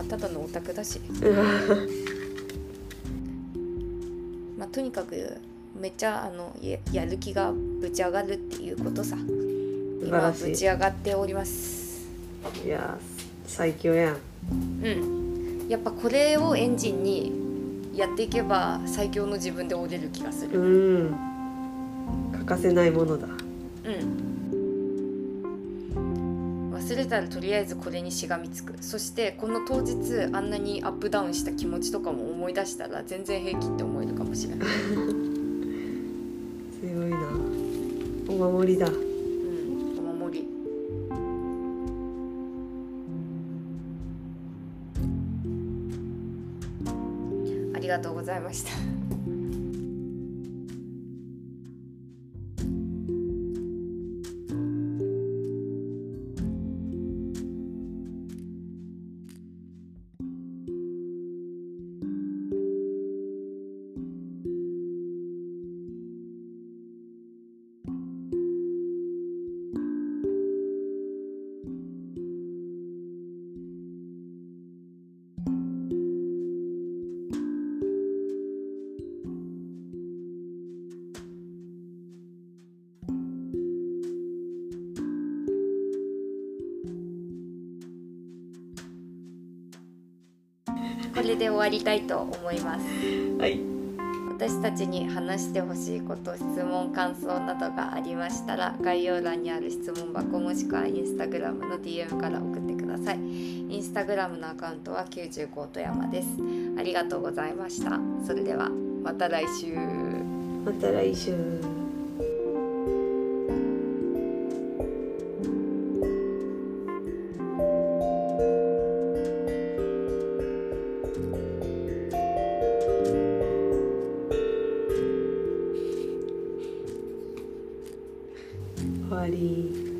あただのオタクだしまあとにかくめっちゃあの や, やる気がぶち上がるっていうことさ。今ぶち上がっております。 いや最強やん。 うんやっぱこれをエンジンにやっていけば最強の自分で折れる気がする。 うん欠かせないものだ。 うん忘れたらとりあえずこれにしがみつく。そしてこの当日あんなにアップダウンした気持ちとかも思い出したら全然平気って思えるかもしれない強いな。お守りだ。 うんお守り。ありがとうございました。これで終わりたいと思います。 はい。 私たちに話してほしいこと、質問、感想などがありましたら概要欄にある質問箱もしくはインスタグラムの ディーエム から送ってください。インスタグラムのアカウントはきゅうじゅうご富山です。ありがとうございました。それではまた来週。 また来週。終わり。